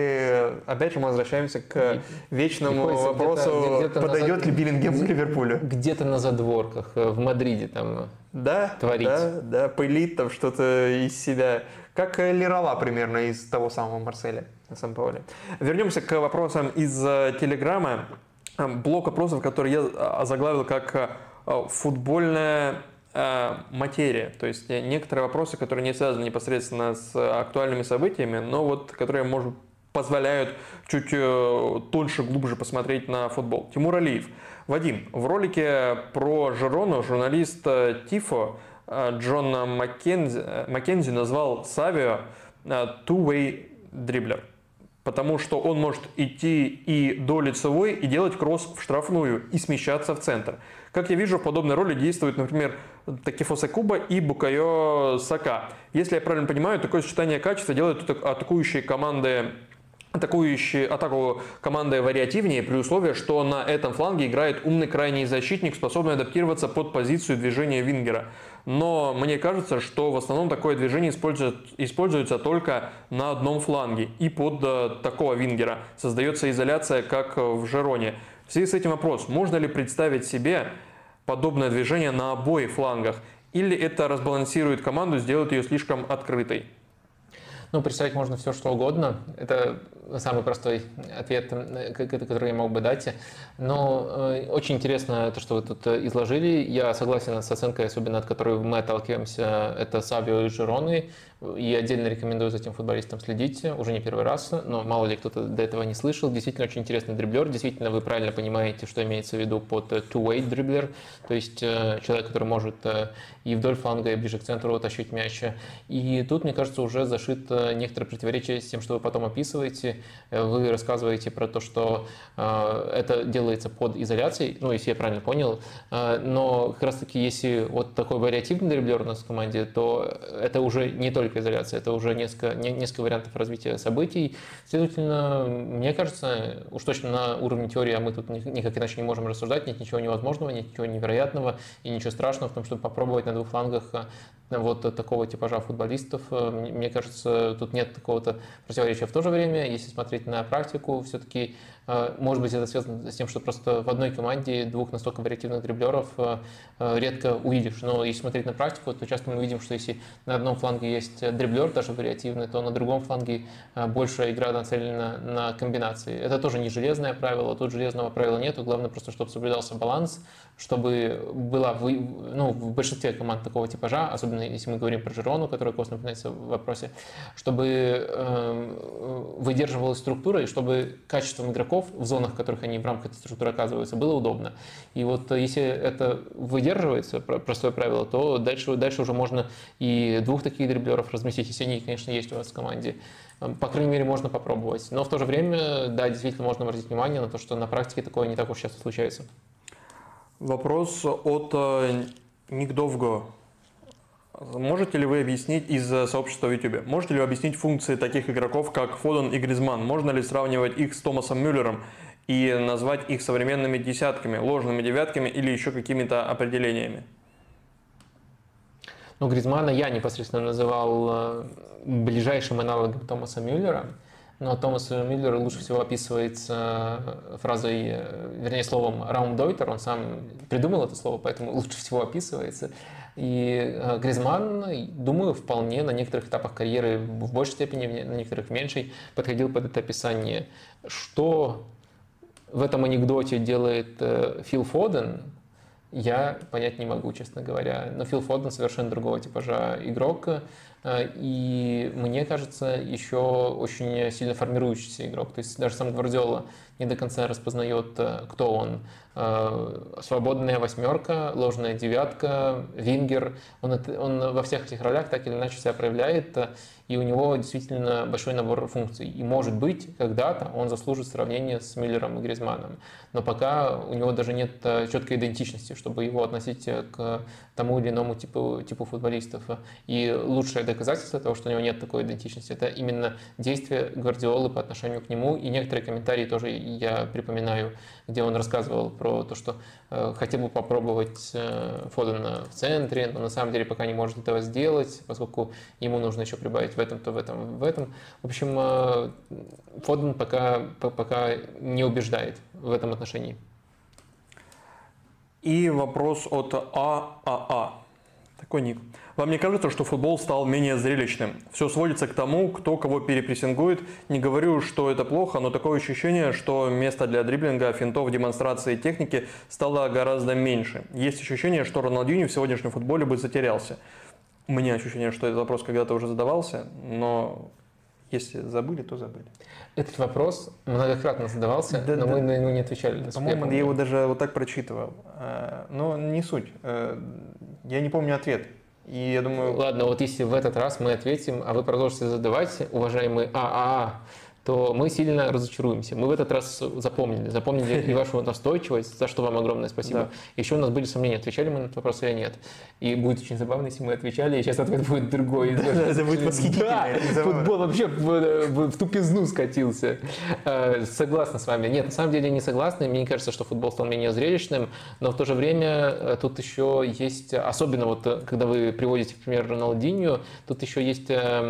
И опять же мы возвращаемся к вечному Приходится вопросу, где-то, где-то подойдет ли Биллингем к Ливерпулю. Где-то на задворках, в Мадриде там да, творить. Да, да, пылить там что-то из себя. Как Лерала примерно из того самого Марселя на Сан-Пауле. Вернемся к вопросам из Телеграма. Блок вопросов, который я озаглавил как футбольная материя. То есть некоторые вопросы, которые не связаны непосредственно с актуальными событиями, но вот которые, может, позволяют чуть тоньше, глубже посмотреть на футбол. Тимур Алиев. Вадим, в ролике про Жирону журналист Тифо Джон Маккензи, Маккензи назвал Савио two-way дриблер, потому что он может идти и до лицевой, и делать кросс в штрафную, и смещаться в центр. Как я вижу, в подобной роли действуют, например, Такифоса Куба и Букайо Сака. Если я правильно понимаю, такое сочетание качества делает атакующие команды атакующие атаку команды вариативнее, при условии, что на этом фланге играет умный крайний защитник, способный адаптироваться под позицию движения вингера. Но мне кажется, что в основном такое движение используется только на одном фланге и под такого вингера. Создается изоляция, как в Жироне. В связи с этим вопрос, можно ли представить себе подобное движение на обоих флангах? Или это разбалансирует команду, сделает ее слишком открытой? Ну, представить можно все, что угодно. Это самый простой ответ, который я мог бы дать. Но очень интересно то, что вы тут изложили. Я согласен с оценкой, особенно от которой мы отталкиваемся. Это Савио и Жироны. И отдельно рекомендую за этим футболистом следить. Уже не первый раз, но мало ли кто-то до этого не слышал. Действительно очень интересный дриблер. Действительно, вы правильно понимаете, что имеется в виду под two-way дриблер. То есть человек, который может и вдоль фланга, и ближе к центру тащить мяч. И тут, мне кажется, уже зашит некоторое противоречие с тем, что вы потом описываете. Вы рассказываете про то, что это делается под изоляцией, ну, если я правильно понял. Но как раз-таки, если вот такой вариативный дриблер у нас в команде, то это уже не только изоляция, это уже несколько, несколько вариантов развития событий. Следовательно, мне кажется, уж точно на уровне теории, а мы тут никак иначе не можем рассуждать, нет ничего невозможного, нет ничего невероятного и ничего страшного в том, чтобы попробовать на двух флангах вот такого типажа футболистов. Мне кажется, тут нет какого-то противоречия. В то же время, если смотреть на практику, все-таки, может быть, это связано с тем, что просто в одной команде двух настолько вариативных дриблеров редко увидишь. Но если смотреть на практику, то часто мы видим, что если на одном фланге есть дриблер, даже вариативный, то на другом фланге больше игра нацелена на комбинации. Это тоже не железное правило, тут железного правила нету. Главное просто, чтобы соблюдался баланс, чтобы была, ну, в большинстве команд такого типажа, особенно особенно если мы говорим про Жирону, которая косвенно упоминается в вопросе, чтобы э, выдерживалась структура и чтобы качеством игроков в зонах, в которых они в рамках этой структуры оказываются, было удобно. И вот если это выдерживается, простое правило, то дальше, дальше уже можно и двух таких дриблеров разместить, если они, конечно, есть у вас в команде. По крайней мере, можно попробовать. Но в то же время, да, действительно можно обратить внимание на то, что на практике такое не так уж часто случается. Вопрос от э, Никдовго. Можете ли вы объяснить из сообщества в YouTube, можете ли вы объяснить функции таких игроков, как Фоден и Гризманн? Можно ли сравнивать их с Томасом Мюллером и назвать их современными десятками, ложными девятками или еще какими-то определениями? Ну, Гризманна я непосредственно называл ближайшим аналогом Томаса Мюллера, но Томас Мюллер лучше всего описывается фразой, вернее, словом «раумдеутер», он сам придумал это слово, поэтому лучше всего описывается. И Гризманн, думаю, вполне на некоторых этапах карьеры, в большей степени, на некоторых в меньшей, подходил под это описание. Что в этом анекдоте делает Фил Фоден, я понять не могу, честно говоря. Но Фил Фоден совершенно другого типажа игрок. И мне кажется, еще очень сильно формирующийся игрок. То есть даже сам Гвардиола не до конца распознает, кто он. Свободная восьмерка, ложная девятка, вингер. Он, он во всех этих ролях так или иначе себя проявляет. И у него действительно большой набор функций. И может быть, когда-то он заслужит сравнение с Мюллером и Гризманном. Но пока у него даже нет четкой идентичности, чтобы его относить к тому или иному типу, типу футболистов. И лучшее доказательство того, что у него нет такой идентичности, это именно действия Гвардиолы по отношению к нему. И некоторые комментарии тоже я припоминаю, где он рассказывал про то, что э, хотел бы попробовать э, Фодена в центре, но на самом деле пока не может этого сделать, поскольку ему нужно еще прибавить в этом, то в этом, в этом. В общем, э, Фоден пока, пока не убеждает в этом отношении. И вопрос от ААА. Такой ник. Вам не кажется, что футбол стал менее зрелищным? Все сводится к тому, кто кого перепрессингует. Не говорю, что это плохо, но такое ощущение, что места для дриблинга, финтов, демонстрации техники стало гораздо меньше. Есть ощущение, что Роналдиньо в сегодняшнем футболе бы затерялся. У меня ощущение, что этот вопрос когда-то уже задавался, но если забыли, то забыли. Этот вопрос многократно задавался, да, но да. мы на него не отвечали. По-моему, я его даже вот так прочитывал. Но не суть. Я не помню ответ. И я думаю... Ладно, вот если в этот раз мы ответим, а вы продолжите задавать, уважаемый ААА, то мы сильно разочаруемся. Мы в этот раз запомнили. Запомнили и вашу настойчивость, за что вам огромное спасибо. Да. Еще у нас были сомнения, отвечали мы на этот вопрос или нет. И будет очень забавно, если мы отвечали, и сейчас ответ будет другой. Это будет восхитительно. Футбол вообще в тупизну скатился. Согласна с вами. Нет, на самом деле не согласна. Мне кажется, что футбол стал менее зрелищным, но в то же время тут еще есть, особенно вот когда вы приводите в пример Роналдиньо, тут еще есть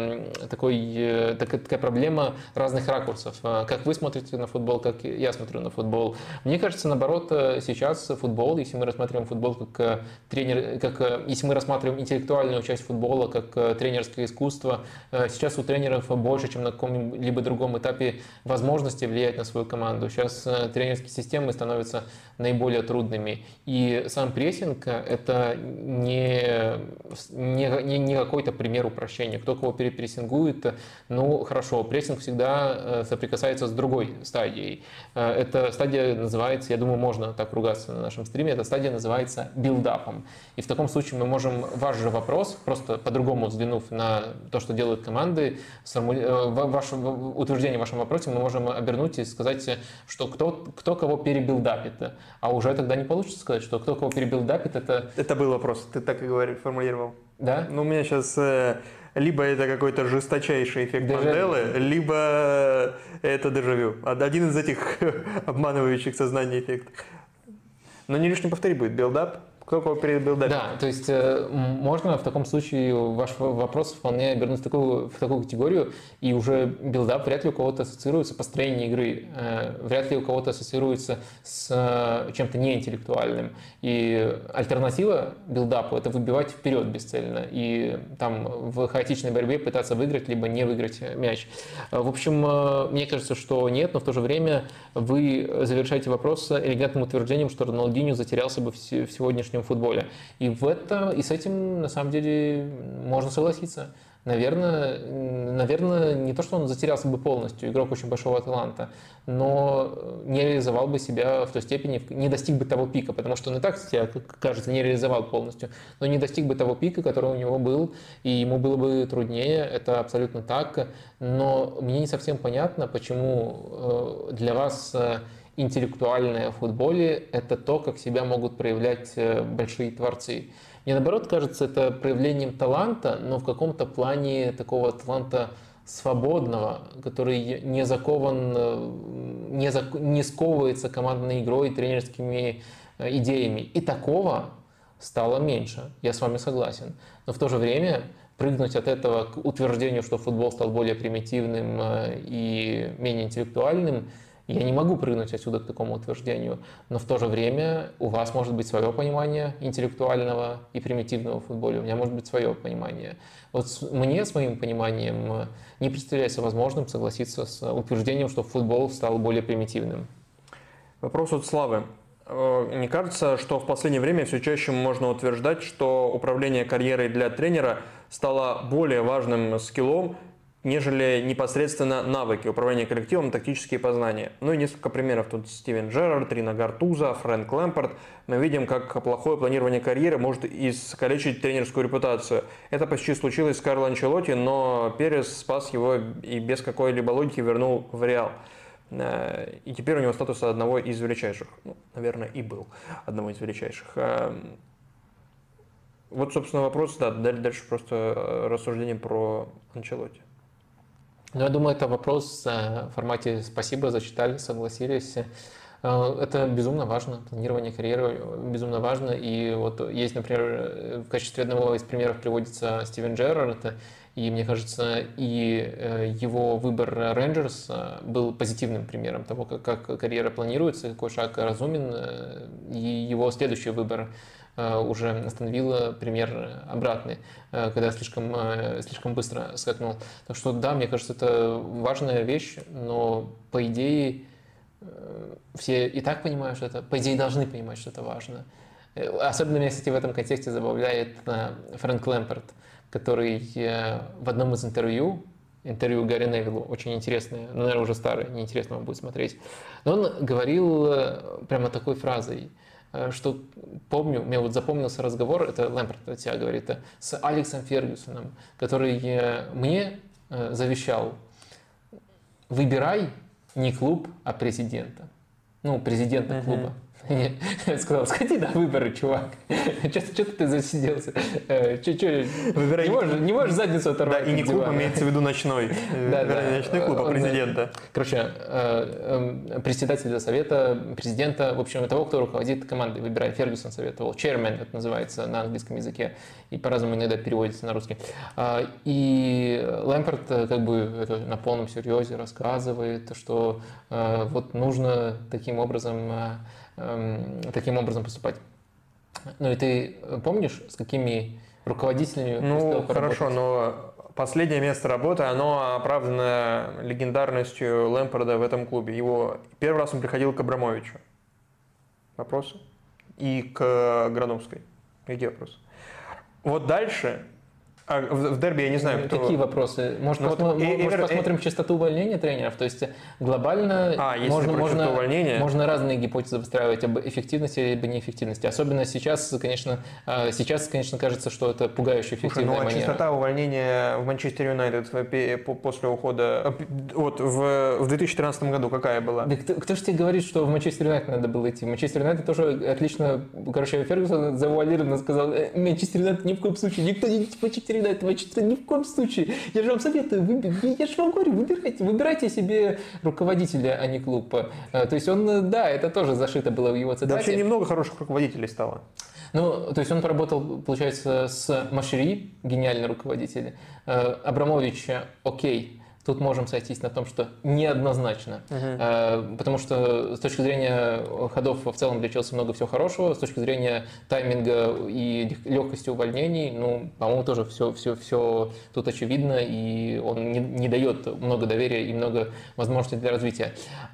такой, такая проблема разных ракурсов. Как вы смотрите на футбол, как я смотрю на футбол. Мне кажется, наоборот, сейчас футбол, если мы рассматриваем футбол как тренер, как если мы рассматриваем интеллектуальную часть футбола как тренерское искусство, сейчас у тренеров больше, чем на каком-либо другом этапе возможности влиять на свою команду. Сейчас тренерские системы становятся наиболее трудными. И сам прессинг – это не, не, не какой-то пример упрощения. Кто кого перепрессингует, ну хорошо, прессинг всегда соприкасается с другой стадией. Эта стадия называется, я думаю, можно так ругаться на нашем стриме, эта стадия называется билдапом. И в таком случае мы можем ваш же вопрос, просто по-другому взглянув на то, что делают команды, ваше утверждение в вашем вопросе мы можем обернуть и сказать, что кто, кто кого перебилдапит. А уже тогда не получится сказать, что кто кого перебилдапит, это... Это был вопрос, ты так и говорил, формулировал. Да? Ну, у меня сейчас э, либо это какой-то жесточайший эффект Манделы, либо это дежавю. Один из этих обманывающих сознание эффектов. Но не лишний повторить будет, билдап. Кто кого перебилдапит? Да, то есть э, можно в таком случае ваш вопрос вполне обернуть в такую, в такую категорию, и уже билдап вряд ли у кого-то ассоциируется, построение игры э, вряд ли у кого-то ассоциируется с э, чем-то неинтеллектуальным. И альтернатива билдапу – это выбивать вперед бесцельно и там в хаотичной борьбе пытаться выиграть, либо не выиграть мяч. В общем, э, мне кажется, что нет, но в то же время вы завершаете вопрос элегантным утверждением, что Роналдиньо затерялся бы в, в сегодняшнем сегодняшнем футболе. И, в это, и с этим, на самом деле, можно согласиться. Наверное, наверное, не то, что он затерялся бы полностью, игрок очень большого таланта, но не реализовал бы себя в той степени, не достиг бы того пика, потому что он и так, кстати, кажется, не реализовал полностью, но не достиг бы того пика, который у него был, и ему было бы труднее, это абсолютно так. Но мне не совсем понятно, почему для вас интеллектуальное в футболе – это то, как себя могут проявлять большие творцы. Мне, наоборот, кажется, это проявлением таланта, но в каком-то плане такого таланта свободного, который не закован, не, зак... не сковывается командной игрой и тренерскими идеями. И такого стало меньше, я с вами согласен. Но в то же время прыгнуть от этого к утверждению, что футбол стал более примитивным и менее интеллектуальным, я не могу прыгнуть отсюда к такому утверждению, но в то же время у вас может быть свое понимание интеллектуального и примитивного футбола, у меня может быть свое понимание. Вот мне с моим пониманием не представляется возможным согласиться с утверждением, что футбол стал более примитивным. Вопрос от Славы. Не кажется, что в последнее время все чаще можно утверждать, что управление карьерой для тренера стало более важным скиллом, нежели непосредственно навыки управления коллективом, тактические познания. Ну и несколько примеров. Тут Стивен Джерард, Рино Гартузо, Фрэнк Лэмпард. Мы видим, как плохое планирование карьеры может искалечить тренерскую репутацию. Это почти случилось с Карло Анчелотти, но Перес спас его и без какой-либо логики вернул в Реал. И теперь у него статус одного из величайших. Ну, наверное, и был одного из величайших. Вот, собственно, вопрос. Да, дальше просто рассуждение про Анчелотти. Ну, я думаю, это вопрос в формате «спасибо, зачитали, согласились». Это безумно важно, планирование карьеры безумно важно. И вот есть, например, в качестве одного из примеров приводится Стивен Джерард, и мне кажется, и его выбор Рейнджерс был позитивным примером того, как, как карьера планируется, какой шаг разумен, и его следующий выбор уже остановила пример обратный, когда слишком, слишком быстро скакнул. Так что да, мне кажется, это важная вещь, но по идее все и так понимают, что это, по идее должны понимать, что это важно. Особенно меня, кстати, в этом контексте забавляет Фрэнк Лэмпард, который в одном из интервью, интервью Гарри Невиллу, очень интересное, но, наверное, уже старое, неинтересно вам будет смотреть, но он говорил прямо такой фразой, что помню, мне вот запомнился разговор, это Лэмпард от себя говорит, с Алексом Фергюсоном, который мне завещал: выбирай не клуб, а президента. Ну, президента uh-huh. клуба. Я сказал: сходи на выборы, чувак. Что ты засиделся? Не можешь, не можешь задницу оторвать. Да, и не клуб, имеется в виду ночной. Да, да. Ночной клуб, а президента. Короче, председателя совета, президента, в общем, того, кто руководит командой, выбирает. Фергюсон советовал. Chairman это называется на английском языке. И по-разному иногда переводится на русский. И Лэмпард как бы на полном серьезе рассказывает, что вот нужно таким образом таким образом поступать. Ну и ты помнишь, с какими руководителями ну, успел поработать? Ну, хорошо, но последнее место работы, оно оправдано легендарностью Лэмпарда в этом клубе. Его первый раз он приходил к Абрамовичу. Вопросы? И к Грановской. Где вопросы? Вот дальше... А в дерби я не знаю, кто... Какие вопросы? Может, ну, посмо... вот, может Эвер... посмотрим частоту увольнения тренеров? То есть глобально а, можно, можно, увольнения... можно разные гипотезы выстраивать об эффективности или неэффективности. Особенно сейчас, конечно, сейчас, конечно, кажется, что это пугающе эффективная Слушай, ну, а манера. частота увольнения в Манчестер Юнайтед после ухода вот, в, в две тысячи тринадцатом году какая была? Да кто, кто же тебе говорит, что в Манчестер Юнайтед надо было идти? В Манчестер Юнайтед тоже отлично, короче, Фергюсон завуалированно сказал: Манчестер Юнайтед ни в коем случае, никто не идти в Манчестер Юнайтед, Манчестер ни в коем случае. Я же вам советую, выбер... я же вам говорю, выбирайте, выбирайте себе руководителя, а не клуб. То есть он, да, это тоже зашито было в его цитате. Да вообще немного хороших руководителей стало. Ну, то есть он поработал, получается, с Машери, гениальный руководитель, Абрамович, окей, тут можем сойтись на том, что неоднозначно. Uh-huh. Потому что с точки зрения ходов в целом для Челси много всего хорошего, с точки зрения тайминга и легкости увольнений, ну, по-моему, тоже все, все, все тут очевидно, и он не, не дает много доверия и много возможностей для развития.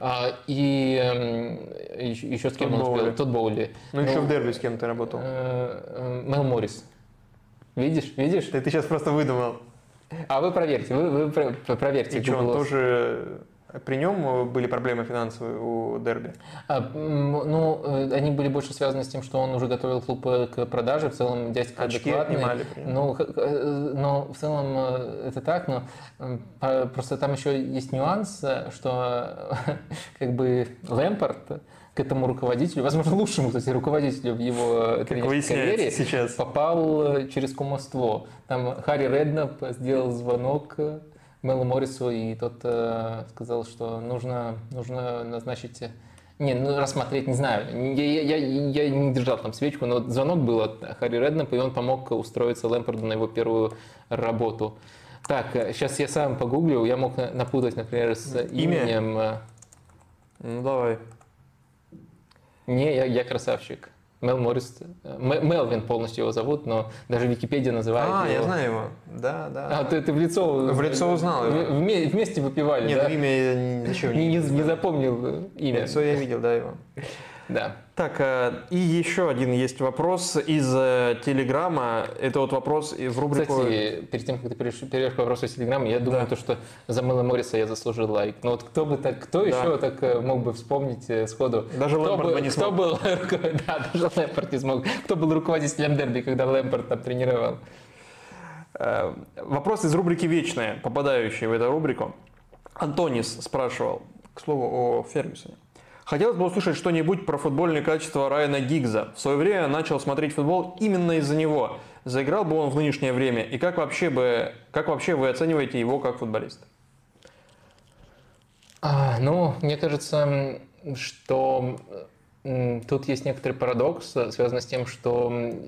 И еще с кем он успел? Тодд Боули. Ну, еще в дерби с кем ты работал? Мел Моррис. Видишь, видишь? Ты, ты сейчас просто выдумал. А вы проверьте, вы, вы проверьте. И что, он тоже... При нем были проблемы финансовые у Дерби? А, ну, они были больше связаны с тем, что он уже готовил клуб к продаже. В целом дядька Очки адекватный. отнимали. Ну, но в целом это так, но просто там еще есть нюанс, что как бы Лэмпард к этому руководителю, возможно, лучшему, кстати, руководителю в его тренерской карьере, сейчас. попал через кумовство. Там Харри Реднап сделал звонок Мелу Моррису, и тот э, сказал, что нужно, нужно назначить... Не, ну, рассмотреть, не знаю, я, я, я не держал там свечку, но звонок был от Харри Реднапа, и он помог устроиться Лэмпарду на его первую работу. Так, сейчас я сам погуглю, я мог напутать, например, с Имя? именем... Ну, давай. Не, я, я красавчик. Мел Моррис, Мелвин полностью его зовут, но даже Википедия называет а, его... А, я знаю его, да, да. А, ты, ты в лицо... В лицо узнал его. Вместе выпивали, Нет, да? имя я зачем? Не, не, не запомнил имя. В лицо я видел, да, его. Да. Так, и еще один есть вопрос из Телеграма. Это вот вопрос в рубрику... Кстати, перед тем, как ты перейдешь к вопросу из Телеграма, я думаю, да. то, что за Мела Морриса я заслужил лайк. Но вот кто бы так, кто да. еще так мог бы вспомнить сходу? Даже кто Лэмпард бы, не кто смог. Был, да, даже Лэмпард не смог. Кто был руководителем Дерби, когда Лэмпард там тренировал? Вопрос из рубрики «Вечная», попадающий в эту рубрику. Антонис спрашивал, к слову, о Фергюсоне. Хотелось бы услышать что-нибудь про футбольные качества Райана Гиггза. В свое время начал смотреть футбол именно из-за него. Заиграл бы он в нынешнее время? И как вообще, бы, как вообще вы оцениваете его как футболиста? А, ну, мне кажется, что тут есть некоторый парадокс, связанный с тем, что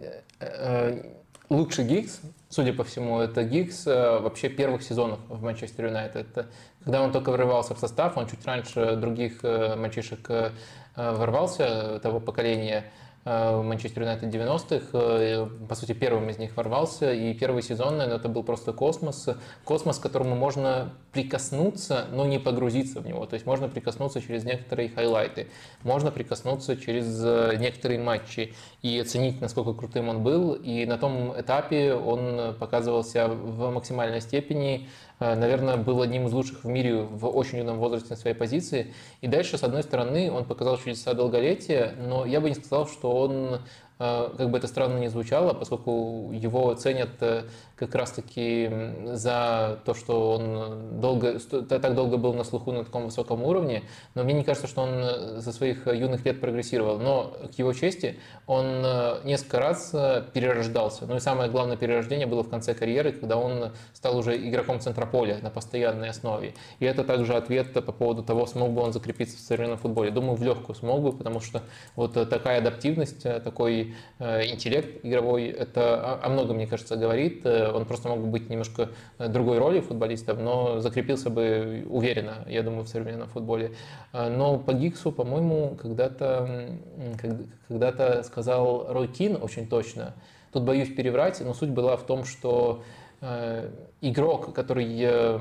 лучший Гиггз, судя по всему, это Гиггз вообще первых сезонов в Манчестер Юнайтед. Когда он только врывался в состав, он чуть раньше других мальчишек ворвался, того поколения Манчестер Юнайтед девяностых, по сути, первым из них ворвался, и первый сезон, наверное, это был просто космос, космос, к которому можно прикоснуться, но не погрузиться в него, то есть можно прикоснуться через некоторые хайлайты, можно прикоснуться через некоторые матчи и оценить, насколько крутым он был, и на том этапе он показывался в максимальной степени, наверное, был одним из лучших в мире в очень юном возрасте на своей позиции. И дальше, с одной стороны, он показал чудеса долголетия, но я бы не сказал, что он, как бы это странно ни звучало, поскольку его ценят как раз-таки за то, что он долго, так долго был на слуху на таком высоком уровне, но мне не кажется, что он со своих юных лет прогрессировал. Но к его чести он несколько раз перерождался. Ну и самое главное перерождение было в конце карьеры, когда он стал уже игроком центра поля на постоянной основе. И это также ответ по поводу того, смог бы он закрепиться в современном футболе. Думаю, в легкую смог бы, потому что вот такая адаптивность, такой интеллект игровой, это о многом, мне кажется, говорит. Он просто мог бы быть немножко другой роли футболистом, но закрепился бы уверенно, я думаю, в современном футболе. Но по Гиггсу, по-моему, когда-то, когда-то сказал Рой Кин очень точно. Тут боюсь переврать, но суть была в том, что игрок, который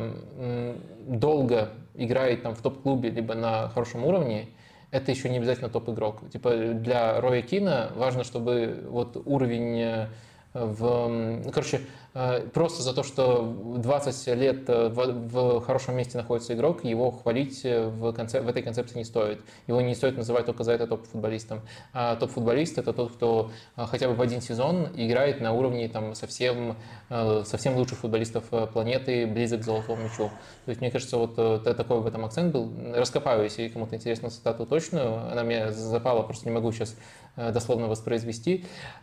долго играет там в топ-клубе либо на хорошем уровне, это еще не обязательно топ-игрок. Типа для Роя Кина важно, чтобы вот уровень в... Ну, короче, просто за то, что двадцать лет в хорошем месте находится игрок, его хвалить в, концеп... в этой концепции не стоит. Его не стоит называть только за это топ-футболистом. А топ-футболист – это тот, кто хотя бы в один сезон играет на уровне там, совсем, совсем лучших футболистов планеты, близок к золотому мячу. То есть, мне кажется, вот такой в этом акцент был. Раскопаю, если кому-то интересно цитату точную. Она мне запала, просто не могу сейчас дословно воспроизвести.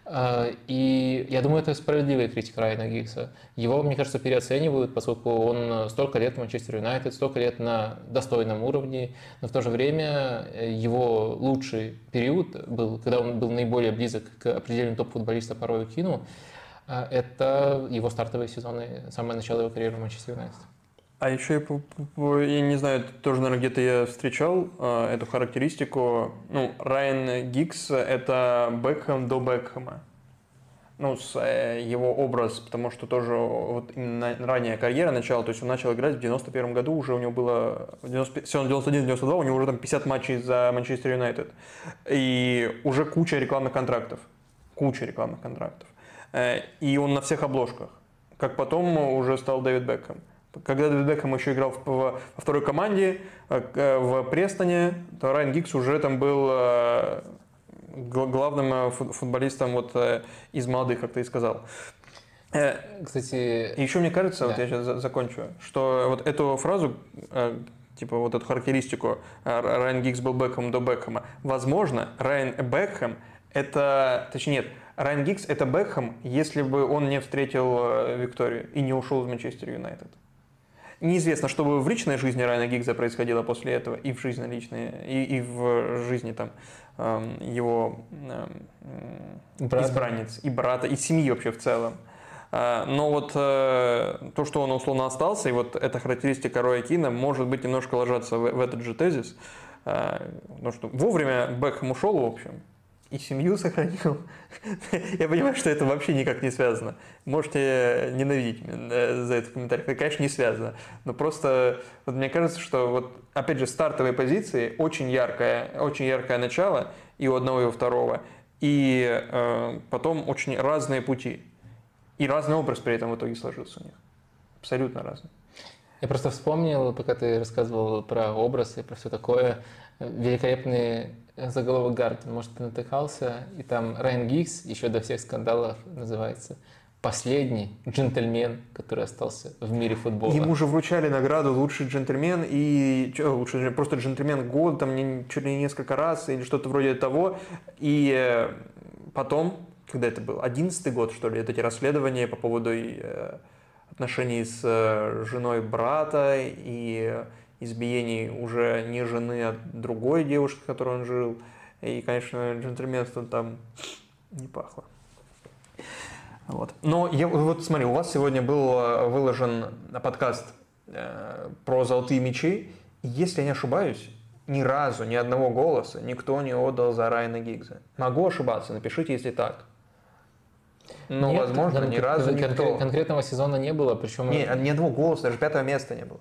И я думаю, это справедливая критика Райана Гиггса. Его, мне кажется, переоценивают, поскольку он столько лет в Манчестер Юнайтед, столько лет на достойном уровне, но в то же время его лучший период был, когда он был наиболее близок к определению топ-футболиста по Рою Кину, это его стартовые сезоны, самое начало его карьеры в Манчестер Юнайтед. А еще, я, я не знаю, тоже, наверное, где-то я встречал э, эту характеристику. Ну, Райан Гиггс – это Бекхэм до Бекхэма. Ну, с, э, его образ, потому что тоже вот именно ранняя карьера начала, то есть он начал играть в девяносто первом году, уже у него было, в девяносто один девяносто два, у него уже там пятьдесят матчей за Манчестер Юнайтед. И уже куча рекламных контрактов. Куча рекламных контрактов. Э, и он на всех обложках. Как потом уже стал Дэвид Бекхэм. Когда Дэвид Бекхэм еще играл в, в, во второй команде в Престоне, то Райан Гиггс уже там был э, главным футболистом вот, э, из молодых, как ты и сказал. Э, Кстати, и еще мне кажется, да. вот я сейчас закончу, что вот эту фразу, э, типа вот эту характеристику Райан Гиггс был Бекхэм до Бекхэма, возможно, Райан Бекхэм это, точнее нет, Райан Гиггс это Бекхэм, если бы он не встретил Викторию и не ушел из Манчестер Юнайтед. Неизвестно, что бы в личной жизни Райана Гиггса происходило после этого, и в жизни личной, и, и в жизни там, эм, его эм, избранниц, и брата, и семьи вообще в целом. Э, но вот э, то, что он условно остался, и вот эта характеристика Роя Кина может быть немножко ложатся в, в этот же тезис. Э, потому что вовремя Бекхэм ушел, в общем, и семью сохранил. Я понимаю, что это вообще никак не связано. Можете ненавидеть за этот комментарий. Это, конечно, не связано. Но просто вот мне кажется, что вот, опять же, стартовые позиции очень яркое, очень яркое начало и у одного, и у второго. И э, потом очень разные пути. И разный образ при этом в итоге сложился у них. Абсолютно разный. Я просто вспомнил, пока ты рассказывал про образ и про все такое, великолепный заголовок Гардиан, может, ты натыкался, и там Райан Гиггс еще до всех скандалов называется «Последний джентльмен, который остался в мире футбола». Ему же вручали награду «Лучший джентльмен» и что, лучший, просто джентльмен года, там не, чуть ли не несколько раз или что-то вроде того. И потом, когда это был, одиннадцатый год, что ли, это эти расследования по поводу отношений с женой брата и избиений уже не жены, а другой девушки, с которой он жил. И, конечно, джентльменство там не пахло. Вот. Но я, вот смотри, у вас сегодня был выложен подкаст э, про золотые мячи. И, если я не ошибаюсь, ни разу, ни одного голоса никто не отдал за Райана Гиггса. Могу ошибаться, напишите, если так. Но, Нет, возможно, кон- ни разу кон- никто. Конкретного сезона не было, причем... Не, ни одного голоса, даже пятого места не было.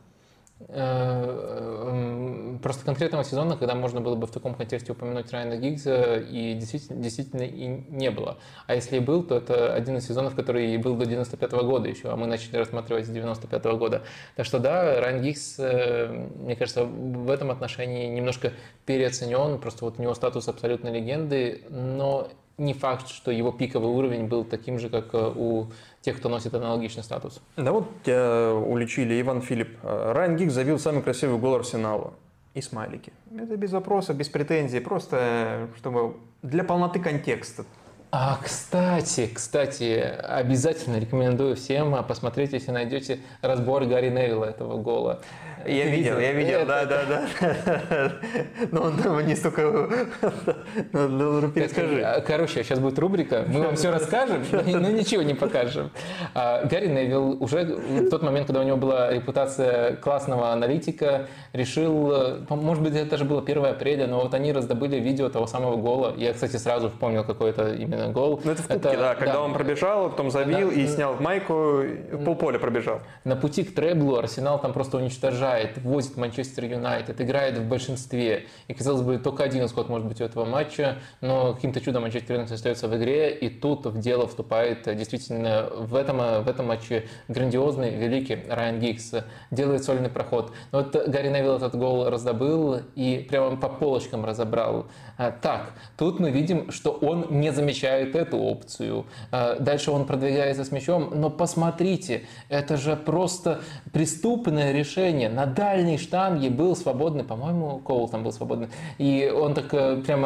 Просто конкретного сезона, когда можно было бы в таком контексте упомянуть Райана Гиггса, и действительно, действительно и не было. А если и был, то это один из сезонов, который был до девяносто пятого года еще, а мы начали рассматривать с девяносто пятого года. Так что да, Райан Гиггс, мне кажется, в этом отношении немножко переоценен, просто вот у него статус абсолютной легенды, но не факт, что его пиковый уровень был таким же, как у тех, кто носит аналогичный статус. Да вот тебя уличили, Иван Филипп. Райан Гиггс забил самый красивый гол Арсеналу. И смайлики. Это без вопросов, без претензий, просто чтобы для полноты контекста. А, кстати, кстати, обязательно рекомендую всем посмотреть, если найдете разбор Гарри Невилла этого гола. Я видел, я видел, да, да, да. Но он там не столько... Ну, перескажи. Короче, сейчас будет рубрика, мы вам все расскажем, но ничего не покажем. Гарри Невилл уже в тот момент, когда у него была репутация классного аналитика, решил, может быть, это даже было первое апреля, но вот они раздобыли видео того самого гола. Я, кстати, сразу вспомнил, какой это именно гол. Ну, это в кубке, это, да, когда да. он пробежал, потом забил да. и снял майку, полполя пробежал. На пути к треблу Арсенал там просто уничтожает, возит Манчестер Юнайтед, играет в большинстве. И, казалось бы, только один исход может быть у этого матча, но каким-то чудом Манчестер Юнайтед остается в игре, и тут в дело вступает действительно в этом, в этом матче грандиозный, великий Райан Гиггс. Делает сольный проход. Но вот Гарри Невилл этот гол раздобыл и прямо по полочкам разобрал. Так, тут мы видим, что он не замечает эту опцию. Дальше он продвигается с мячом, но посмотрите, это же просто преступное решение. На дальней штанге был свободный, по-моему, Коул там был свободный, и он так прямо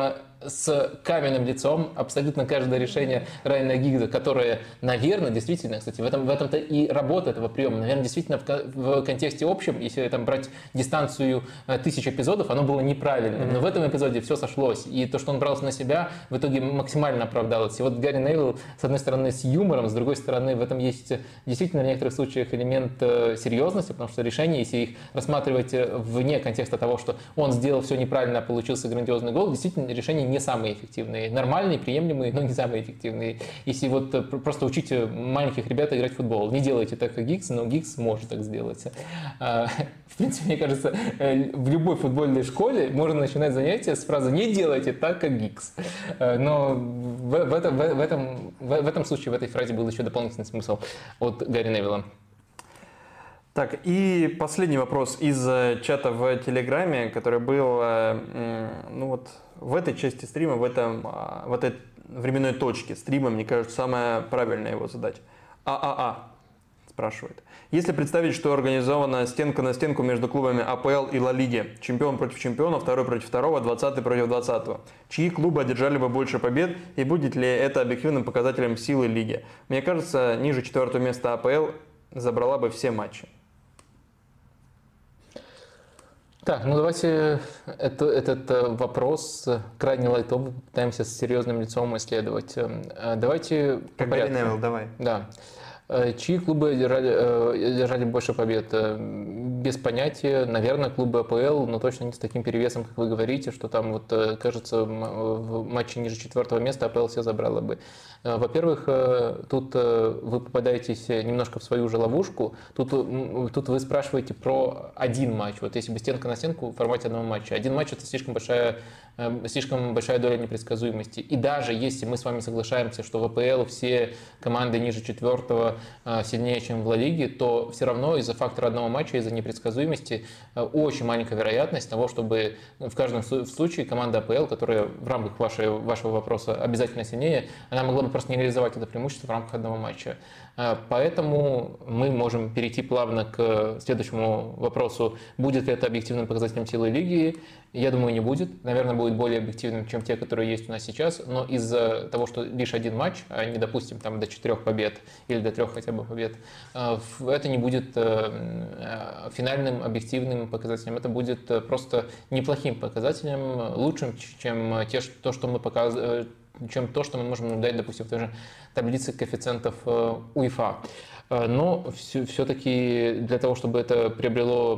с каменным лицом абсолютно каждое решение Райана Гиггса, которое, наверное, действительно, кстати, в, этом, в этом-то и работа этого приема, наверное, действительно в, в контексте общем, если там брать дистанцию тысяч эпизодов, оно было неправильным. Но в этом эпизоде все сошлось. И то, что он брался на себя, в итоге максимально оправдалось. И вот Гарри Невилл, с одной стороны, с юмором, с другой стороны, в этом есть действительно в некоторых случаях элемент серьезности, потому что решения, если их рассматривать вне контекста того, что он сделал все неправильно, а получился грандиозный гол, действительно решения не самые эффективные. Нормальные, приемлемые, но не самые эффективные. Если вот просто учите маленьких ребят играть в футбол, не делайте так, как Гиггс, но Гиггс может так сделать. В принципе, мне кажется, в любой футбольной школе можно начинать занятия с фразы «не делайте так, как Гиггс». Но в, в, этом, в, этом, в, в этом случае, в этой фразе был еще дополнительный смысл от Гарри Невилла. Так, и последний вопрос из чата в Телеграме, который был ну вот, в этой части стрима, в, этом, в этой временной точке стрима, мне кажется, самое правильное его задать. ААА спрашивает. Если представить, что организована стенка на стенку между клубами АПЛ и Ла Лиги, чемпион против чемпиона, второй против второго, двадцатый против двадцатого, чьи клубы одержали бы больше побед и будет ли это объективным показателем силы лиги? Мне кажется, ниже четвертого места АПЛ забрала бы все матчи. Так, ну давайте это, этот вопрос крайне лайтовый, попытаемся с серьезным лицом исследовать. Давайте как Гарри Невилл, давай. Да. Чьи клубы одержали, одержали больше побед? Без понятия. Наверное, клубы АПЛ, но точно не с таким перевесом, как вы говорите, что там, вот, кажется, в матче ниже четвертого места АПЛ все забрала бы. Во-первых, тут вы попадаетесь немножко в свою же ловушку. Тут, тут вы спрашиваете про один матч. Вот если бы стенка на стенку в формате одного матча. Один матч – это слишком большая, слишком большая доля непредсказуемости. И даже если мы с вами соглашаемся, что в АПЛ все команды ниже четвертого сильнее, чем в Ла Лиге, то все равно из-за фактора одного матча, из-за непредсказуемости очень маленькая вероятность того, чтобы в каждом случае команда АПЛ, которая в рамках вашей, вашего вопроса обязательно сильнее, она могла бы просто не реализовать это преимущество в рамках одного матча. Поэтому мы можем перейти плавно к следующему вопросу. Будет ли это объективным показателем силы лиги? Я думаю, не будет. Наверное, будет более объективным, чем те, которые есть у нас сейчас. Но из-за того, что лишь один матч, а не, допустим, там, до четырех побед или до трех хотя бы побед, это не будет финальным объективным показателем. Это будет просто неплохим показателем, лучшим, чем те, то, что мы показываем, чем то, что мы можем наблюдать, допустим, в той же таблице коэффициентов УЕФА. Но все-таки для того, чтобы это приобрело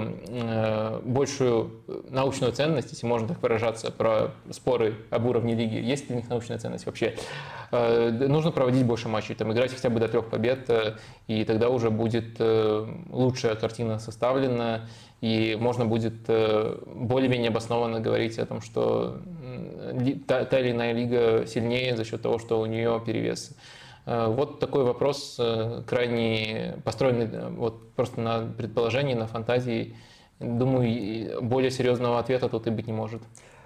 большую научную ценность, если можно так выражаться, про споры об уровне лиги, есть ли у них научная ценность вообще, нужно проводить больше матчей, там, играть хотя бы до трех побед, и тогда уже будет лучшая картина составлена, и можно будет более-менее обоснованно говорить о том, что та, та или иная лига сильнее за счет того, что у нее перевес. Вот такой вопрос, крайне построенный вот просто на предположении, на фантазии. Думаю, более серьезного ответа тут и быть не может.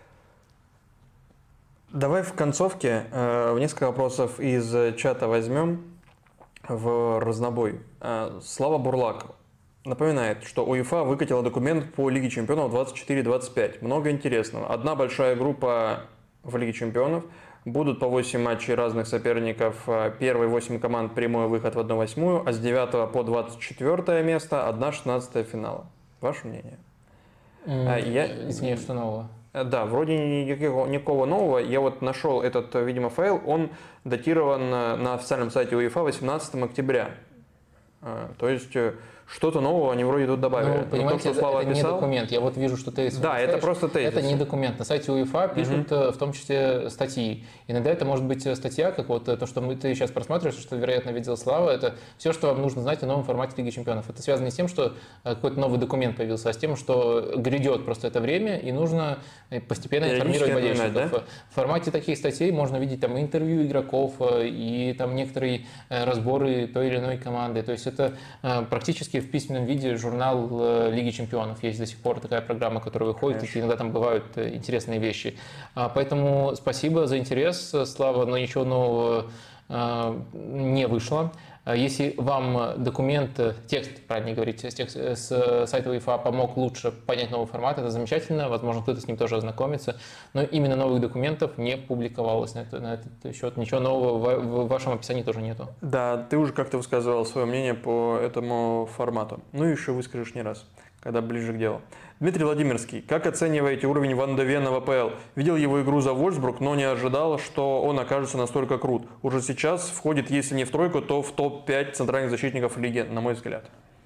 Давай в концовке э, несколько вопросов из чата возьмем в разнобой. Э, Слава Бурлак напоминает, что УЕФА выкатила документ по Лиге чемпионов двадцать четыре двадцать пять. Много интересного. Одна большая группа в Лиге чемпионов. Будут по восемь матчей разных соперников. Первые восемь команд прямой выход в одну восьмую, а с девятого по двадцать четвёртое место одна шестнадцатая финала. Ваше мнение? Mm, я... Извини, что нового? Да, вроде никакого, никакого нового. Я вот нашел этот, видимо, файл. Он датирован на официальном сайте УЕФА восемнадцатого октября. То есть что-то нового они вроде тут добавили. Ну, понимаете, то, что Слава это, это не документ. Я вот вижу, что ты... Да, это просто тезис. Это не документ. На сайте УЕФА пишут угу. в том числе статьи. Иногда это может быть статья, как вот то, что мы, ты сейчас просматриваешь, что, вероятно, видел Слава. Это все, что вам нужно знать о новом формате Лиги чемпионов. Это связано не с тем, что какой-то новый документ появился, а с тем, что грядет просто это время, и нужно постепенно информировать болельщиков. Да? В формате таких статей можно видеть там интервью игроков и там некоторые разборы той или иной команды. То есть это практически в письменном виде журнал Лиги чемпионов. Есть до сих пор такая программа, которая выходит, Конечно. И иногда там бывают интересные вещи. Поэтому спасибо за интерес, Слава, но ничего нового не вышло. Если вам документ, текст, правильнее говорить, с, текст, с сайта УЕФА помог лучше понять новый формат, это замечательно, возможно, кто-то с ним тоже ознакомится, но именно новых документов не публиковалось на, это, на этот счет. Ничего нового в, в вашем описании тоже нету. Да, ты уже как-то высказывал свое мнение по этому формату. Ну и еще выскажешь не раз, когда ближе к делу. Дмитрий Владимирский, как оцениваете уровень Ван де Вена в АПЛ? Видел его игру за Вольфсбург, но не ожидал, что он окажется настолько крут. Уже сейчас входит, если не в тройку, то в топ пять центральных защитников лиги, на мой взгляд.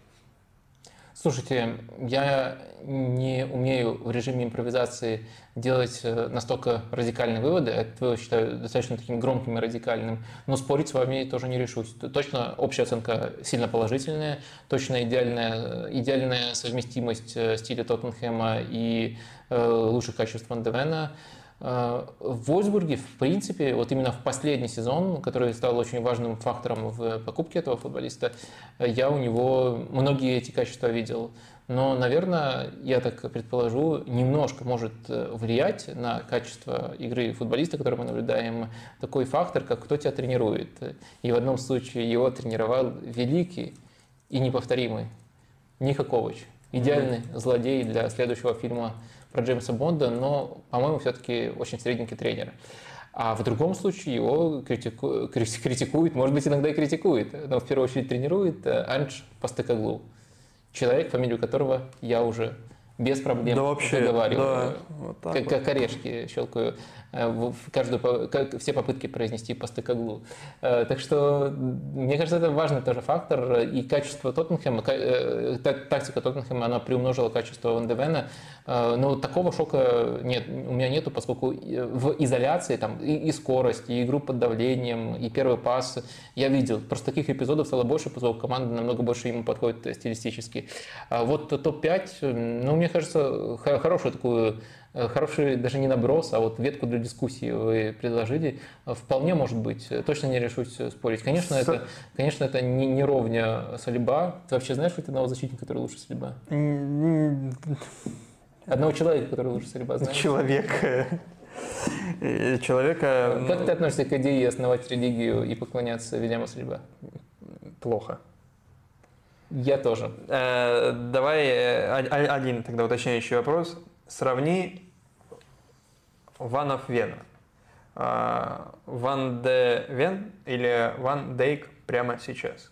Слушайте, я не умею в режиме импровизации делать настолько радикальные выводы. Это считаю достаточно таким громким и радикальным. Но спорить с вами тоже не решусь. Точно общая оценка сильно положительная, точно идеальная, идеальная совместимость стиля Тоттенхэма и э, лучших качеств Ван де Вена. В Вольфсбурге, в принципе, вот именно в последний сезон, который стал очень важным фактором в покупке этого футболиста, я у него многие эти качества видел. Но, наверное, я так предположу, немножко может влиять на качество игры футболиста, который мы наблюдаем, такой фактор, как кто тебя тренирует. И в одном случае его тренировал великий и неповторимый Нико Ковач. Идеальный mm-hmm. злодей для следующего фильма про Джеймса Бонда, но, по-моему, все-таки очень средненький тренер. А в другом случае его критику... критикует, может быть, иногда и критикует, но в первую очередь тренирует Анж Постекоглу. Человек, фамилию которого я уже без проблем да вообще, выговариваю. Да, вот так как, вот. как орешки щелкаю в каждую, как, все попытки произнести Постекоглу. Так что, мне кажется, это важный тоже фактор. И качество Тоттенхэма, тактика Тоттенхэма, она приумножила качество Ван де Вена. Но такого шока нет, у меня нету, поскольку в изоляции там, и, и скорость, и игру под давлением, и первый пас я видел. Просто таких эпизодов стало больше, поскольку команда намного больше ему подходит стилистически. А вот топ пять, ну, мне кажется, хорошую такую, хороший даже не наброс, а вот ветку для дискуссии вы предложили. Вполне может быть. Точно не решусь спорить. Конечно, С... это, конечно, это не, не ровня Салиба. Ты вообще знаешь хоть одного защитника, который лучше Салиба? Одного человека, который лучше Салиба, знаешь? Человека. Человека... Как ты относишься к идее основать религию и поклоняться Вильяму Салиба? Плохо. Я тоже. Э, давай один тогда уточняющий вопрос. Сравни Ванов Вена. Ван де Вен или Ван Дейк прямо сейчас?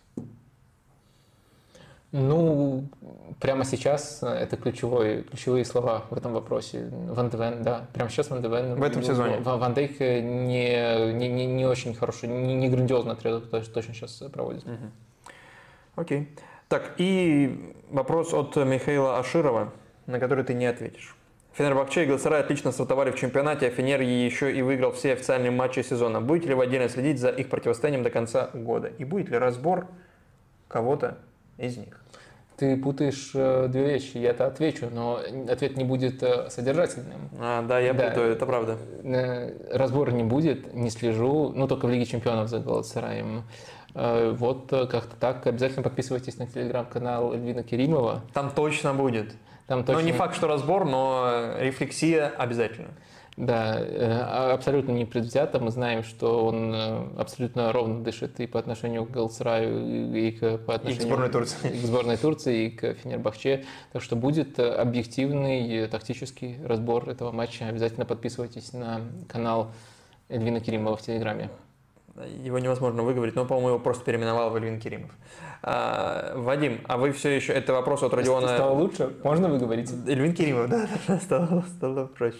Ну, прямо сейчас это ключевой, ключевые слова в этом вопросе. Ван де Вен, да, прямо сейчас Ван де Вен. В этом сезоне. Ван Дейк не, не, не, не очень хороший, не, не грандиозный отрезок точно сейчас проводит. Угу. Окей. Так, и вопрос от Михаила Аширова, на который ты не ответишь. Фенербахче и Галатасарай отлично стартовали в чемпионате, а Фенер еще и выиграл все официальные матчи сезона. Будете ли вы отдельно следить за их противостоянием до конца года? И будет ли разбор кого-то из них? Ты путаешь две вещи, я это отвечу, но ответ не будет содержательным. А, да, я да. путаю, это правда. Разбора не будет, не слежу, ну только в Лиге чемпионов за Галатасараем. Вот как-то так. Обязательно подписывайтесь на телеграм-канал Эльвина Керимова. Там точно будет. Там точно... Ну, не факт, что разбор, но рефлексия обязательно. Да, абсолютно непредвзято. Мы знаем, что он абсолютно ровно дышит и по отношению к Галатасараю, и к, по отношению и к сборной Турции. И к сборной Турции, и к Фенербахче. Так что будет объективный тактический разбор этого матча. Обязательно подписывайтесь на канал Эльвина Керимова в Телеграме. Его невозможно выговорить, но, по-моему, его просто переименовал в Эльвин Керимов. А, Вадим, а вы все еще... Это вопрос от Родиона... Стало лучше? Можно выговорить? Эльвин Керимов, да, стало, стало проще.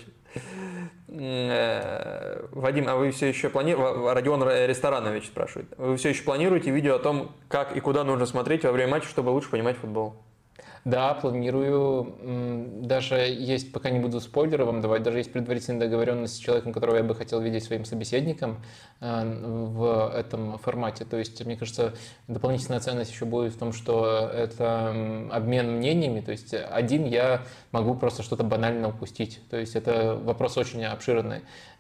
Вадим, а вы все еще планируете... Родион Ресторанович спрашивает. Вы все еще планируете видео о том, как и куда нужно смотреть во время матча, чтобы лучше понимать футбол? Да, планирую. Даже есть, пока не буду спойлеры вам давать, даже есть предварительная договоренность с человеком, которого я бы хотел видеть своим собеседником в этом формате. То есть, мне кажется, дополнительная ценность еще будет в том, что это обмен мнениями. То есть, один я могу просто что-то банально упустить. То есть, это вопрос очень обширный.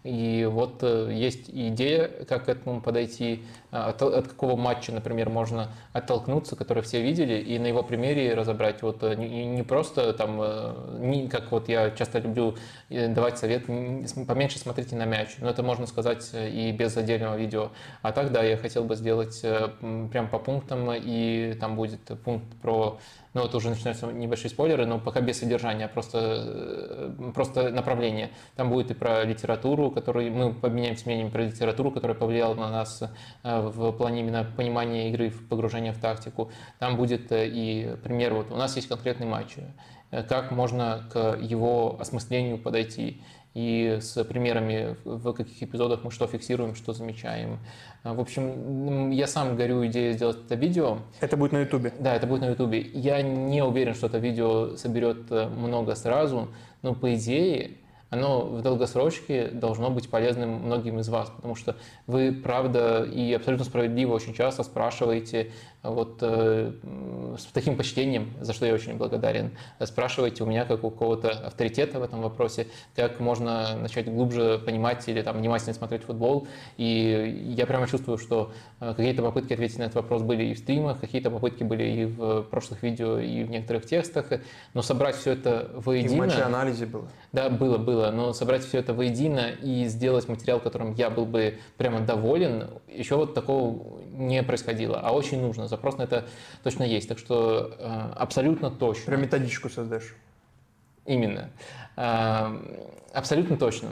И вот есть идея, как к этому подойти, от, от какого матча, например, можно оттолкнуться, который все видели, и на его примере разобрать. Вот не, не просто там, не, как вот я часто люблю давать совет, поменьше смотрите на мяч, но это можно сказать и без отдельного видео. А так, да, я хотел бы сделать прям по пунктам, и там будет пункт про... Ну, это уже начинаются небольшие спойлеры, но пока без содержания, просто, просто направление. Там будет и про литературу, которую мы поменяемся мнением про литературу, которая повлияла на нас в плане именно понимания игры, погружения в тактику. Там будет и пример, вот у нас есть конкретный матч, как можно к его осмыслению подойти. И с примерами, в каких эпизодах мы что фиксируем, что замечаем. В общем, я сам горю идеей сделать это видео. Это будет на Ютубе? Да, это будет на Ютубе. Я не уверен, что это видео соберет много сразу, но по идее оно в долгосрочке должно быть полезным многим из вас, потому что вы, правда, и абсолютно справедливо очень часто спрашиваете, вот э, с таким почтением, за что я очень благодарен, спрашиваете у меня, как у какого-то авторитета в этом вопросе, как можно начать глубже понимать или там внимательно смотреть футбол. И я прямо чувствую, что какие-то попытки ответить на этот вопрос были и в стримах, какие-то попытки были и в прошлых видео, и в некоторых текстах, но собрать все это воедино... И в матче-анализе было. Да, было, было, но собрать все это воедино и сделать материал, которым я был бы прямо доволен, еще вот такого не происходило, а очень нужно. Запрос на это точно есть, так что э, абсолютно точно. Прям методичку создашь. Именно. Э, абсолютно точно.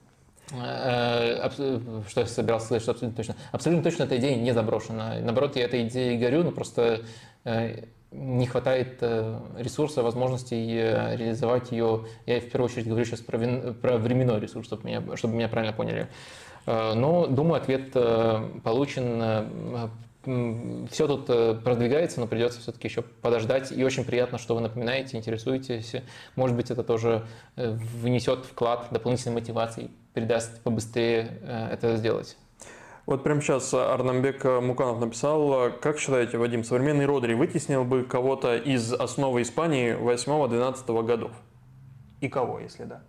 Э, что я собирался сказать, что абсолютно точно. Абсолютно точно эта идея не заброшена. Наоборот, я этой идеей горю, но просто э, не хватает ресурса, возможностей реализовать ее. Я в первую очередь говорю сейчас про, вин, про временной ресурс, чтобы меня, чтобы меня правильно поняли. Но, думаю, ответ получен. Все тут продвигается, но придется все-таки еще подождать. И очень приятно, что вы напоминаете, интересуетесь. Может быть, это тоже внесет вклад дополнительной мотивации, придаст побыстрее это сделать. Вот прямо сейчас Арнамбек Муканов написал: как считаете, Вадим, современный Родри вытеснил бы кого-то из основы Испании восьмого-двенадцатого годов? И кого, если да?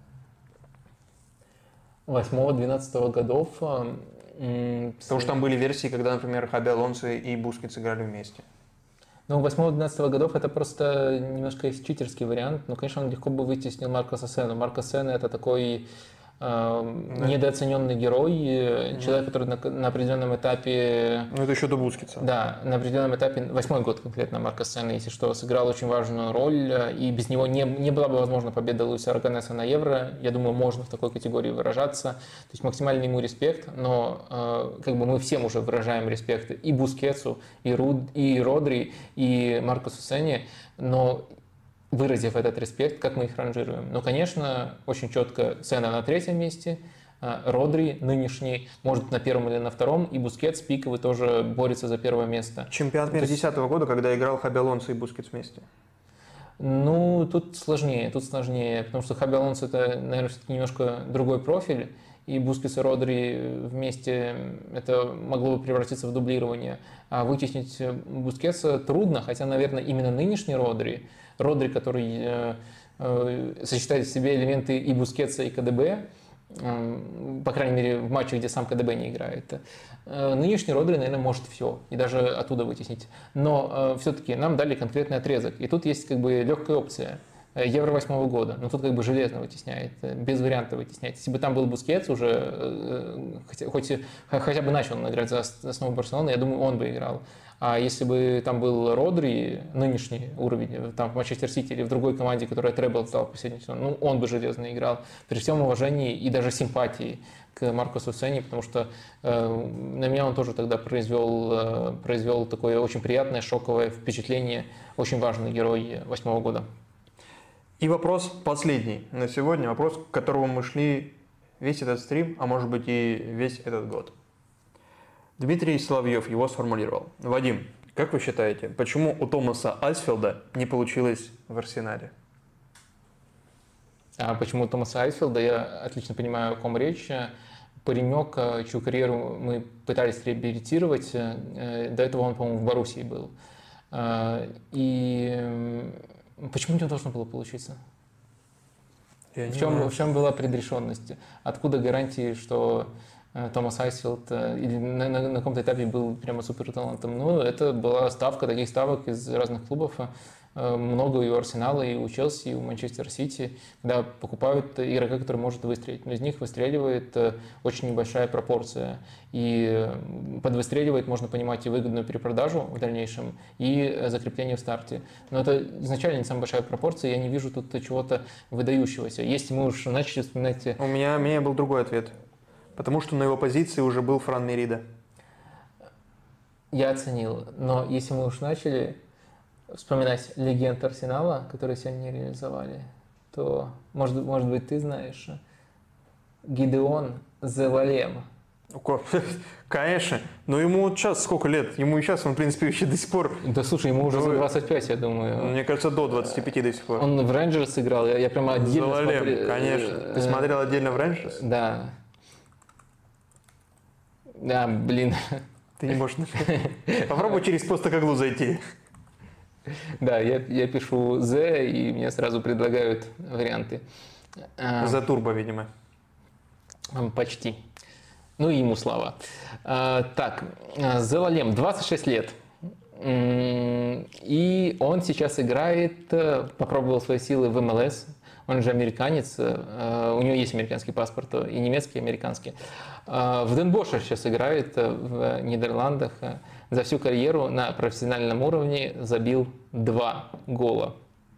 восьмого-двенадцатого годов... Потому что там были версии, когда, например, Хаби Алонсо и Бускетс играли вместе. Ну, восьмого-двенадцатого годов это просто немножко есть читерский вариант. Ну, конечно, он легко бы вытеснил Маркоса Сену. Маркос Сена — это такой э, да. недооцененный герой, mm-hmm. человек, который на, на определенном этапе... Ну, это еще до Бускетса. Да, на определенном этапе, восьмой год конкретно Маркос Сена, если что, сыграл очень важную роль, и без него не, не была бы возможна победа Луиса Арганеса на Евро. Я думаю, можно в такой категории выражаться. То есть максимальный ему респект, но э, как бы мы всем уже выражаем респект и Бускетсу, и, Руд, и Родри, и Маркосу Сене, но выразив этот респект, как мы их ранжируем? Ну, конечно, очень четко Сена на третьем месте, Родри нынешний, может, на первом или на втором, и Бускетс пиковый тоже борется за первое место. Чемпионат мира две тысячи десятого года, когда играл Хаби Алонсо и Бускетс вместе. Ну, тут сложнее, тут сложнее, потому что Хаби Алонсо — это, наверное, все-таки немножко другой профиль, и Бускетс и Родри вместе это могло бы превратиться в дублирование. А вытеснить Бускетса трудно, хотя, наверное, именно нынешний Родри, Родри, который э, э, сочетает в себе элементы и Бускетса, и КДБ, по крайней мере, в матчах, где сам КДБ не играет. Нынешний Родри, наверное, может все, и даже оттуда вытеснить. Но все-таки нам дали конкретный отрезок, и тут есть как бы легкая опция. Евро восьмого года, но тут как бы железно вытесняет, без варианта вытесняет. Если бы там был Бускетс уже, хотя, хоть, хотя бы начал он играть за основу Барселоны, я думаю, он бы играл. А если бы там был Родри, нынешний уровень, там в Манчестер Сити или в другой команде, которая требл стал последний сезон, ну, он бы железно играл. При всем уважении и даже симпатии к Маркосу Сене, потому что э, на меня он тоже тогда произвел, э, произвел такое очень приятное, шоковое впечатление, очень важный герой восьмого года. И вопрос последний на сегодня, вопрос, к которому мы шли весь этот стрим, а может быть и весь этот год. Дмитрий Соловьев его сформулировал. Вадим, как вы считаете, почему у Томаса Альсфелда не получилось в Арсенале? А почему у Томаса Альсфелда? Я отлично понимаю, о ком речь. Паренек, чью карьеру мы пытались реабилитировать, до этого он, по-моему, в Боруссии был. И почему не должно было получиться? В чем, в чем была предрешенность? Откуда гарантии, что Томас Айсфилд или на, на, на каком-то этапе был прямо супер талантом? Ну, это была ставка, таких ставок из разных клубов. Много и у Арсенала, и у Челси, и у Манчестер Сити, когда покупают игрока, который может выстрелить. Но из них выстреливает очень небольшая пропорция. И под выстреливает можно понимать и выгодную перепродажу в дальнейшем, и закрепление в старте. Но это изначально не самая большая пропорция, я не вижу тут чего-то выдающегося. Если мы уж начали вспоминать... У меня, у меня был другой ответ. Потому что на его позиции уже был Фран Мерида. Я оценил. Но если мы уж начали вспоминать легенд Арсенала, которые сегодня не реализовали, то, может, может быть, ты знаешь Гидеон Зевалем. Конечно. Но ему вот сейчас сколько лет? Ему и сейчас, он, в принципе, еще до сих пор... Да слушай, ему уже за двадцать пять, я думаю. Мне кажется, до двадцати пяти до сих пор. Он в Рейнджерс играл, я, я прямо отдельно Зевалем, смотрел. конечно. Ты смотрел отдельно в Рейнджерс? Да. Да, блин. Ты не можешь... Попробуй через Постакоглу зайти. Да, я, я пишу «З», и мне сразу предлагают варианты. За турбо, видимо. Почти. Ну и ему слава. А, так, Зевалем, двадцать шесть лет. И он сейчас играет, попробовал свои силы в эм эл эс. Он же американец, у него есть американский паспорт, и немецкий, и американский. В Ден Боше сейчас играет в Нидерландах. За всю карьеру на профессиональном уровне забил два гола.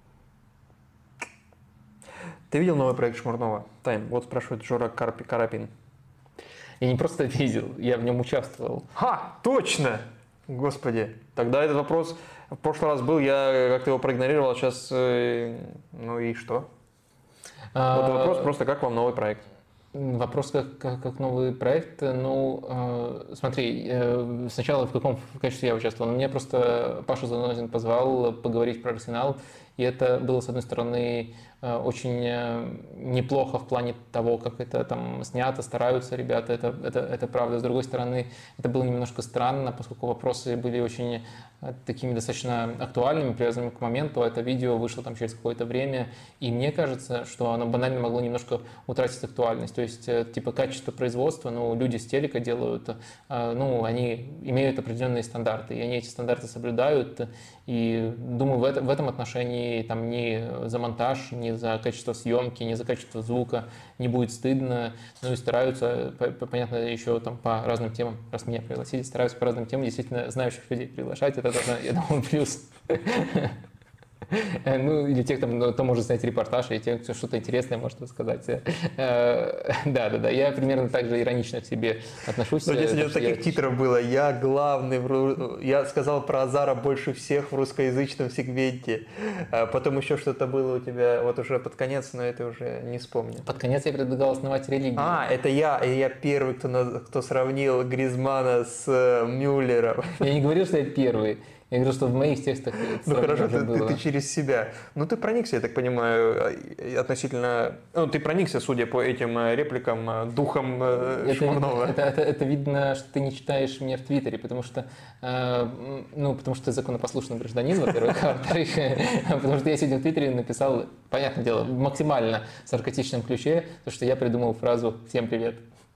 Ты видел новый проект Шмурнова? Тайм, вот спрашивает Жора Карпи, Карапин. Я не просто видел, я в нем участвовал. Ха, точно! Господи, тогда этот вопрос в прошлый раз был, я как-то его проигнорировал, сейчас, э, ну и что? Вот вопрос просто, как вам новый проект? Вопрос как, как, как новый проект. Ну, э, смотри, э, сначала в каком качестве я участвовал? Меня просто Паша Занозин позвал поговорить про Арсенал, и это было, с одной стороны, э, очень э, неплохо в плане того, как это там снято, стараются ребята, это, это, это правда. С другой стороны, это было немножко странно, поскольку вопросы были очень э, такими достаточно актуальными, привязанными к моменту. Это видео вышло там через какое-то время, и мне кажется, что оно банально могло немножко утратить актуальность. То есть, типа, качество производства, ну, люди с телека делают, ну, они имеют определенные стандарты, и они эти стандарты соблюдают, и думаю, в, это, в этом отношении там ни за монтаж, ни за качество съемки, ни за качество звука не будет стыдно, ну, и стараются, понятно, еще там по разным темам, раз меня пригласили, стараются по разным темам действительно знающих людей приглашать, это тоже, я думаю, плюс. Ну, или тех, там, кто может снять репортаж, или тех, кто что-то интересное может рассказать. Да, да, да, я примерно так же иронично к себе отношусь. Но здесь таких я... титров было. Я главный, в... я сказал про Азара больше всех в русскоязычном сегменте. А потом еще что-то было у тебя, вот уже под конец, но это уже не вспомню. Под конец я предлагал основать религию. А, это я, я первый, кто, кто сравнил Гризмана с Мюллером. Я не говорил, что я первый. Я говорю, что в моих текстах... Ну хорошо, ты, ты, ты через себя. Ну ты проникся, я так понимаю, относительно... Ну ты проникся, судя по этим репликам, духом это, Шмурнова. Это, это, это видно, что ты не читаешь меня в Твиттере, потому что, э, ну, потому что ты законопослушный гражданин, во-первых, а во-вторых, потому что я сегодня в Твиттере написал, понятное дело, в максимально саркастичном ключе, то, что я придумал фразу «Всем привет».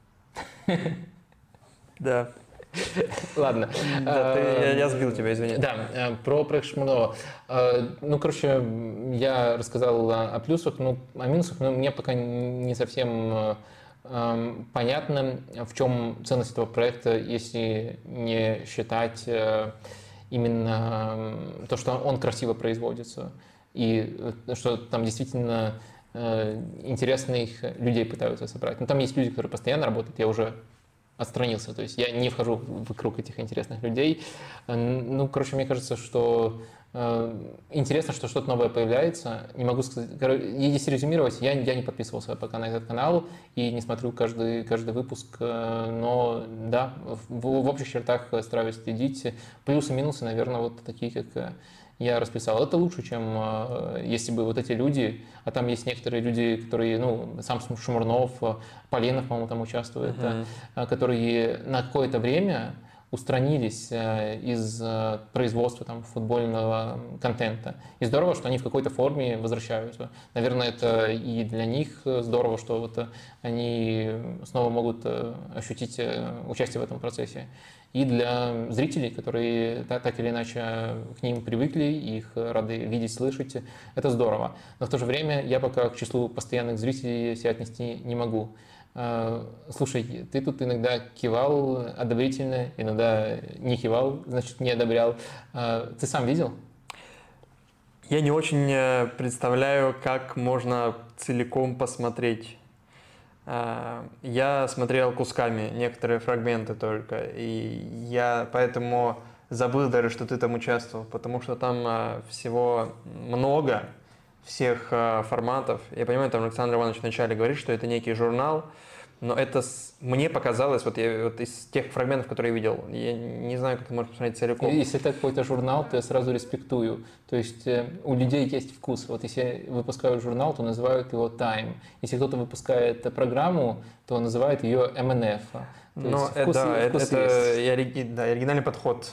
Да. Ладно. Да, ты, я, я сбил тебя, извини. Да, про проект Шмурнова. Ну, короче, я рассказал о плюсах, ну, о минусах, но мне пока не совсем понятно, в чем ценность этого проекта, если не считать именно то, что он красиво производится, и что там действительно интересных людей пытаются собрать. Ну, там есть люди, которые постоянно работают, я уже отстранился, то есть я не вхожу в круг этих интересных людей. Ну, короче, мне кажется, что э, интересно, что что-то новое появляется. Не могу сказать, если резюмировать, я, я не подписывался пока на этот канал и не смотрю каждый, каждый выпуск, но да, в, в общих чертах стараюсь следить. Плюсы и минусы, наверное, вот такие, как я расписал. Это лучше, чем если бы вот эти люди, а там есть некоторые люди, которые, ну, сам Шмурнов, Поленов, по-моему, там участвует, uh-huh. которые на какое-то время устранились из производства там, футбольного контента. И здорово, что они в какой-то форме возвращаются. Наверное, это и для них здорово, что вот они снова могут ощутить участие в этом процессе. И для зрителей, которые так, так или иначе к ним привыкли, их рады видеть, слышать, это здорово. Но в то же время я пока к числу постоянных зрителей себя отнести не могу. Слушай, ты тут иногда кивал одобрительно, иногда не кивал, значит, не одобрял. Ты сам видел? Я не очень представляю, как можно целиком посмотреть. Я смотрел кусками, некоторые фрагменты только, и я поэтому забыл даже, что ты там участвовал, потому что там всего много, всех форматов. Я понимаю, там Александр Иванович вначале говорит, что это некий журнал, но это мне показалось, вот, я, вот из тех фрагментов, которые я видел, я не знаю, как ты можешь посмотреть целиком. Если это какой-то журнал, то я сразу респектую. То есть у людей есть вкус. Вот если выпускают журнал, то называют его Time. Если кто-то выпускает программу, то называют ее эм эн эф. Ну, это, да, это, это и, да, оригинальный подход.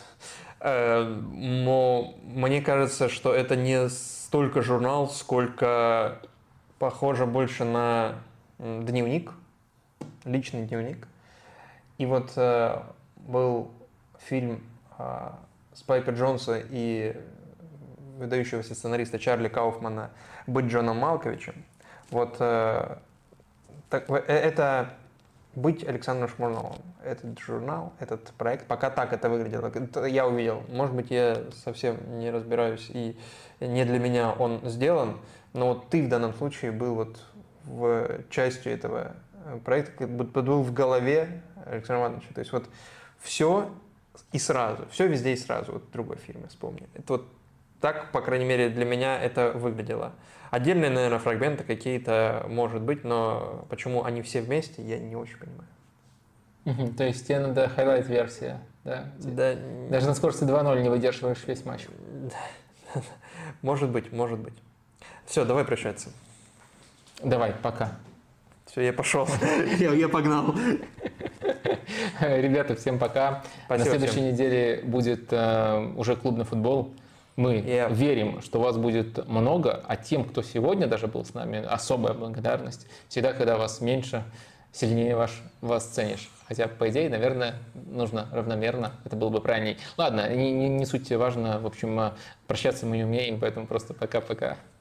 Но мне кажется, что это не столько журнал, сколько похоже больше на дневник. Личный дневник. И вот э, был фильм э, Спайка Джонса и выдающегося сценариста Чарли Кауфмана «Быть Джоном Малковичем». Вот э, так, э, это «Быть Александром Шмурновым». Этот журнал, этот проект, пока так это выглядело. Это я увидел. Может быть, я совсем не разбираюсь, и не для меня он сделан, но вот ты в данном случае был вот в частью этого проект как будто был в голове Александра Ивановича. То есть вот все и сразу, все везде и сразу. Вот другой фильм я вспомнил. Это вот так, по крайней мере, для меня это выглядело. Отдельные, наверное, фрагменты какие-то, может быть, но почему они все вместе, я не очень понимаю. Угу, то есть тебе надо хайлайт-версия, да? Да. Даже на скорости два ноль не выдерживаешь весь матч. Может быть, может быть. Все, давай прощаться. Давай, пока. Все, я пошел. я, я погнал. Ребята, всем пока. Спасибо. На следующей всем. неделе будет э, уже клубный футбол. Мы Yeah. верим, что вас будет много, а тем, кто сегодня даже был с нами, особая благодарность. Всегда, когда вас меньше, сильнее ваш, вас ценишь. Хотя, по идее, наверное, нужно равномерно. Это было бы правильней. Ладно, не, не, не суть важно. В общем, прощаться мы не умеем, поэтому просто пока-пока.